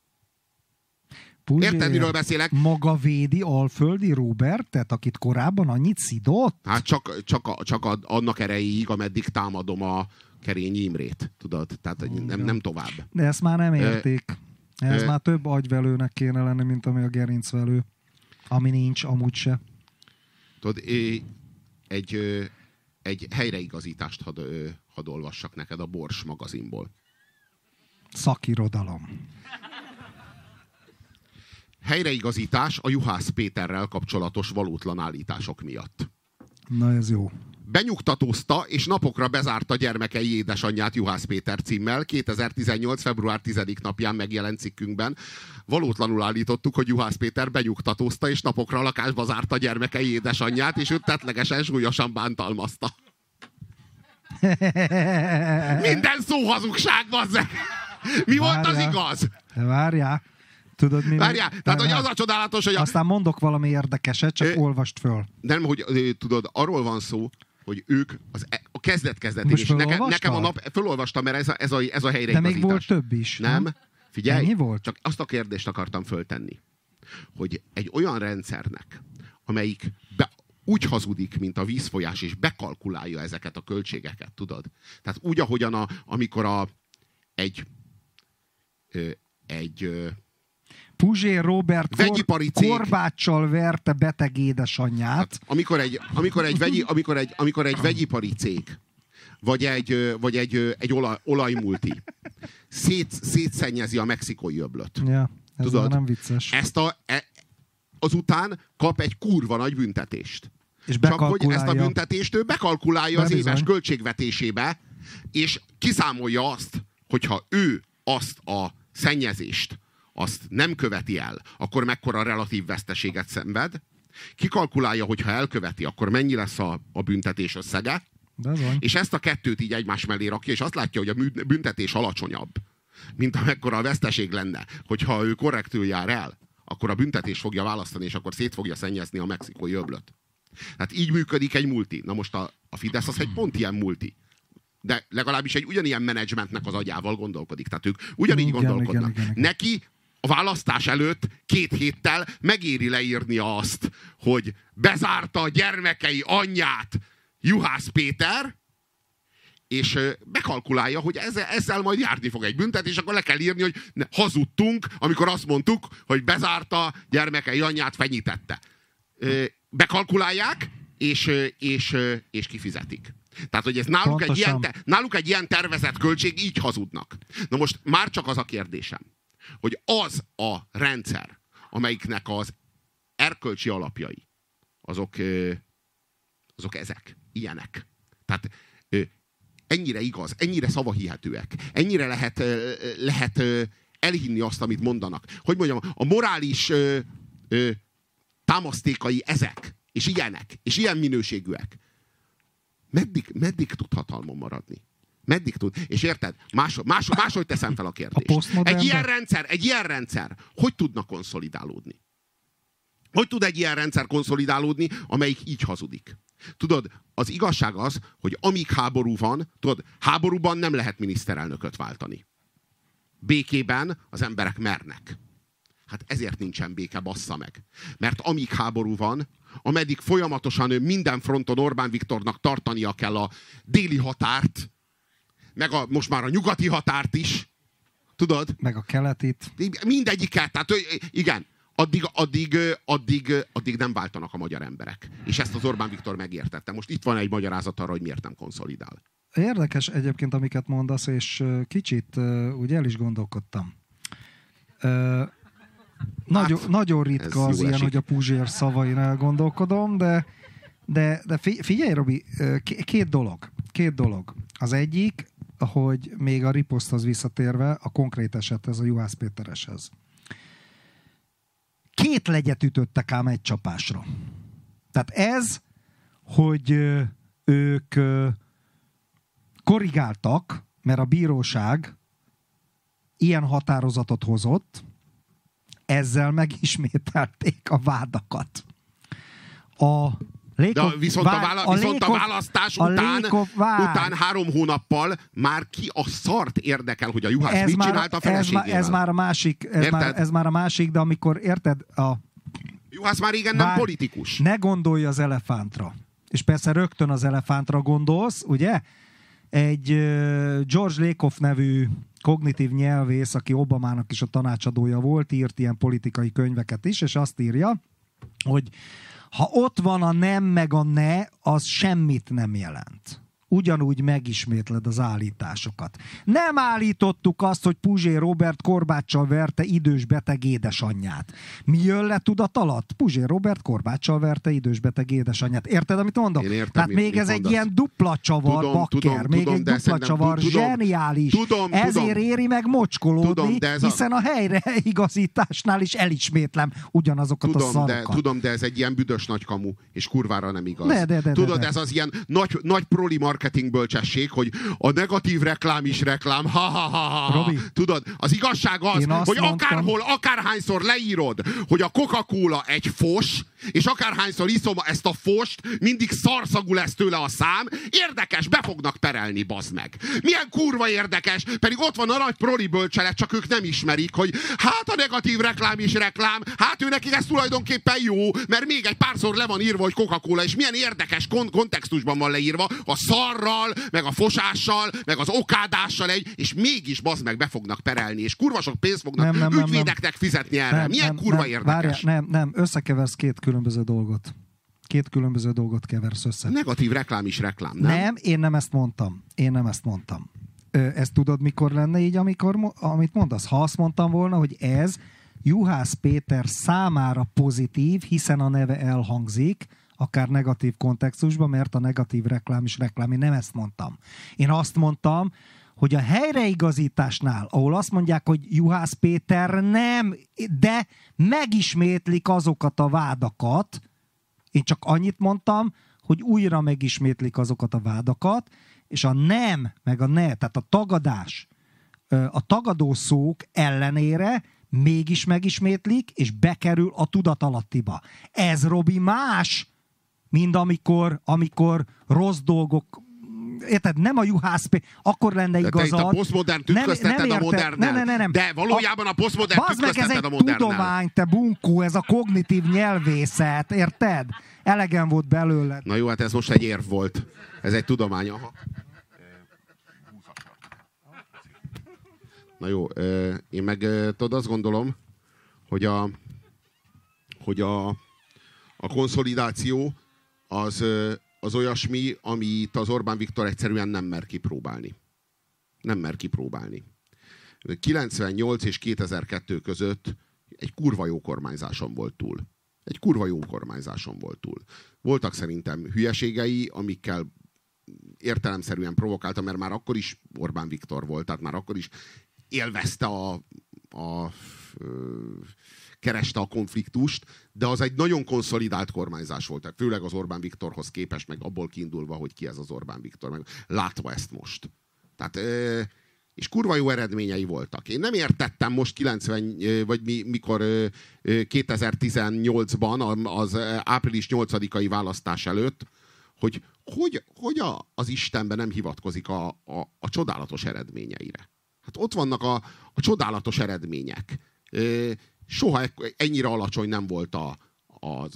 Puzsér, érted, miről beszélek? Maga védi Alföldi Róbertet, akit korábban annyit szidott? Hát csak, csak, a, csak a, annak erejéig, ameddig támadom a Kerényi Imrét. Tudod? Tehát nem, nem tovább. De ezt már nem érték. Ez már több agyvelőnek kéne lenni, mint ami a gerincvelő. Ami nincs, amúgy se. Tudod, egy, egy helyreigazítást hadd had olvassak neked a Bors magazinból. Szakirodalom. Helyreigazítás a Juhász Péterrel kapcsolatos valótlan állítások miatt. Na ez jó. Benyugtatózta és napokra bezárta gyermekei édesanyját Juhász Péter címmel. kétezer-tizennyolc. február tizedike napján megjelent cikkünkben. Valótlanul állítottuk, hogy Juhász Péter benyugtatózta és napokra lakásba zárta gyermekei édesanyját, és őt tettlegesen súlyosan bántalmazta. Minden szó hazugság, bazzeg! Mi Várjál. volt az igaz? De várjál. Tudod, mi... Várjál, tehát hogy az a csodálatos, hogy... A... Aztán mondok valami érdekeset, csak Ö... olvast föl. Nem, hogy tudod, arról van szó, hogy ők az, a kezdet-kezdetén Most is. Nekem, nekem a nap... Fölolvastam, mert ez a, ez a, ez a helyreigazítás. De még volt több is. Nem? nem? Figyelj, Ennyi volt? Csak azt a kérdést akartam föltenni, hogy egy olyan rendszernek, amelyik be, úgy hazudik, mint a vízfolyás, és bekalkulálja ezeket a költségeket, tudod? Tehát úgy, ahogyan a, amikor a, egy ö, egy ö, Puzsér Róbert kor, korbáccsal verte beteg édesanyját. Hát, amikor, egy, amikor, egy vegyi, amikor, egy, amikor egy vegyipari cég, vagy egy, vagy egy, egy olaj, olajmulti szét, szétszennyezi a mexikói öblöt. Ja, ez tudod? Nem vicces. Ezt a, e, azután kap egy kurva nagy büntetést. És Csak hogy ezt a büntetést ő bekalkulálja az éves költségvetésébe, és kiszámolja azt, hogyha ő azt a szennyezést azt nem követi el, akkor mekkora relatív veszteséget szenved. Kikalkulálja, hogy ha elköveti, akkor mennyi lesz a, a büntetés összege. És ezt a kettőt így egymás mellé rakja, és azt látja, hogy a büntetés alacsonyabb, mint amekkora a veszteség lenne. Hogyha ő korrektül jár el, akkor a büntetés fogja választani, és akkor szét fogja szennyezni a mexikói öblöt. Tehát így működik egy multi. Na most a, a Fidesz az egy pont ilyen multi. De legalábbis egy ugyanilyen menedzsmentnek az agyával gondolkodik. Tehát ők ugyanígy igen, gondolkodnak. Igen, igen, igen. Neki a választás előtt két héttel megéri leírnia azt, hogy bezárta a gyermekei anyját Juhász Péter, és bekalkulálja, hogy ezzel, ezzel majd járni fog egy büntet, és akkor le kell írni, hogy ne, hazudtunk, amikor azt mondtuk, hogy bezárta gyermekei anyját, fenyítette. Bekalkulálják, és, és, és kifizetik. Tehát, hogy ez náluk egy, ilyen, náluk egy ilyen tervezett költség, így hazudnak. Na most már csak az a kérdésem, hogy az a rendszer, amelyiknek az erkölcsi alapjai, azok, azok ezek, ilyenek. Tehát ennyire igaz, ennyire szavahihetőek, ennyire lehet, lehet elhinni azt, amit mondanak. Hogy mondjam, a morális támasztékai ezek, és ilyenek, és ilyen minőségűek. Meddig, meddig tud hatalmon maradni? Meddig tud? És érted? Más, más, máshogy teszem fel a kérdést. A egy ilyen rendszer, egy ilyen rendszer, hogy tudna konszolidálódni? Hogy tud egy ilyen rendszer konszolidálódni, amelyik így hazudik? Tudod, az igazság az, hogy amíg háború van, tudod, háborúban nem lehet miniszterelnököt váltani. Békében az emberek mernek. Hát ezért nincsen béke, bassza meg. Mert amíg háború van, ameddig folyamatosan minden fronton Orbán Viktornak tartania kell a déli határt, meg a, most már a nyugati határt is, tudod? Meg a keletit. Mindegyiket, tehát igen, addig, addig, addig, addig nem váltanak a magyar emberek. És ezt az Orbán Viktor megértette. Most itt van egy magyarázat arra, hogy miért nem konszolidál. Érdekes egyébként, amiket mondasz, és kicsit úgy el is gondolkodtam. Nagyon, hát, nagyon ritka az ilyen, esik. Hogy a Puzsér szavain elgondolkodom, de, de, de figyelj, Robi, két dolog. Két dolog. Az egyik, hogy még a riposzthoz visszatérve, a konkrét esethez, a Juhász Pétereshez. Két legyet ütöttek ám egy csapásra. Tehát ez, hogy ők korrigáltak, mert a bíróság ilyen határozatot hozott, ezzel megismételték a vádakat. A Lékov, De viszont, vár, a, vála, viszont a, Lékov, a választás a után, után három hónappal már ki a szart érdekel, hogy a Juhász ez mit már, csinált a feleségével. Ez, ez, már a másik, ez, már, ez már a másik, de amikor érted, a Juhász már régen vár, nem politikus. Ne gondolj az elefántra. És persze rögtön az elefántra gondolsz, ugye? Egy uh, George Lakoff nevű kognitív nyelvész, aki Obamának is a tanácsadója volt, írt ilyen politikai könyveket is, és azt írja, hogy ha ott van a nem meg a ne, az semmit nem jelent. ugyanúgy megismétled az állításokat. Nem állítottuk azt, hogy Puzsé Robert korbáccsal verte idős beteg édesanyját. Mi jön le tudat alatt? Puzsé Robert korbáccsal verte idős beteg édesanyját. Érted, amit mondok? Értem, Tehát mit, még mit ez mondasz. egy ilyen dupla csavar, tudom, bakker. tudom, még tudom, egy de dupla csavar, tudom, zseniális. Tudom, Ezért tudom, éri meg mocskolódni, tudom, de ez a... hiszen a helyreigazításnál is elismétlem ugyanazokat tudom, a szarokat. De, tudom, de ez egy ilyen büdös nagy kamu, és kurvára nem igaz. De, de, de, Tudod, de, de. ez az ilyen nagy, nagy proli marketing bölcsesség, hogy a negatív reklám is reklám. Ha, ha, ha, ha. Robi, tudod, az igazság az, hogy mondtam, akárhol, akárhányszor leírod, hogy a Coca-Cola egy fos, és akárhányszor iszom ezt a fost, mindig szarszagú lesz tőle a szám. Érdekes, be fognak perelni, bazd meg. Milyen kurva érdekes, pedig ott van a nagy proli bölcselet, csak ők nem ismerik, hogy hát a negatív reklám is reklám, hát ő nekik ez tulajdonképpen jó, mert még egy párszor le van írva, hogy Coca-Cola, és milyen érdekes kon- kontextusban van leírva, a szarral, meg a fosással, meg az okádással egy, és mégis bazd meg be fognak perelni, és kurva sok pénzt fognak nem, nem, ügyvédeknek nem, fizetni erre. nem, milyen nem, kurva nem, érdekes. Várjál, nem, nem, összekeversz két különböző dolgot. Két különböző dolgot keversz össze. Negatív reklám is reklám, nem? Nem, én nem ezt mondtam. Én nem ezt mondtam. Ö, ezt tudod, mikor lenne így, amikor, amit mondasz? Ha azt mondtam volna, hogy ez Juhász Péter számára pozitív, hiszen a neve elhangzik, akár negatív kontextusban, mert a negatív reklám is reklám. Én nem ezt mondtam. Én azt mondtam, hogy a helyreigazításnál, ahol azt mondják, hogy Juhász Péter nem, de megismétlik azokat a vádakat, én csak annyit mondtam, hogy újra megismétlik azokat a vádakat, és a nem, meg a ne, tehát a tagadás, a tagadó szók ellenére mégis megismétlik, és bekerül a tudatalattiba. Ez, Robi, más, mint amikor, amikor rossz dolgok, érted, nem a Juhász Péter, akkor lenne igazad. De te itt a posztmodern tükrözteted a modernnel. Nem, nem, nem. De valójában a posztmodern tükrözteted a modernnel. Ez egy tudomány, te bunkó, ez a kognitív nyelvészet, érted? Elegem volt belőled. Na jó, hát ez most egy érv volt. Ez egy tudomány. Aha. Na jó, én meg tudod, azt gondolom, hogy a, hogy a, a konszolidáció az, az olyasmi, amit az Orbán Viktor egyszerűen nem mer kipróbálni. Nem mer kipróbálni. kilencvennyolc és kétezer-kettő között egy kurva jó kormányzáson volt túl. Egy kurva jó kormányzáson volt túl. Voltak szerintem hülyeségei, amikkel értelemszerűen provokálta, mert már akkor is Orbán Viktor volt, tehát már akkor is élvezte a, a ö, kereste a konfliktust, de az egy nagyon konszolidált kormányzás volt, főleg az Orbán Viktorhoz képest, meg abból kiindulva, hogy ki ez az Orbán Viktor, meg látva ezt most. Tehát, ö, és kurva jó eredményei voltak. Én nem értettem most kilencven, vagy mi, mikor kétezer-tizennyolcban, az április nyolcadikai választás előtt, hogy hogy, hogy a, az Istenben nem hivatkozik a, a, a csodálatos eredményeire. Hát ott vannak a, a csodálatos eredmények. Soha ennyire alacsony nem volt a, a,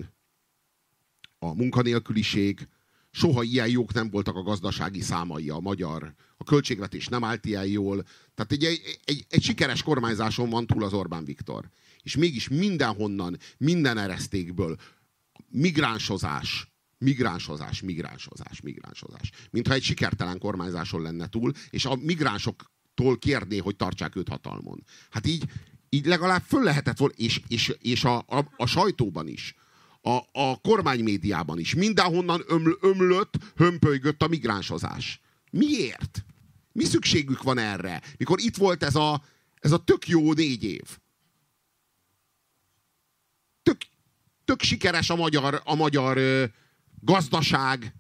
a munkanélküliség, soha ilyen jók nem voltak a gazdasági számai a magyar, a költségvetés nem állt ilyen jól. Tehát egy, egy, egy, egy sikeres kormányzáson van túl az Orbán Viktor. És mégis mindenhonnan, minden eresztékből migránsozás, migránsozás, migránsozás, migránsozás. Mintha egy sikertelen kormányzáson lenne túl, és a migránsoktól kérné, hogy tartsák őt hatalmon. Hát így, így legalább föl lehetett volna, és, és, és a, a, a sajtóban is, a, a kormánymédiában is, mindenhonnan öml, ömlött, hömpölygött a migránsozás. Miért? Mi szükségük van erre? Mikor itt volt ez a, ez a tök jó négy év. Tök, tök sikeres a magyar, a magyar ö, gazdaság.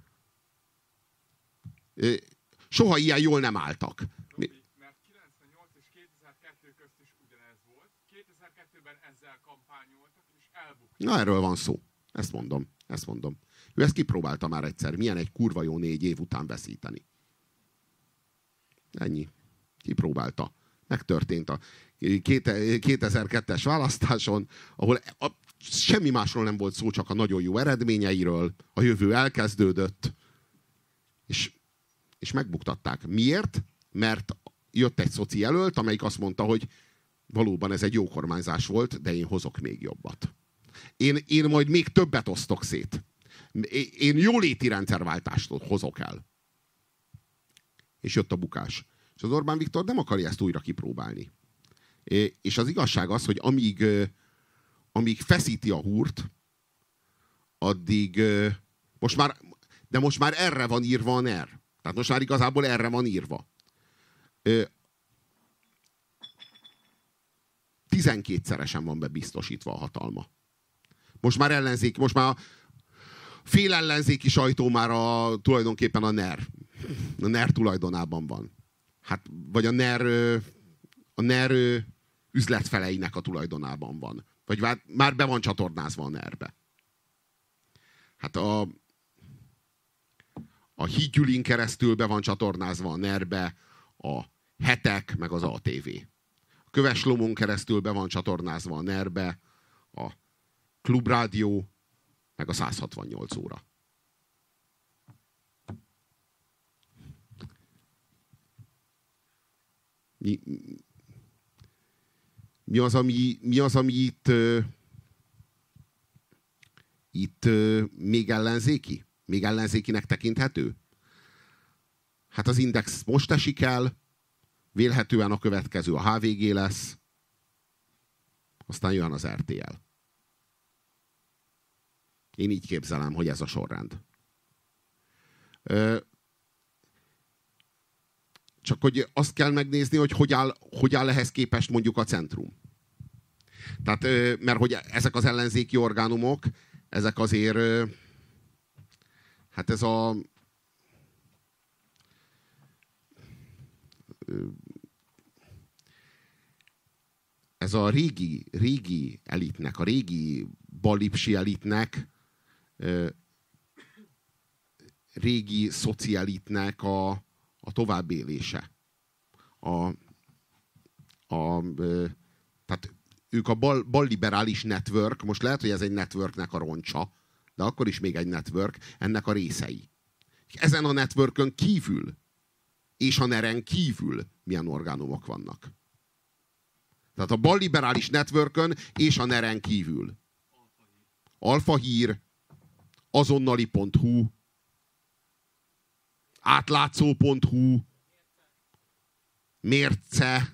Ö, soha ilyen jól nem álltak. Mert kilencvennyolc és kétezer-kettő közt is ugyanez volt. kétezer-kettőben ezzel kampányoltak, és elbuktak. Na, erről van szó. Ezt mondom. Ezt mondom. Ő ezt kipróbálta már egyszer. Milyen egy kurva jó négy év után veszíteni. Ennyi. Kipróbálta. Megtörtént a kétezer-kettes választáson, ahol a, semmi másról nem volt szó, csak a nagyon jó eredményeiről. A jövő elkezdődött. És, és megbuktatták. Miért? Mert jött egy szoci jelölt, amelyik azt mondta, hogy valóban ez egy jó kormányzás volt, de én hozok még jobbat. Én, én majd még többet osztok szét. Én jóléti rendszerváltást hozok el. és jött a bukás. És az Orbán Viktor nem akarja ezt újra kipróbálni. És az igazság az, hogy amíg, amíg feszíti a húrt, addig most már, de most már erre van írva a NER. Tehát most már igazából erre van írva. tizenkétszeresen van bebiztosítva a hatalma. Most már ellenzék, most már a fél ellenzéki sajtó már a, tulajdonképpen a NER. A NER tulajdonában van. Hát, vagy a NER, a NER üzletfeleinek a tulajdonában van. Vagy már, már be van csatornázva a NER-be. Hát a, a Hídgyülin keresztül be van csatornázva a NER-be a Hetek, meg az á té vé. A Köves Lomon keresztül be van csatornázva a NER-be a Klubrádió, meg a száz hatvannyolc óra. Mi, mi, az, ami, mi az, ami itt, uh, itt uh, még ellenzéki? Még ellenzékinek tekinthető? Hát az Index most esik el, vélhetően a következő a há vé gé lesz, aztán jön az er té el. Én így képzelem, hogy ez a sorrend. Csak hogy azt kell megnézni, hogy hogy áll, hogy áll ehhez képest mondjuk a Centrum. Tehát, mert hogy ezek az ellenzéki orgánumok, ezek azért, hát ez a ez a régi, régi elitnek, a régi balipsi elitnek, régi szocialitnek a, a továbbélése. A, a, tehát ők a bal, balliberális network, most lehet, hogy ez egy networknek a roncsa, de akkor is még egy network, ennek a részei. Ezen a networkön kívül, és a neren kívül milyen orgánumok vannak. Tehát a balliberális networkön és a neren kívül. Alfa Hír, azonnali pont hu, átlátszó pont hu, Mérce.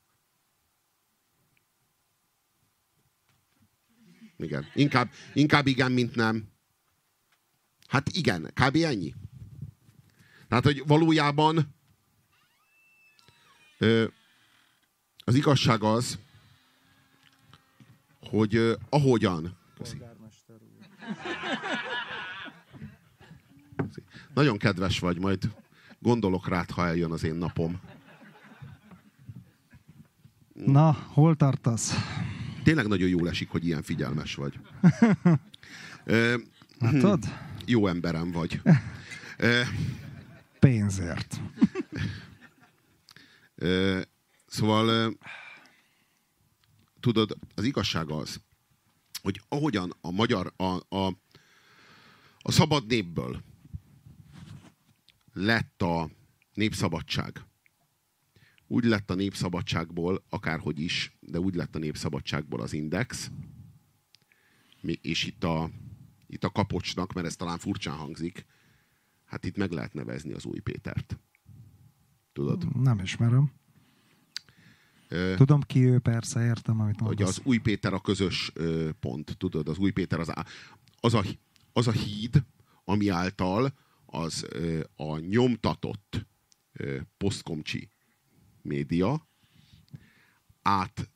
Igen. Inkább, inkább igen, mint nem. Hát igen, kb. Ennyi. Tehát, hogy valójában ö, az igazság az, hogy ö, ahogyan... Köszi. Nagyon kedves vagy, majd gondolok rád, ha eljön az én napom. Na, hol tartasz? Tényleg nagyon jól esik, hogy ilyen figyelmes vagy. Látod? Jó emberem vagy. Pénzért. Szóval tudod, az igazság az, hogy ahogyan a magyar, a, a, a szabad népből lett a népszabadság, úgy lett a népszabadságból, akárhogy is, de úgy lett a népszabadságból az Index, és itt a, itt a kapocsnak, mert ez talán furcsán hangzik, hát itt meg lehet nevezni az Új Pétert. Tudod? Nem ismerem. Ö, Tudom ki ő, persze, értem, amit hogy mondasz. az Új Péter a közös ö, pont, tudod? Az Új Péter az, az, a, az a híd, ami által az ö, a nyomtatott ö, posztkomcsi média át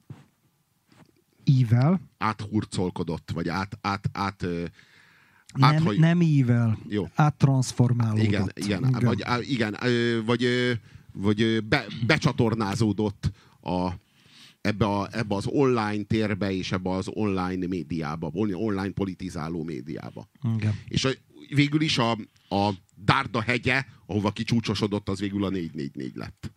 ível. áthurcolkodott, vagy át, át, át, Nem, át hogy... nem ível. Jó. Áttranszformálódott. Igen, igen, igen. Vagy, igen, vagy, vagy be, becsatornázódott a, ebbe, a, ebbe az online térbe, és ebbe az online médiába, online politizáló médiába. Igen. És a, végül is a, a Dárda hegye, ahova kicsúcsosodott, az végül a négy négy négy lett.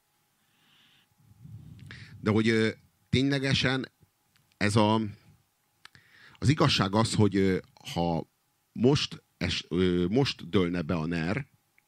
De hogy ténylegesen ez a, az igazság az, hogy ha most, es, most dőlne be a NER,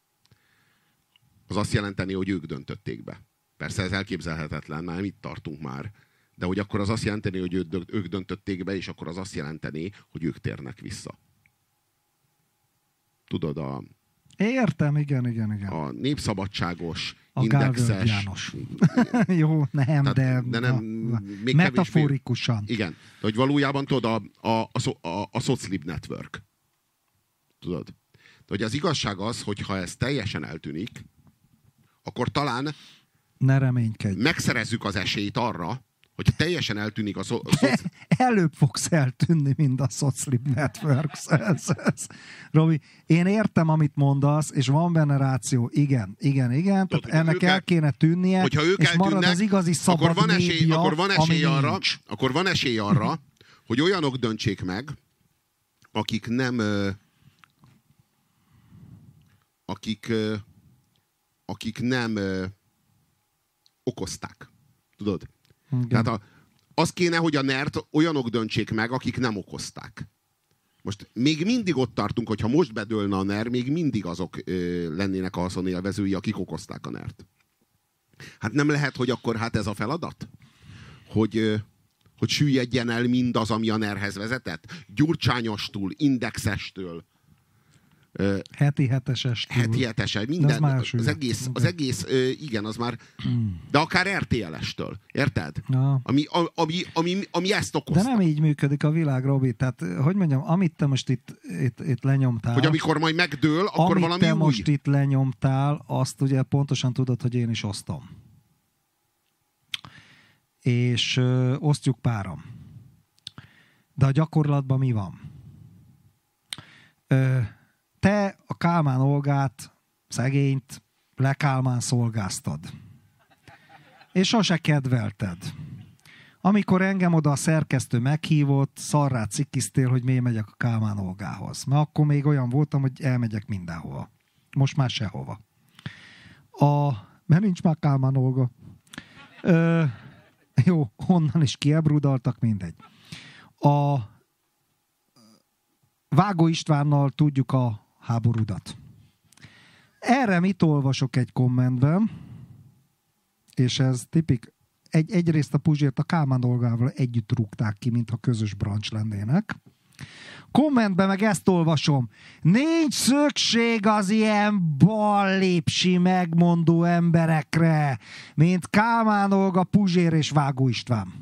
az azt jelenteni, hogy ők döntötték be. Persze ez elképzelhetetlen, már itt tartunk már. De hogy akkor az azt jelenteni, hogy ők döntötték be, és akkor az azt jelenteni, hogy ők térnek vissza. Tudod, a... Értem, igen, igen, igen. A népszabadságos, a indexes... János. Jó, nem, tehát, de, de nem, na, még metaforikusan. Kevésbé, igen. De hogy valójában tudod, a, a, a, a, a Soclib Network. Tudod? De hogy az igazság az, hogy ha ez teljesen eltűnik, akkor talán ne reménykedj. Megszerezzük az esélyt arra, hogy teljesen eltűnik a, szo- a szoc... Előbb fogsz eltűnni, mint a Soclib Networks. Ez, ez. Robi, én értem, amit mondasz, és van benne ráció. Igen, igen, igen. Tehát Tudod, ennek el kéne tűnnie, hogyha ők és marad az igazi szabad akkor van esély, média, akkor van esély ami arra, nincs. akkor van esély arra, hogy olyanok döntsék meg, akik nem akik akik nem okozták. Tudod? Igen. Tehát a, az kéne, hogy a nert olyanok döntsék meg, akik nem okozták. Most még mindig ott tartunk, hogyha most bedőlne a ner, még mindig azok ö, lennének a haszonélvezői, akik okozták a nert. Hát nem lehet, hogy akkor hát ez a feladat? Hogy, ö, hogy süllyedjen el mindaz, ami a nerhez vezetett? Gyurcsányostól, indexestől, ö, heti hetesestől. heti hetesestől, minden. Az, az egész, az igen. egész ö, igen, az már, de akár er té el-estől. Érted? Ja. Ami, ami, ami, ami ezt okozta. De nem így működik a világ, Robi. Tehát, hogy mondjam, amit te most itt, itt, itt lenyomtál... Hogy amikor majd megdől, akkor amit valami te új. most itt lenyomtál, azt ugye pontosan tudod, hogy én is osztom. És ö, osztjuk páram. De a gyakorlatban mi van? Ö, te a Kálmán Olgát, szegényt lekálmán szolgáztad. És sose kedvelted. Amikor engem oda a szerkesztő meghívott, szarrá cikkiztél, hogy miért megyek a Kálmán Olgához. Mert akkor még olyan voltam, hogy elmegyek mindenhova. Most már sehova. A... Mert nincs már Kálmán Olga. Ö, jó, honnan is kiebrudaltak, mindegy. A Vágó Istvánnal tudjuk a háborúdat. Erre mit olvasok egy kommentben, és ez tipik, egy, egyrészt a Puzsért a Kálmán Olgával együtt rúgták ki, mintha közös brancs lennének. Kommentben meg ezt olvasom. Nincs szükség az ilyen ballépsi megmondó emberekre, mint Kálmán Olga, Puzsér és Vágó István.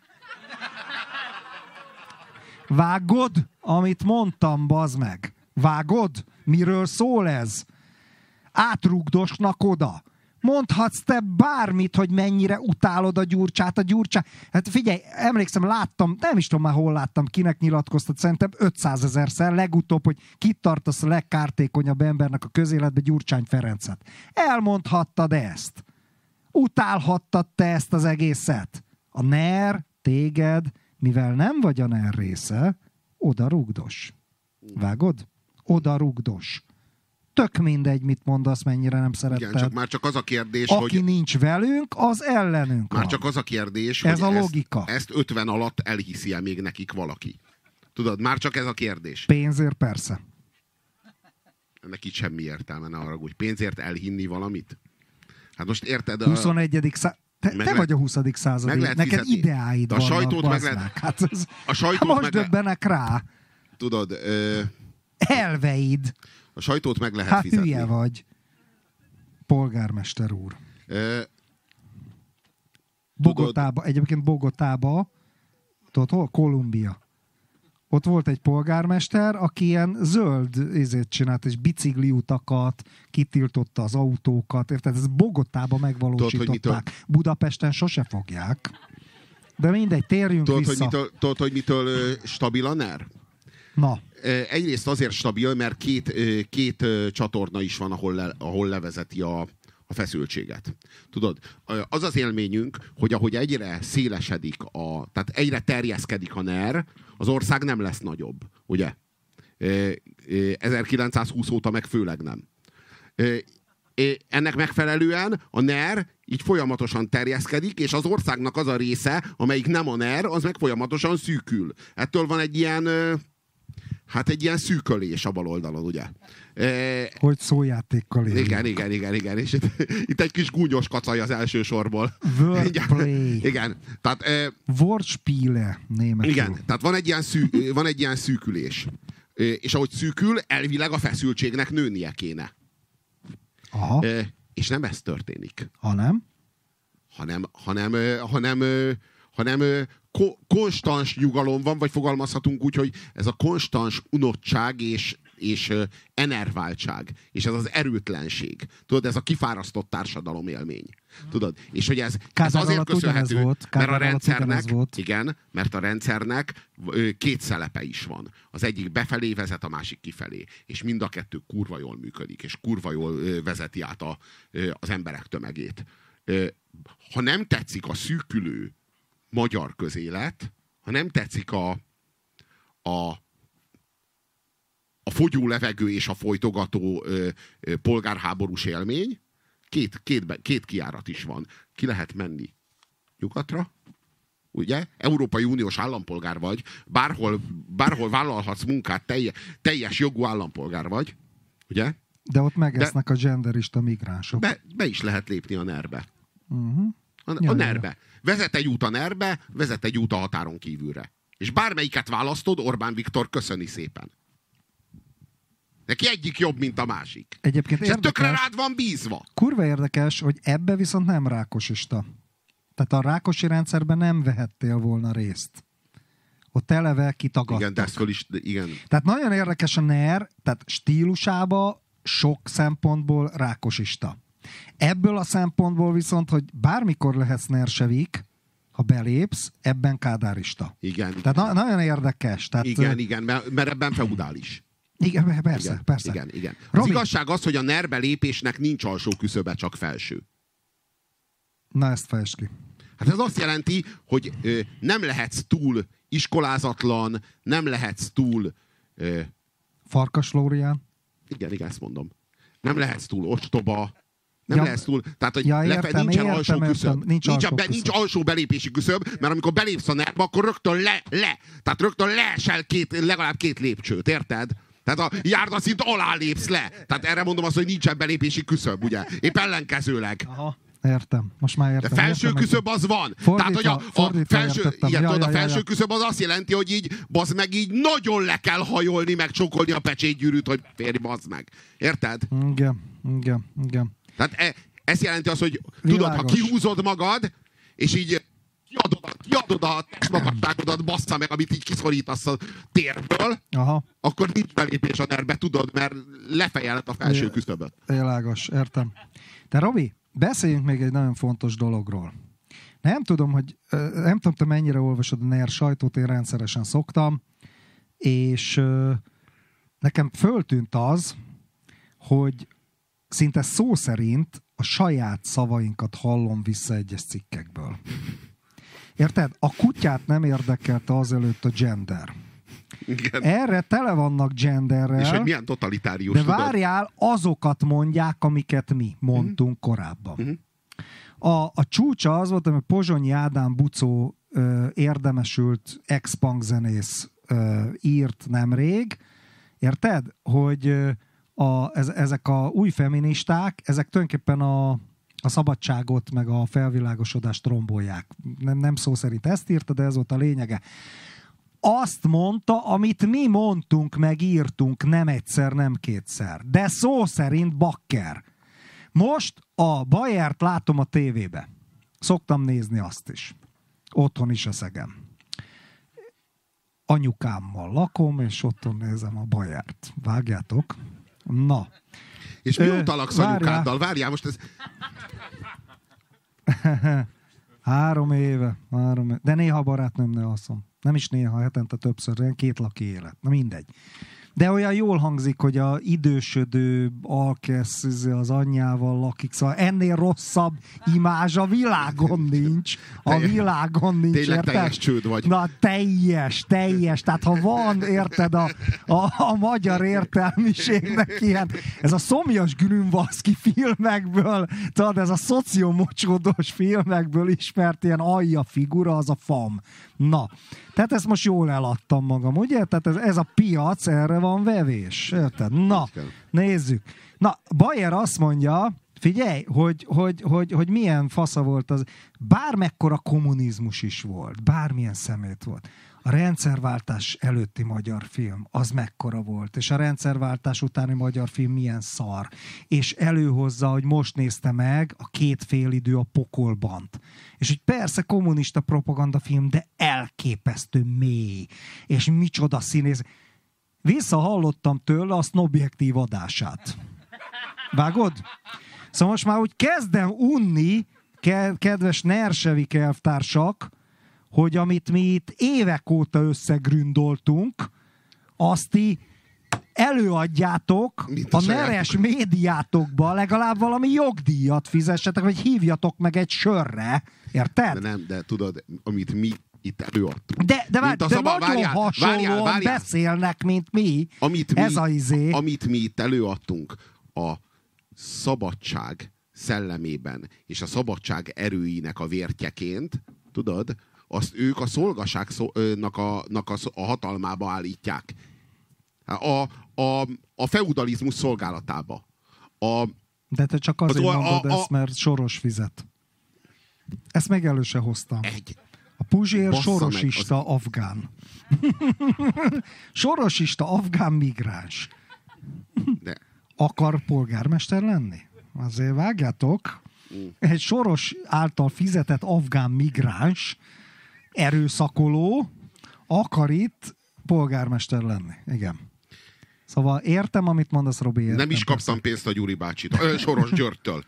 Vágod, amit mondtam, bazd meg? Vágod? Miről szól ez? Átrugdosnak oda. Mondhatsz te bármit, hogy mennyire utálod a Gyurcsát, a Gyurcsát. Hát figyelj, emlékszem, láttam, nem is tudom már hol láttam, kinek nyilatkoztat, szerintem ötszázezerszer, legutóbb, hogy kit tartasz a legkártékonyabb embernek a közéletbe, Gyurcsány Ferencet. Elmondhattad ezt. Utálhattad te ezt az egészet. A ner, téged, mivel nem vagy a ner része, oda rugdos. Vágod? Oda rugdos. Tök mindegy, mit mondasz, mennyire nem szeretted. Igen, csak már csak az a kérdés, Aki hogy... nincs velünk, az ellenünk Már van. csak az a kérdés, ez hogy a logika. Ezt, ezt ötven alatt elhiszi-e még nekik valaki. Tudod, már csak ez a kérdés. Pénzért persze. Ennek itt semmi értelme, ne haragudj. Pénzért elhinni valamit? Hát most érted... A... huszonegyedik szá... Te, te lehet, vagy a huszadik századi. Neked fizetni. ideáid a vannak, sajtót meg lehet, hát ez... a sajtót most meg döbbenek rá. Tudod... Ö... Elveid. A sajtót meg lehet hát fizetni. hülye vagy. Polgármester úr. Ö... Bogotába, egyébként Bogotába, tudod hol? Kolumbia. Ott volt egy polgármester, aki ilyen zöld izét csinált, és bicikliutakat, kitiltotta az autókat, érted? Ez Bogotában megvalósították. Tudod, mitől... Budapesten sose fogják. De mindegy, térjünk tudod, vissza. Hogy mitől, tudod, hogy mitől ö, stabil a ner? Na. Egyrészt azért stabil, mert két, két csatorna is van, ahol, le, ahol levezeti a, a feszültséget. Tudod, az az élményünk, hogy ahogy egyre szélesedik, a, tehát egyre terjeszkedik a ner, az ország nem lesz nagyobb, ugye? ezerkilencszázhúsz óta meg főleg nem. Ennek megfelelően a ner így folyamatosan terjeszkedik, és az országnak az a része, amelyik nem a ner, az meg folyamatosan szűkül. Ettől van egy ilyen... Hát egy ilyen szűkölés a bal oldalon, ugye? E, hogy szójátékkal élünk. Igen, igen, igen, igen. És itt, itt egy kis gúnyos kacaj az első sorból. Wordplay. Igen. Tehát, e, Wortspiele németül. Igen, tehát van egy ilyen, szű, van egy ilyen szűkülés. E, és ahogy szűkül, elvileg a feszültségnek nőnie kéne. Aha. És nem ez történik. Ha nem? Hanem, hanem, hanem, hanem ko- konstans nyugalom van, vagy fogalmazhatunk úgy, hogy ez a konstans unottság és, és enerváltság, és ez az erőtlenség. Tudod, ez a kifárasztott társadalom élmény. Tudod? És hogy ez, ez azért köszönhető, volt. mert a rendszernek, igen, mert a rendszernek két szelepe is van. Az egyik befelé vezet, a másik kifelé. És mind a kettő kurva jól működik, és kurva jól vezeti át a, az emberek tömegét. Ha nem tetszik a szűkülő magyar közélet, ha nem tetszik a, a, a fogyó levegő és a folytogató ö, ö, polgárháborús élmény, két, két, két kijárat is van. Ki lehet menni nyugatra, ugye? Európai Uniós állampolgár vagy, bárhol, bárhol vállalhatsz munkát, teljes, teljes jogú állampolgár vagy, ugye? De ott megesznek De, a genderista migránsok. Be, be is lehet lépni a nerbe. Uh-huh. A, a ja, nerbe. Ja. Vezet egy út a nerbe, vezet egy út a határon kívülre. És bármelyiket választod, Orbán Viktor köszöni szépen. Neki egyik jobb, mint a másik. Egyébként és érdekes, tökre rád van bízva. Kurva érdekes, hogy ebbe viszont nem rákosista. Tehát a rákosi rendszerben nem vehettél volna részt. Ott eleve kitagadtak. Igen, de ezt föl is, igen. Tehát nagyon érdekes a NER, tehát stílusába sok szempontból rákosista. Ebből a szempontból viszont, hogy bármikor lehetsz nersevik, ha belépsz, ebben kádárista. Igen. Tehát na- nagyon érdekes. Tehát, igen, igen, mert, mert ebben feudális. Igen, persze, igen, persze. Igen, igen. Az Robi, igazság az, hogy a nerbe lépésnek nincs alsó küszöbe, csak felső. Na ezt fejtsd ki. Hát ez azt jelenti, hogy ö, nem lehetsz túl iskolázatlan, nem lehetsz túl... Ö, Farkas Lórián. Igen, igen, ezt mondom. Nem lehetsz túl ostoba, nem ja, lehetsz túl... Tehát, hogy ja, értem, értem, nincsen értem, alsó értem, küszöb. nincs, Nincs, alsó be, nincs alsó belépési küszöb, mert amikor belépsz a nerbe, akkor rögtön le, le. Tehát rögtön leesel két, legalább két lépcsőt, érted? Tehát a járdaszint alá lépsz le. Tehát erre mondom azt, hogy nincsen belépési küszöb, ugye? Épp ellenkezőleg. Aha. Értem, most már értem. De felső értem, küszöb az van. Fordítva, Tehát, hogy a, a felső, értettem. igen, Ja, tudod, ja, a ja, felső ja. küszöb az azt jelenti, hogy így, bazd meg, így nagyon le kell hajolni, meg csókolni a pecsétgyűrűt, hogy férj, bazd meg. Érted? Igen, igen, igen. Tehát e, ez jelenti azt, hogy tudod, Világos. ha kihúzod magad, és így kiadod, kiadod a testmagasságodat, bassza meg, amit így kiszorítasz a térből, Aha. akkor nincs belépés a nerbe, tudod, mert lefejeled a felső küszöböt. Világos, értem. De Robi, beszéljünk még egy nagyon fontos dologról. Nem tudom, hogy nem tudom, te mennyire olvasod a NER sajtót, én rendszeresen szoktam, és nekem föltűnt az, hogy szinte szó szerint a saját szavainkat hallom vissza egyes cikkekből. Érted? A kutyát nem érdekelte azelőtt a gender. Igen. Erre tele vannak genderrel. És hogy milyen totalitárius, de tudod? várjál, azokat mondják, amiket mi mondtunk uh-huh. korábban. Uh-huh. A, a csúcsa az volt, hogy Pozsonyi Ádám Bucó ö, érdemesült ex-punk zenész ö, írt nemrég, érted? Hogy ö, a, ez, ezek a új feministák, ezek tulajdonképpen a, a szabadságot meg a felvilágosodást rombolják. Nem, nem szó szerint ezt írta, de ez volt a lényege. Azt mondta, amit mi mondtunk, meg írtunk nem egyszer, nem kétszer. De szó szerint bakker. Most a Bajert látom a tévébe. Szoktam nézni azt is. Otthon is a szegem. Anyukámmal lakom, és otthon nézem a Bajert. Vágjátok? Na. És mióta laksz anyukáddal? Várjál, most ez... Három éve. Három éve. De néha barátnőmnél alszom. Nem is néha, hetente többször, ilyen két laki élet. Na mindegy. De olyan jól hangzik, hogy a idősödő alkesz az anyjával lakik, szóval ennél rosszabb imázs a világon nincs. A világon nincs, tényleg érted? teljes csőd vagy. Na teljes, teljes. Tehát ha van, érted, a, a, a magyar értelmiségnek ilyen, ez a Szomjas Grünwalski filmekből, tudod, ez a szociomocsódós filmekből ismert ilyen alja figura, az a fam. Na, tehát ezt most jól eladtam magam, ugye? Tehát ez, ez a piac, erre van vevés, érted? Na, nézzük. Na, Bayer azt mondja, Figyelj, hogy, hogy, hogy, hogy milyen fasza volt az. Bármekkora kommunizmus is volt, bármilyen szemét volt. A rendszerváltás előtti magyar film, az mekkora volt, és a rendszerváltás utáni magyar film milyen szar. És előhozza, hogy most nézte meg a Két félidő a Pokolbant. És hogy persze kommunista propagandafilm, de elképesztő mély. És micsoda színész. Visszahallottam tőle a Sznobjektív adását. Vágod? Szóval most már úgy kezdem unni, kedves Nersevik elvtársak, hogy amit mi itt évek óta összegründoltunk, azt ti előadjátok Mint a a sajátok. neres médiátokba, legalább valami jogdíjat fizessetek, vagy hívjatok meg egy sörre. Érted? De nem, de tudod, amit mi itt előadtunk. De, de, Mint a de szaba- nagyon várjál, hasonlóan várjál, várjál. beszélnek, mint mi. Amit mi, Ez a izé. Amit mi itt előadtunk a szabadság szellemében, és a szabadság erőinek a vértjeként, tudod, azt ők a szolgaságnak a, a, a hatalmába állítják. A, a, a feudalizmus szolgálatába. A, De te csak azért az- a- mondod a- ezt, mert Soros fizet. Ezt meg elő se hoztam. egy, A Puzsér Bassza meg, sorosista afgán. Sorosista afgán migráns. de, Akar polgármester lenni? Azért vágjátok. Egy Soros által fizetett afgán migráns, erőszakoló akar itt polgármester lenni. Igen. Szóval értem, amit mondasz, Robi. Értem, nem is kaptam persze. pénzt a Gyuri bácsit, ö, Soros Györgytől.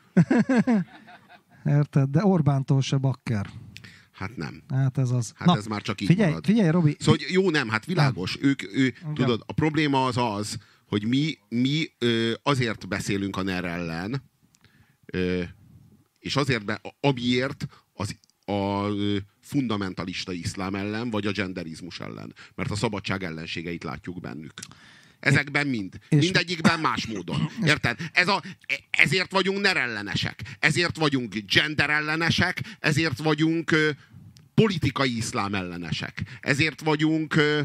Érted, de Orbántól se bakker. Hát nem. Hát ez az. Hát ez már csak így figyelj, marad. figyelj, Robi. Szóval hogy jó, nem, hát világos. Ők, ő, tudod, a probléma az az, hogy mi, mi ö, azért beszélünk a NER ellen, ö, és azért, be, amiért az a ö, fundamentalista iszlám ellen, vagy a genderizmus ellen. Mert a szabadság ellenségeit látjuk bennük. Ezekben mind. És- Mindegyikben más módon. Érted? Ez a, ezért vagyunk NER ellenesek. Ezért vagyunk gender ellenesek. Ezért vagyunk ö, politikai iszlám ellenesek. Ezért vagyunk ö,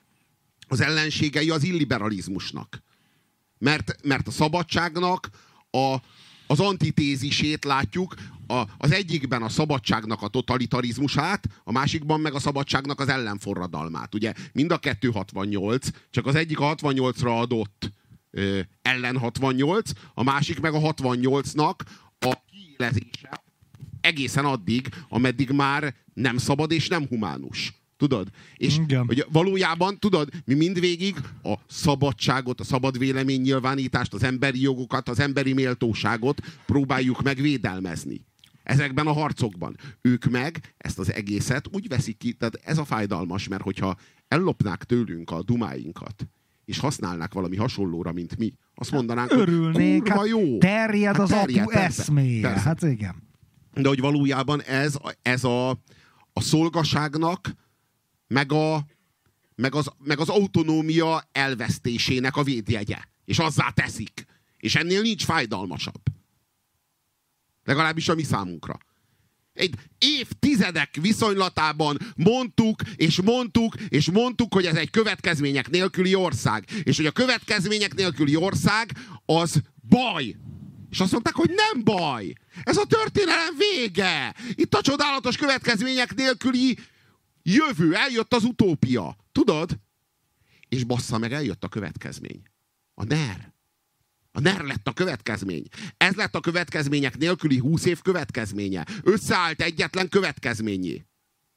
az ellenségei az illiberalizmusnak. Mert, mert a szabadságnak a, az antitézisét látjuk, a, az egyikben a szabadságnak a totalitarizmusát, a másikban meg a szabadságnak az ellenforradalmát. Ugye mind a kettő hatvannyolc, csak az egyik a hatvannyolcra adott ö, ellen hatvannyolc, a másik meg a hatvannyolcnak a kiélezése egészen addig, ameddig már nem szabad és nem humánus. Tudod? És Igen. hogy valójában, tudod, mi mindvégig a szabadságot, a szabad véleménynyilvánítást, az emberi jogokat, az emberi méltóságot próbáljuk megvédelmezni. Ezekben a harcokban. Ők meg ezt az egészet úgy veszik ki, tehát ez a fájdalmas, mert hogyha ellopnák tőlünk a dumáinkat, és használnák valami hasonlóra, mint mi, azt mondanánk, Örülnék, hogy kurva hát jó. terjed Hát az terjed, apu persze, eszméje. persze. Hát igen. De hogy valójában ez, ez a, a szolgaságnak, meg, a, meg, az, meg az autonómia elvesztésének a védjegye. És azzá teszik. És ennél nincs fájdalmasabb. Legalábbis a mi számunkra. Egy évtizedek viszonylatában mondtuk, és mondtuk, és mondtuk, hogy ez egy következmények nélküli ország. És hogy a következmények nélküli ország az baj. És azt mondták, hogy nem baj. Ez a történelem vége. Itt a csodálatos következmények nélküli jövő. Eljött az utópia. Tudod? És bassza meg, eljött a következmény. A NER. A NER lett a következmény. Ez lett a következmények nélküli húsz év következménye. Összeállt egyetlen következményé.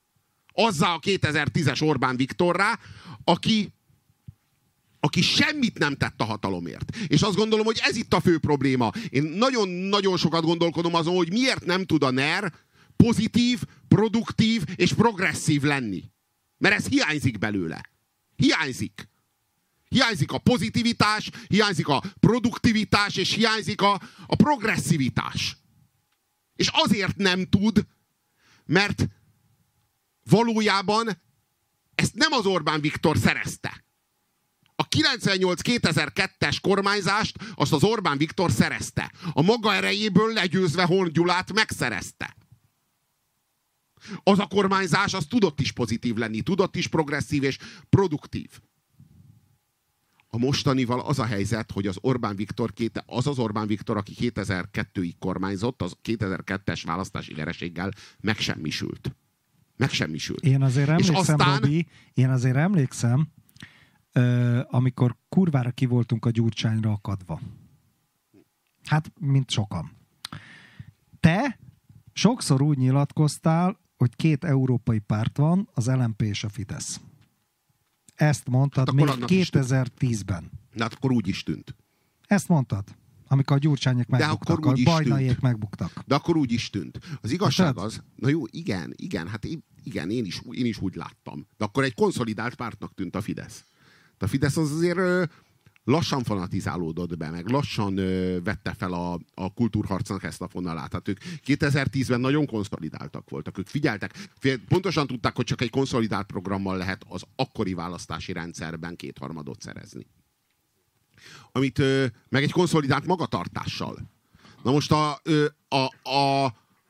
Azzá a kétezer-tízes Orbán Viktorrá, aki, aki semmit nem tett a hatalomért. És azt gondolom, hogy ez itt a fő probléma. Én nagyon-nagyon sokat gondolkodom azon, hogy miért nem tud a NER pozitív, produktív és progresszív lenni. Mert ez hiányzik belőle. Hiányzik. Hiányzik a pozitivitás, hiányzik a produktivitás, és hiányzik a, a progresszivitás. És azért nem tud, mert valójában ezt nem az Orbán Viktor szerezte. A kilencvennyolc kétezer-kettes kormányzást azt az Orbán Viktor szerezte. A maga erejéből legyőzve Horn Gyulát megszerezte. Az a kormányzás az tudott is pozitív lenni, tudott is progresszív és produktív. A mostanival az a helyzet, hogy az Orbán Viktor, két, az az Orbán Viktor, aki kétezer-kettőig kormányzott, az kétezer-kettes választási vereséggel megsemmisült. Megsemmisült. Én azért emlékszem, aztán... Robi, én azért emlékszem, euh, amikor kurvára ki voltunk a Gyurcsányra akadva. Hát, mint sokan. Te sokszor úgy nyilatkoztál, hogy két európai párt van, az el em pé és a Fidesz. Ezt mondtad hát még kétezer-tízben. De hát akkor úgy is tűnt. Ezt mondtad, amikor a Gyurcsányék megbuktak, a Bajnaiék megbuktak. De akkor úgy is tűnt. Az igazság az, na jó, igen, igen, hát én, igen, én is, én is úgy láttam. De akkor egy konszolidált pártnak tűnt a Fidesz. De a Fidesz az azért ö, lassan fanatizálódott be, meg lassan ö, vette fel a, a kultúrharcnak ezt a fonalát. Hát ők kétezer-tízben nagyon konszolidáltak voltak. Ők figyeltek, figyel, pontosan tudták, hogy csak egy konszolidált programmal lehet az akkori választási rendszerben kétharmadot szerezni. Amit, ö, meg egy konszolidált magatartással. Na most a, ö, a, a,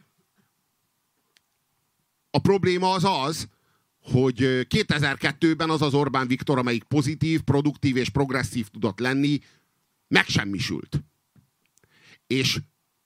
a probléma az az, hogy kétezer-kettőben az az Orbán Viktor, amelyik pozitív, produktív és progresszív tudott lenni, megsemmisült. És,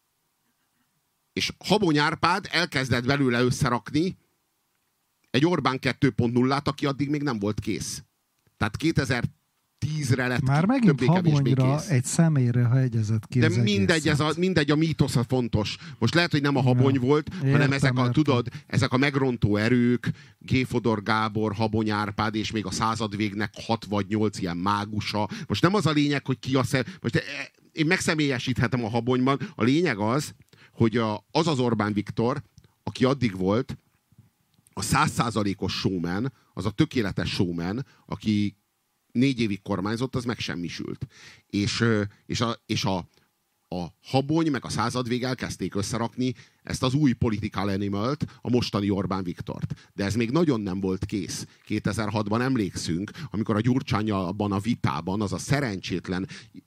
és Habony Árpád elkezdett belőle összerakni egy Orbán kettő pont nullát, aki addig még nem volt kész. Tehát kétezer-tízre lett már megint Habonyra egy személyre hegyezett ki. De mindegy, ez a, mindegy, a mítosz a fontos. Most lehet, hogy nem a Habony ja, volt, értem, hanem ezek a, értem. tudod, ezek a megrontó erők, G. Fodor Gábor, Habony Árpád, és még a századvégnek hat vagy nyolc ilyen mágusa. Most nem az a lényeg, hogy ki a szem... Most én megszemélyesíthetem a Habonyban. A lényeg az, hogy a, az az Orbán Viktor, aki addig volt, a száz százalékos showman, az a tökéletes showman, aki négy évig kormányzott, az megsemmisült. És, és, a, és a, a Habony meg a századvég elkezdték összerakni ezt az új political animalt, a mostani Orbán Viktort. De ez még nagyon nem volt kész. kétezer-hatban emlékszünk, amikor a Gyurcsánnyalban a vitában az a szerencsétlen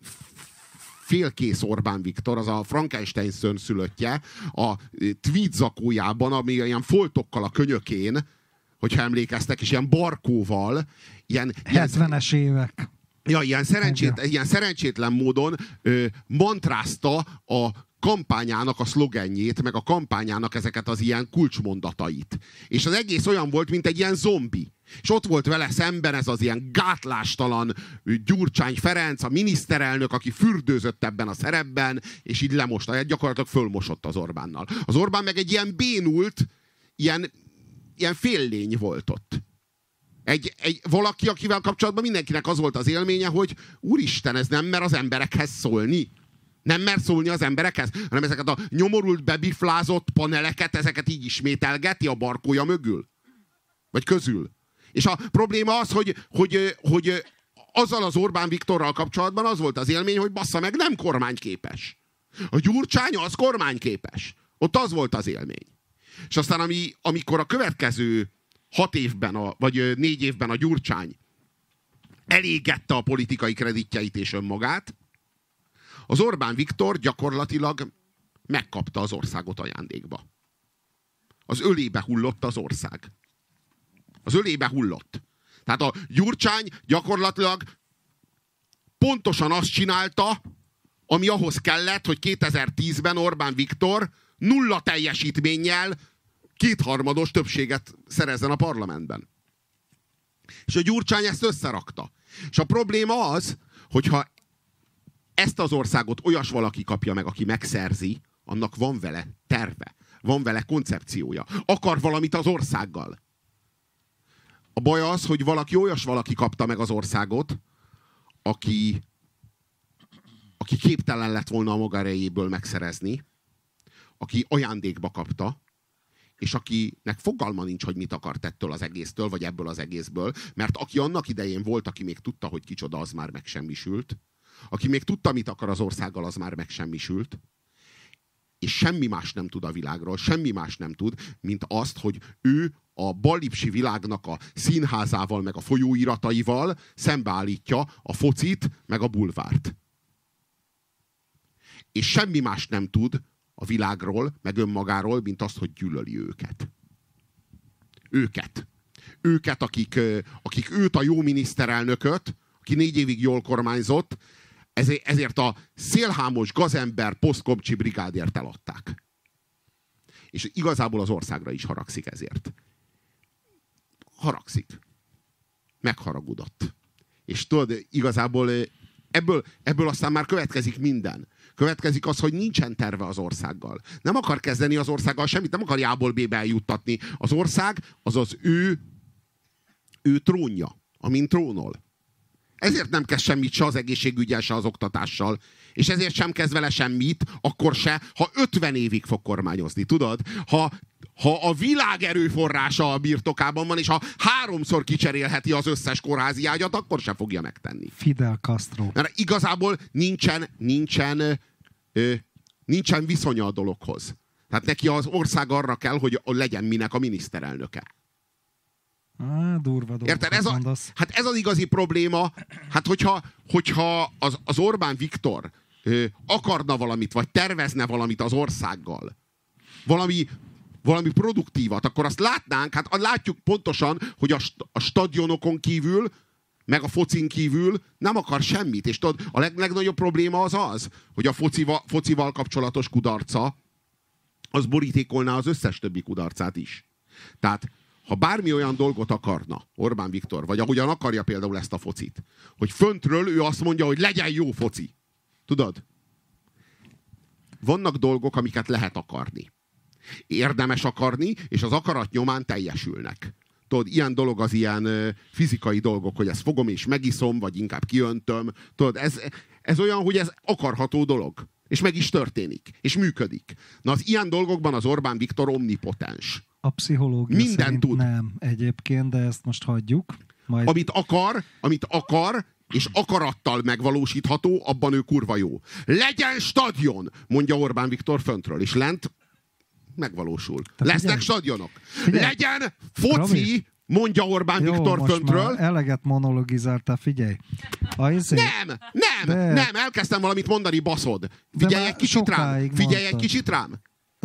félkész Orbán Viktor, az a Frankenstein szörnyszülöttje, a tweed zakójában, ami ilyen foltokkal a könyökén, hogyha emlékeztek, és ilyen barkóval, ilyen... hetvenes évek. Ja, ilyen, szerencsét, ilyen szerencsétlen módon ö, mantrázta a kampányának a szlogenjét, meg a kampányának ezeket az ilyen kulcsmondatait. És az egész olyan volt, mint egy ilyen zombi. És ott volt vele szemben ez az ilyen gátlástalan Gyurcsány Ferenc, a miniszterelnök, aki fürdőzött ebben a szerepben, és így lemosta, gyakorlatilag fölmosott az Orbánnal. Az Orbán meg egy ilyen bénult, ilyen, ilyen féllény volt ott. Egy, egy, valaki, akivel kapcsolatban mindenkinek az volt az élménye, hogy úristen, ez nem mer az emberekhez szólni. Nem mer szólni az emberekhez, hanem ezeket a nyomorult, bebiflázott paneleket, ezeket így ismételgeti a barkója mögül. Vagy közül. És a probléma az, hogy, hogy, hogy azzal az Orbán Viktorral kapcsolatban az volt az élmény, hogy bassza meg, nem kormányképes. A Gyurcsány az kormányképes. Ott az volt az élmény. És aztán ami, amikor a következő hat évben, a, vagy négy évben a Gyurcsány elégette a politikai kreditjeit és önmagát, az Orbán Viktor gyakorlatilag megkapta az országot ajándékba. Az ölébe hullott az ország. Az ölébe hullott. Tehát a Gyurcsány gyakorlatilag pontosan azt csinálta, ami ahhoz kellett, hogy kétezer-tízben Orbán Viktor nulla teljesítménnyel kétharmados többséget szerezzen a parlamentben. És a Gyurcsány ezt összerakta. És a probléma az, hogyha ezt az országot olyas valaki kapja meg, aki megszerzi, annak van vele terve, van vele koncepciója. Akar valamit az országgal. A baj az, hogy valaki olyas valaki kapta meg az országot, aki, aki képtelen lett volna a maga erejéből megszerezni, aki ajándékba kapta, és akinek fogalma nincs, hogy mit akart ettől az egésztől, vagy ebből az egészből, mert aki annak idején volt, aki még tudta, hogy kicsoda, az már megsemmisült, aki még tudta, mit akar az országgal, az már megsemmisült, és semmi más nem tud a világról, semmi más nem tud, mint azt, hogy ő a ballipsi világnak a színházával, meg a folyóirataival szembeállítja a focit, meg a bulvárt. És semmi más nem tud a világról, meg önmagáról, mint azt, hogy gyűlöli őket. Őket. Őket, akik, akik őt a jó miniszterelnököt, aki négy évig jól kormányzott, ezért, ezért a szélhámos gazember posztkomcsi brigádért eladták. És igazából az országra is haragszik ezért. Haragszik. Megharagudott. És tudod, igazából ebből, ebből aztán már következik minden. Következik az, hogy nincsen terve az országgal. Nem akar kezdeni az országgal semmit, nem akar A-ból B-be eljuttatni. Az ország az az ő, ő trónja, amint trónol. Ezért nem kezd semmit se az egészségügyel, se az oktatással. És ezért sem kezd vele semmit, akkor se, ha ötven évig fog kormányozni, tudod? Ha, ha a világ erőforrása a birtokában van, és ha háromszor kicserélheti az összes kórházi ágyat, akkor se fogja megtenni. Fidel Castro. Mert igazából nincsen, nincsen, ö, nincsen viszonya a dologhoz. Tehát neki az ország arra kell, hogy legyen minek a miniszterelnöke. Á, durva Érted? Ez a, hát ez az igazi probléma. Hát hogyha, hogyha az, az Orbán Viktor ö, akarna valamit, vagy tervezne valamit az országgal, valami, valami produktívat, akkor azt látnánk, hát látjuk pontosan, hogy a, a stadionokon kívül, meg a focin kívül nem akar semmit. És tudod, a leg, legnagyobb probléma az az, hogy a focival, focival kapcsolatos kudarca, az borítékolná az összes többi kudarcát is. Tehát ha bármi olyan dolgot akarna Orbán Viktor, vagy ahogyan akarja például ezt a focit, hogy föntről ő azt mondja, hogy legyen jó foci. Tudod? Vannak dolgok, amiket lehet akarni. Érdemes akarni, és az akarat nyomán teljesülnek. Tudod, ilyen dolog az ilyen ö, fizikai dolgok, hogy ezt fogom és megiszom, vagy inkább kiöntöm. Tudod, ez, ez olyan, hogy ez akarható dolog. És meg is történik. És működik. Na, az ilyen dolgokban az Orbán Viktor omnipotens. A pszichológia minden szerint tud. Nem egyébként, de ezt most hagyjuk. Majd... Amit akar, amit akar, és akarattal megvalósítható, abban ő kurva jó. Legyen stadion, mondja Orbán Viktor föntről, és lent megvalósul. Te Lesznek figyelj. stadionok. Figyelj. Legyen foci, Rami. mondja Orbán Jó, Viktor most föntről. Már eleget monologizáltál, figyelj. Izé... Nem, nem, de... nem, elkezdtem valamit mondani, baszod. Figyelj egy kicsit rám. Figyelj egy kicsit rám.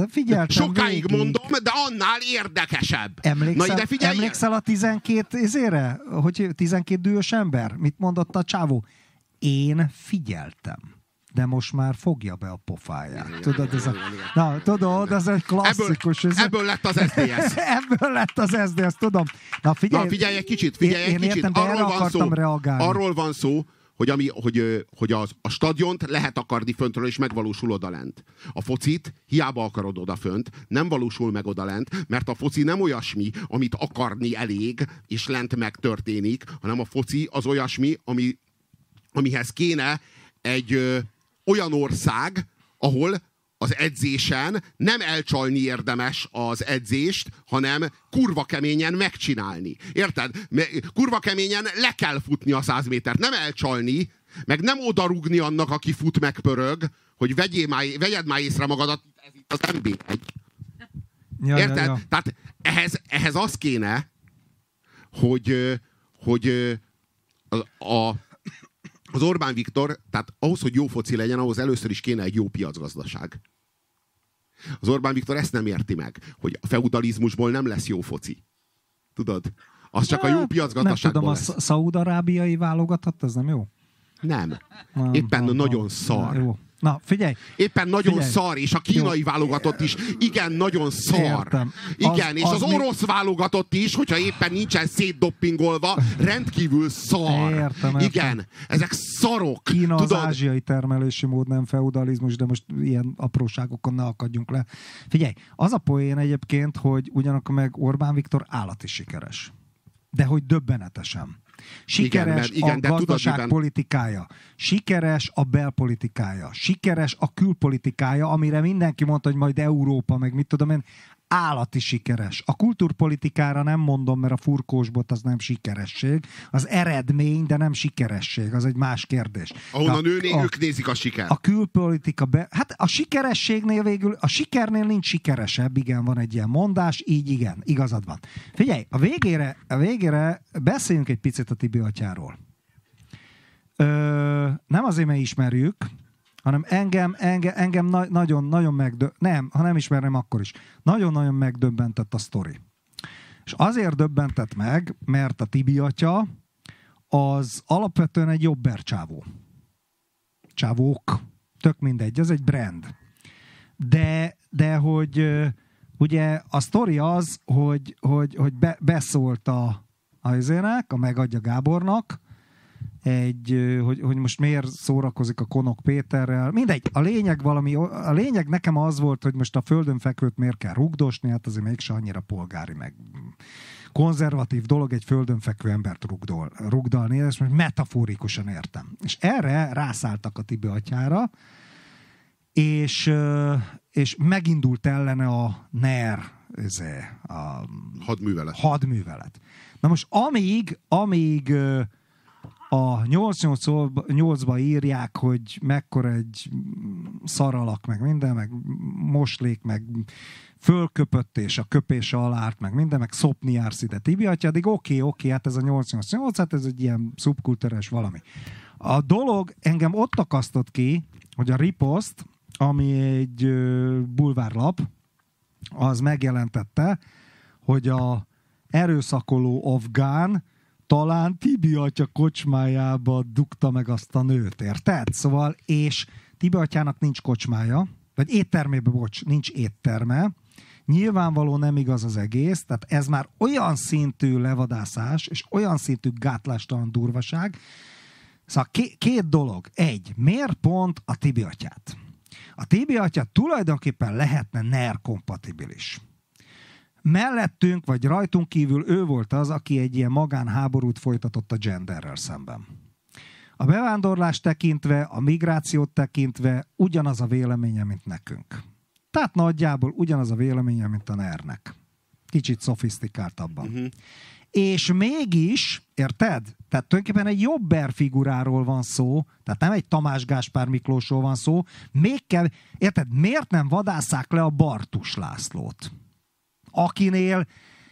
Sokáig végig. mondom, de annál érdekesebb. Emlékszel, Na ide figyelj. emlékszel a tizenkét izére? Hogy tizenkét dühös ember? Mit mondott a csávó? Én figyeltem. De most már fogja be a pofáját. Igen, tudod, ez a... Na, tudod, ez egy klasszikus. Ebből, ez ebből lett az es zé es. Ebből lett az es zé es, tudom. Na figyelj, Na, figyelj egy kicsit, figyelj én, egy kicsit. Értem, arról, van szó, reagálni. arról van szó, hogy, ami, hogy, hogy az, a stadiont lehet akarni föntről, és megvalósul odalent. A focit hiába akarod odafönt, nem valósul meg odalent, mert a foci nem olyasmi, amit akarni elég, és lent megtörténik, hanem a foci az olyasmi, ami, amihez kéne egy ö, olyan ország, ahol az edzésen nem elcsalni érdemes az edzést, hanem kurva keményen megcsinálni. Érted? Kurva keményen le kell futni a száz métert, nem elcsalni, meg nem odarúgni annak, aki fut meg pörög, hogy vegyél már, vegyed már észre magadat, ez itt az em bé egy. Ja, Érted? Ja, ja. Tehát ehhez, ehhez az kéne, hogy, hogy a, a az Orbán Viktor, tehát ahhoz, hogy jó foci legyen, ahhoz először is kéne egy jó piacgazdaság. Az Orbán Viktor ezt nem érti meg, hogy a feudalizmusból nem lesz jó foci. Tudod? Az csak hát, a jó piacgazdaságból nem lesz. tudom, a szaúd-arábiai válogatott, ez nem jó? Nem. Nem Éppen nem, nagyon nem, szar. Jó. Na, figyelj! Éppen nagyon figyelj. szar, és a kínai Jó. válogatott is igen, nagyon szar. Értem. Igen, az, és az, az orosz még... válogatott is, hogyha éppen nincsen szétdoppingolva, rendkívül szar. Értem, értem. Igen, ezek szarok. Kína Tudod? Az ázsiai termelési mód, nem feudalizmus, de most ilyen apróságokon ne akadjunk le. Figyelj, az a poén egyébként, hogy ugyanakkor meg Orbán Viktor állati sikeres. De hogy döbbenetesen. Sikeres igen, igen, a gazdaságpolitikája, sikeres a belpolitikája, sikeres a külpolitikája, amire mindenki mondta, hogy majd Európa, meg mit tudom én, állati sikeres. A kultúrpolitikára nem mondom, mert a furkósbot az nem sikeresség, az eredmény, de nem sikeresség, az egy más kérdés. Ahonnan ő, ők nézik a sikert. A külpolitika, be, hát a sikerességnél végül, a sikernél nincs sikeresebb, igen, van egy ilyen mondás, így igen, igazad van. Figyelj, a végére, a végére beszéljünk egy picit a Tibi atyáról. Ö, nem azért, mert ismerjük, hanem engem, engem, engem na, nagyon, nagyon megdö... Nem, ha nem ismerem, akkor is. Nagyon-nagyon megdöbbentett a sztori. És azért döbbentett meg, mert a Tibi atya az alapvetően egy jobber csávó. Csávók. Tök mindegy, ez egy brand. De, de hogy ugye a sztori az, hogy, hogy, hogy be, beszólt a Ajzének, a Megadja Gábornak, egy, hogy, hogy most miért szórakozik a Konok Péterrel. Mindegy, a lényeg valami, a lényeg nekem az volt, hogy most a földön fekvőt miért kell rugdosni, hát azért mégse annyira polgári, meg konzervatív dolog egy földön fekvő embert rugdol, rugdalni, és most metaforikusan értem. És erre rászálltak a Tibi atyára, és, és megindult ellene a NER, a hadművelet. hadművelet. Na most amíg, amíg a nyolcszáznyolcvannyolcba írják, hogy mekkora egy szaralak, meg minden, meg moslék, meg fölköpött és a köpése alá árt, meg minden, meg szopni jársz ide Tibi atya, addig oké, okay, oké, okay, hát ez a nyolcszáznyolcvannyolc, hát ez egy ilyen szubkultúrás valami. A dolog engem ott akasztott ki, hogy a Ripost, ami egy uh, bulvárlap, az megjelentette, hogy a erőszakoló afgán talán Tibi atya kocsmájába dugta meg azt a nőt, érted? Szóval, és Tibi atyának nincs kocsmája, vagy éttermében, bocs, nincs étterme. Nyilvánvaló nem igaz az egész, tehát ez már olyan szintű levadászás, és olyan szintű gátlástalan durvaság. Szóval ké- két dolog. Egy, miért pont a Tibi atyát? A Tibi atya tulajdonképpen lehetne NER kompatibilis. Mellettünk, vagy rajtunk kívül ő volt az, aki egy ilyen magánháborút folytatott a genderrel szemben. A bevándorlást tekintve, a migrációt tekintve ugyanaz a véleménye, mint nekünk. Tehát nagyjából ugyanaz a véleménye, mint a NER-nek. Kicsit szofisztikáltabban. Uh-huh. És mégis, érted? Tehát tulajdonképpen egy jobber figuráról van szó, tehát nem egy Tamás Gáspár Miklósról van szó, még kell, érted? Miért nem vadásszák le a Bartus Lászlót? Akinél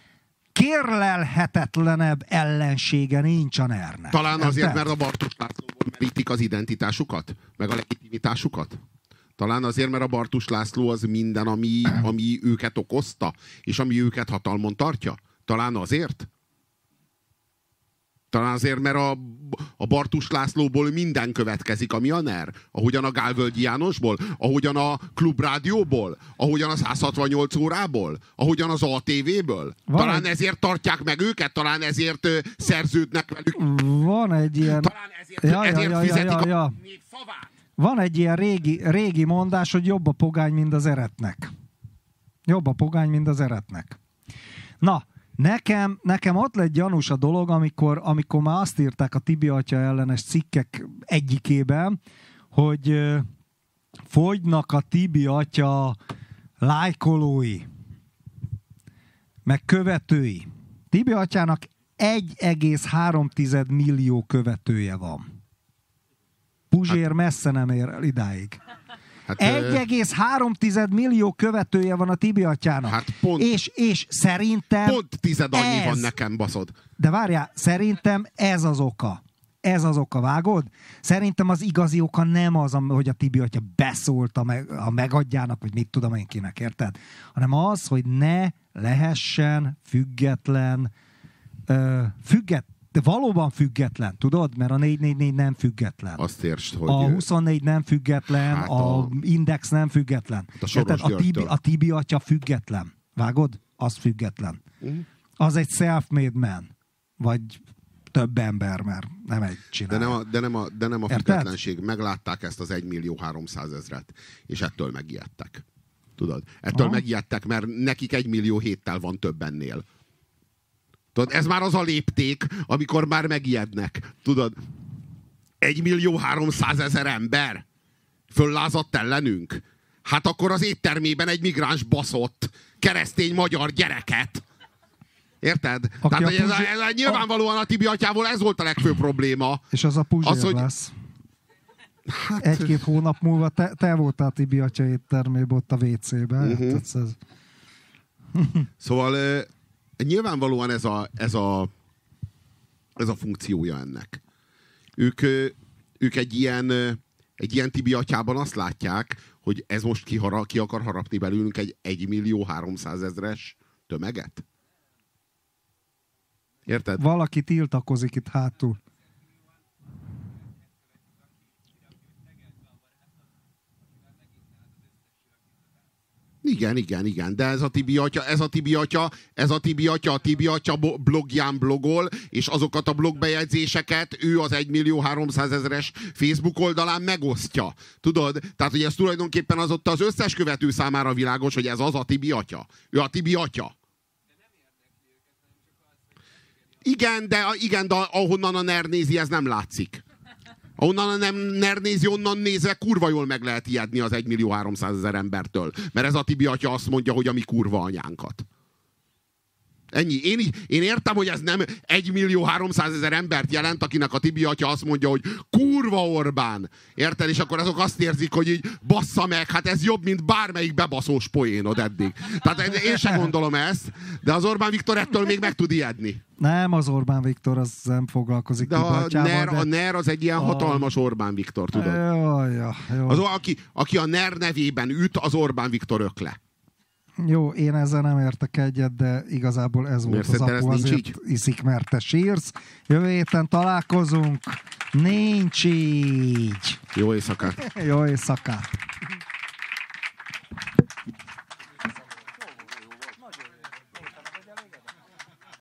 kérlelhetetlenebb ellensége nincs a NER-nek. Talán azért, mert a Bartus Lászlóból merítik az identitásukat, meg a legitimitásukat. Talán azért, mert a Bartus László az minden, ami, ami őket okozta, és ami őket hatalmon tartja. Talán azért? Talán azért, mert a, a Bartus Lászlóból minden következik, ami a NER. Ahogyan a Gálvölgyi Jánosból, ahogyan a Klubrádióból, ahogyan a száz hatvannyolc órából, ahogyan az á té véből. Van talán egy... ezért tartják meg őket, talán ezért ö, szerződnek velük. Van egy ilyen... Talán ezért, ja, ezért ja, ja, fizetik ja, ja. a nép szavát. Van egy ilyen régi, régi mondás, hogy jobb a pogány, mint az eretnek. Jobb a pogány, mint az eretnek. Na, Nekem, nekem ott lett gyanús a dolog, amikor, amikor már azt írták a Tibi atya ellenes cikkek egyikében, hogy uh, fogynak a Tibi atya lájkolói, meg követői. Tibi atyának egy egész három millió követője van. Puzsér hát, messze nem ér el idáig. Hát, egy egész három millió követője van a Tibi atyának. Hát pont, és, és szerintem pont tized annyi ez, van nekem, baszod. De várjál, szerintem ez az oka. Ez az oka, vágod? Szerintem az igazi oka nem az, hogy a Tibi atya beszólt a, meg, a Megadjának, vagy mit tudom én kinek, érted? Hanem az, hogy ne lehessen független, uh, függet, de valóban független, tudod? Mert a négy négy négy nem független. Azt értsd, hogy... A huszonnégy nem független, hát a... a Index nem független. A, a, Tibi, a Tibi atya független. Vágod? Az független. Uh-huh. Az egy self-made man. Vagy több ember, mert nem egy csinál. De nem a, de nem a, de nem a függetlenség. Meglátták ezt az egymillió háromszázezret, és ettől megijedtek. Tudod? Ettől ah. megijedtek, mert nekik egymillió héttel van több ennél. Tudod, ez már az a lépték, amikor már megijednek. Tudod, egymillió háromszázezer ember föllázadt ellenünk. Hát akkor az éttermében egy migráns baszott keresztény magyar gyereket. Érted? Aki Tehát a ez, a, ez a, nyilvánvalóan a Tibi atyából ez volt a legfőbb probléma. És az a Puzsér az, hogy... lesz. Hát... Egy-két hónap múlva te, te voltál Tibi atya éttermében ott a vé cében. Uh-huh. Ez... Szóval... Nyilvánvalóan ez a, ez a, ez a funkciója ennek. Ők, ők egy ilyen, egy ilyen Tibi atyában azt látják, hogy ez most ki, hara, ki akar harapni belőlünk egy egymillió háromszázezres tömeget. Érted? Valaki tiltakozik itt hátul. igen, igen, igen, de ez a Tibi atya, ez a Tibi atya, ez a Tibi atya, a Tibi atya blogján blogol, és azokat a blogbejegyzéseket ő az egymillió-háromszázezres Facebook oldalán megosztja. Tudod? Tehát, hogy ez tulajdonképpen az ott az összes követő számára világos, hogy ez az a Tibi atya. Ő a Tibi atya. Igen, de, igen, de ahonnan a NER nézi, ez nem látszik. Ahonnan a nem NER nézi, onnan nézve kurva jól meg lehet ijedni az egymillió-háromszázezer embertől. Mert ez a Tibi atya azt mondja, hogy a mi kurva anyánkat. Ennyi. Én, én értem, hogy ez nem egymillió-háromszázezer embert jelent, akinek a Tibi atya azt mondja, hogy kurva Orbán. Érted? És akkor azok azt érzik, hogy így bassza meg, hát ez jobb, mint bármelyik bebaszós poénod eddig. Tehát én sem gondolom ezt, de az Orbán Viktor ettől még meg tud ijedni. Nem, az Orbán Viktor az nem foglalkozik. De a NER, de... a NER az egy ilyen a... hatalmas Orbán Viktor, tudod? Jó, jó, jó. Az, aki, aki a NER nevében üt, az Orbán Viktor ökle. Jó, én ezzel nem értek egyet, de igazából ez volt az apu, azért így? Iszik, mert te sírsz. Jövő héten találkozunk. Nincs így. Jó éjszakát. Jó éjszakát.